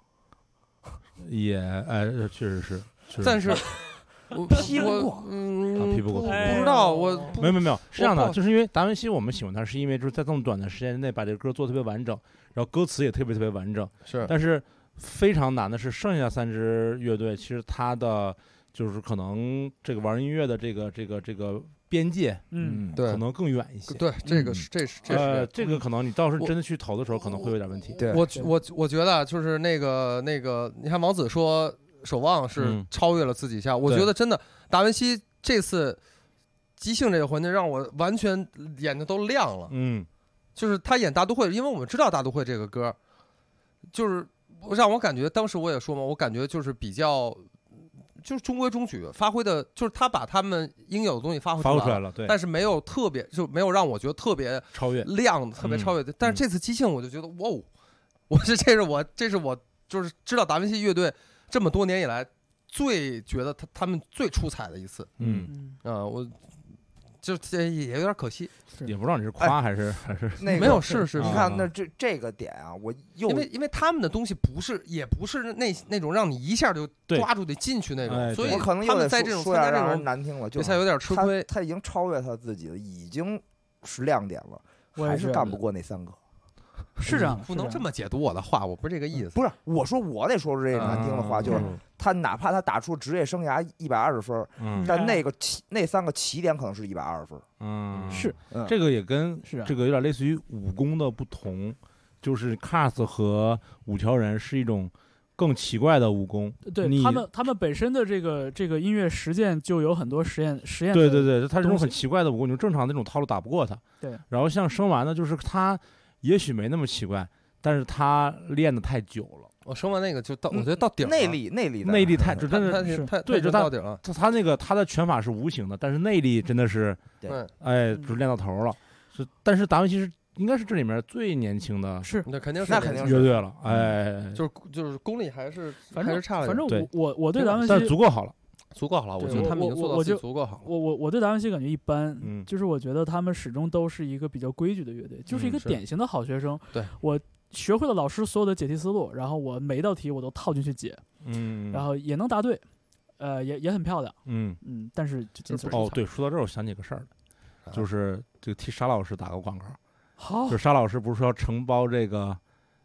确实是， 但是批不过， 批不过， 不知道我没有，是这样的，就是因为达文西我们喜欢他，是因为就是在这么短的时间内把这个歌做特别完整，然后歌词也特别完整，但是非常难的是剩下3支乐队，其实他的就是可能这个玩音乐的这个。边界， 对， 可能更远一些。 对，这个是这个可能你到时候真的去投的时候，可能会有点问题。 对，我觉得就是那个，你看王子说守望是超越了自己下，我觉得真的达文西这次即兴这个环节让我完全眼睛都亮了。就是他演大都会，因为我们知道大都会这个歌，就是让我感觉当时我也说嘛，我感觉就是比较。就是中规中矩，发挥的就是他把他们应有的东西发挥出来了， 对， 但是没有特别，就没有让我觉得特别超越亮，特别超越。但是这次即兴，我就觉得哇，这是我就是知道达文西乐队这么多年以来最觉得他们最出彩的一次。我就这也有点可惜， 也不知道你是夸还是那没有是你看那这个点啊，我又因为他们的东西也不是那种让你一下就抓住得进去那种，所以我可能他们在这种参加这种难听了，就有点吃亏。 他已经超越他自己了，已经是亮点了，还是干不过那3个。 是这样的， 不能这么解读我的话，我不是这个意思。 不是，我说我得说出这个难听的话，就是他哪怕他打出职业生涯120分，但那3个起点可能是120分。 是这个也跟这个有点类似于武功的不同，就是 Cars 和5条人是一种更奇怪的武功。 对，他们本身的这个音乐实践就有很多实验。 对，他这种很奇怪的武功，你正常那种套路打不过他。 对， 然后像生完呢，就是他。也许没那么奇怪，但是他练得太久了。 我生完那个就到，我觉得到顶了。 内力太，就真的是对，就到顶了。 他那个他的拳法是无形的，但是内力真的是，就练到头了。但是达文西是应该是这里面最年轻的， 那肯定是乐队了。 就是功力还是差了。 反正我对达文西， 但足够好了。 我觉得他们已经做到足够好了。 我对达文西感觉一般，就是我觉得他们始终都是一个比较规矩的乐队，就是一个典型的好学生。 对， 我学会了老师所有的解题思路，然后我每一道题我都套进去解，然后也能答对，也很漂亮，但是对，说到这儿我想起个事儿来，就是这个替沙老师打个广告。 好， 就是沙老师不是说要承包这个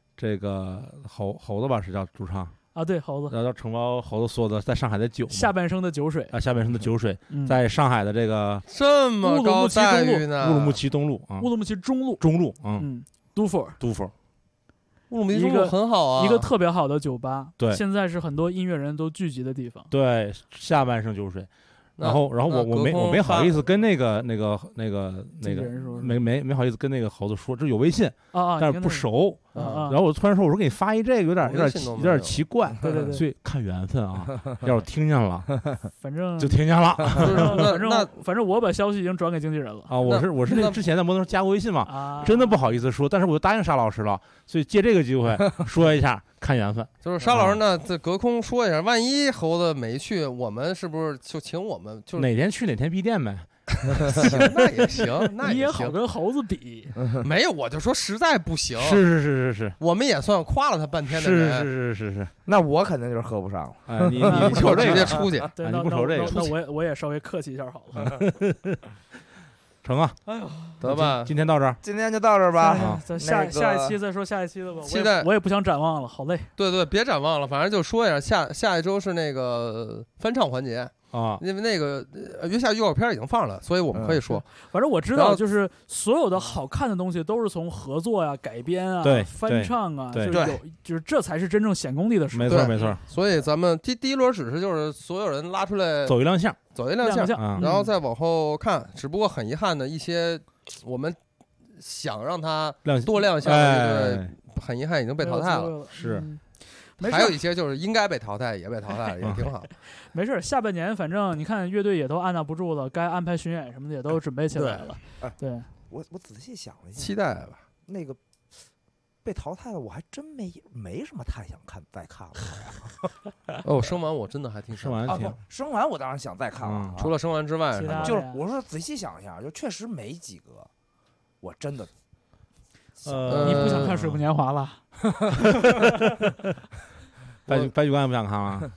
猴子吧，是叫主唱。 啊，对，猴子， 然后要承包猴子所有的在上海的酒， 下半生的酒水下半生的酒水，在上海的这个这么高待遇呢？ 乌鲁木齐东路啊， 乌鲁木齐中路， 杜甫， 乌鲁木齐中路很好啊， 一个特别好的酒吧， 对， 现在是很多音乐人都聚集的地方。 对，下半生酒水。然后我没好意思跟那个没好意思跟那个猴子说，这有微信但是不熟然后我突然说，我说给你发一这个有点奇怪， 对， 所以看缘分啊，要是听见了， 反正就听见了， 反正我把消息已经转给经纪人了啊，我是那之前在摩托车加过微信嘛，真的不好意思说，但是我就答应沙老师了，所以借这个机会说一下。看缘分， 就是沙老师呢，这隔空说一下，万一猴子没去，我们是不是就请我们？就哪天去哪天闭店呗。 那也行，那你也好跟猴子比， 没有，我就说实在不行。 是， 我们也算夸了他半天的人。 是， 那我肯定就是喝不上了。 哎，你瞅这直接出去， 你不瞅这个， 那我也稍微客气一下好了。 成啊！ 哎呦， 得吧， 今天到这儿， 今天就到这儿吧。 咱下一期再说下一期的吧。 期待， 我也不想展望了，好累。 对，别展望了，反正就说一下，下一周是那个翻唱环节啊， 因为那个月下预告片已经放了，所以我们可以说。 反正我知道，就是所有的好看的东西都是从合作啊、改编啊、翻唱啊，就是这才是真正显功力的时候。 没错。 所以咱们第一轮只是就是所有人拉出来走一亮相。 然后再往后看，只不过很遗憾的一些，我们想让他多亮相的乐队，很遗憾已经被淘汰了。 是， 还有一些就是应该被淘汰也被淘汰了，也挺好。 没事，下半年反正你看乐队也都按捺不住了，该安排巡演什么的也都准备起来了。对， 我仔细想了一下， 期待吧。 那个被淘汰了，我还真没什么太想再看了。 哦，生完我真的还挺生完生完我当然想再看了， 除了生完之外， 就是我说仔细想一下，就确实没几个，我真的。 你不想看《水木年华》了？ 白举纲也不想看了。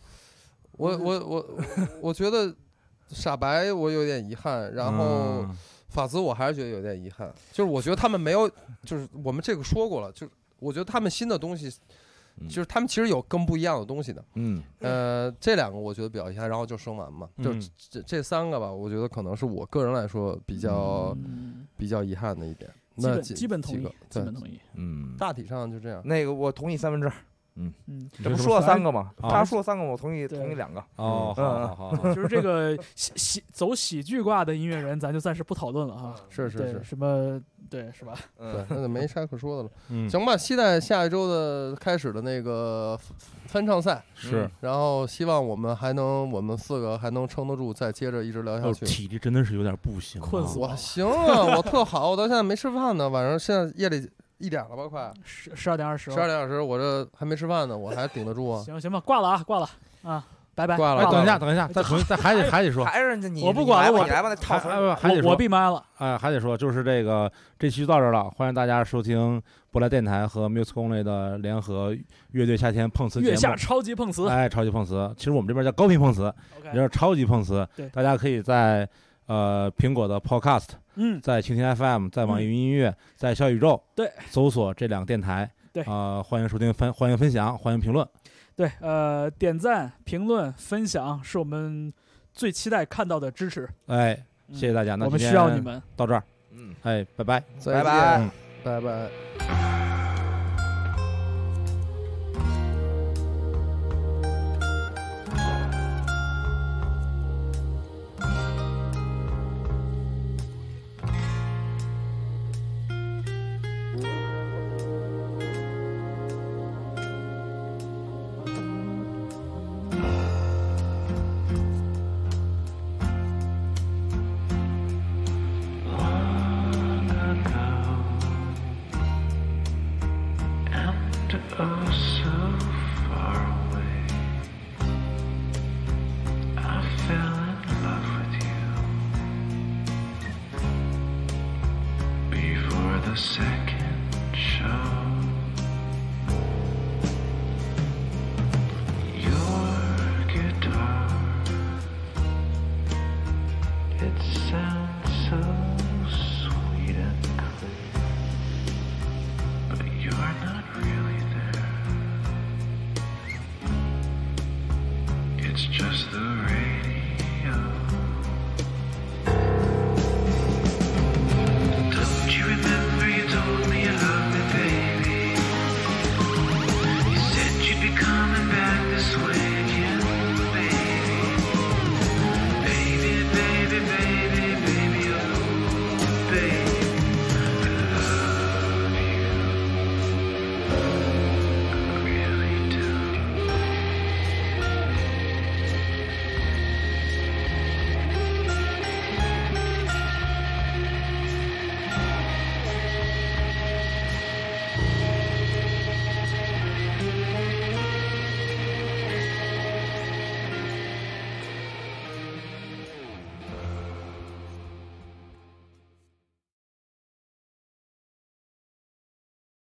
我觉得傻白我有点遗憾，然后法子我还是觉得有点遗憾，就是我觉得他们没有，就是我们这个说过了，就是我觉得他们新的东西，就是他们其实有更不一样的东西的。这两个我觉得比较遗憾，然后就生完嘛，就这三个吧，我觉得可能是我个人来说比较遗憾的一点。那基本同意，基本同意。 大体上就这样。 那个我同意2/3。这不说了3个吗？他说了3个，我同意2个。 哦，好， 就是这个走喜剧挂的音乐人，咱就暂时不讨论了哈。 是， 什么对是吧？ 对，那就没啥可说的了。行吧，期待下一周的开始的那个翻唱赛。 是， 然后希望我们4个还能撑得住，再接着一直聊下去。 体力真的是有点不行， 困死我。行啊，我特好，我到现在没吃饭呢，晚上现在夜里。1点了吧，快 12点20。 12点20，我这还没吃饭呢，我还顶得住啊。 行吧，挂了啊，拜拜。 挂了， 等一下，再重新，还得说， 还是你， 我不管了， 你来吧，那套还得说， 我闭麦了。 还得说，就是这期就到这儿了，欢迎大家收听不来电台和 Music Only 的联合乐队夏天碰瓷节目。 月下超级碰瓷， 超级碰瓷，其实我们这边叫高频碰瓷，也是超级碰瓷。 对， 大家可以在苹果的 Podcast。在蜻蜓 FM， 在网易云音乐，在小宇宙， 对， 搜索这2个电台， 对， 欢迎收听，欢迎分享，欢迎评论， 对，点赞、评论、分享是我们最期待看到的支持。 哎，谢谢大家，那我们需要你们。 到这儿，哎，拜拜， 再见，拜拜。 It's just the rain.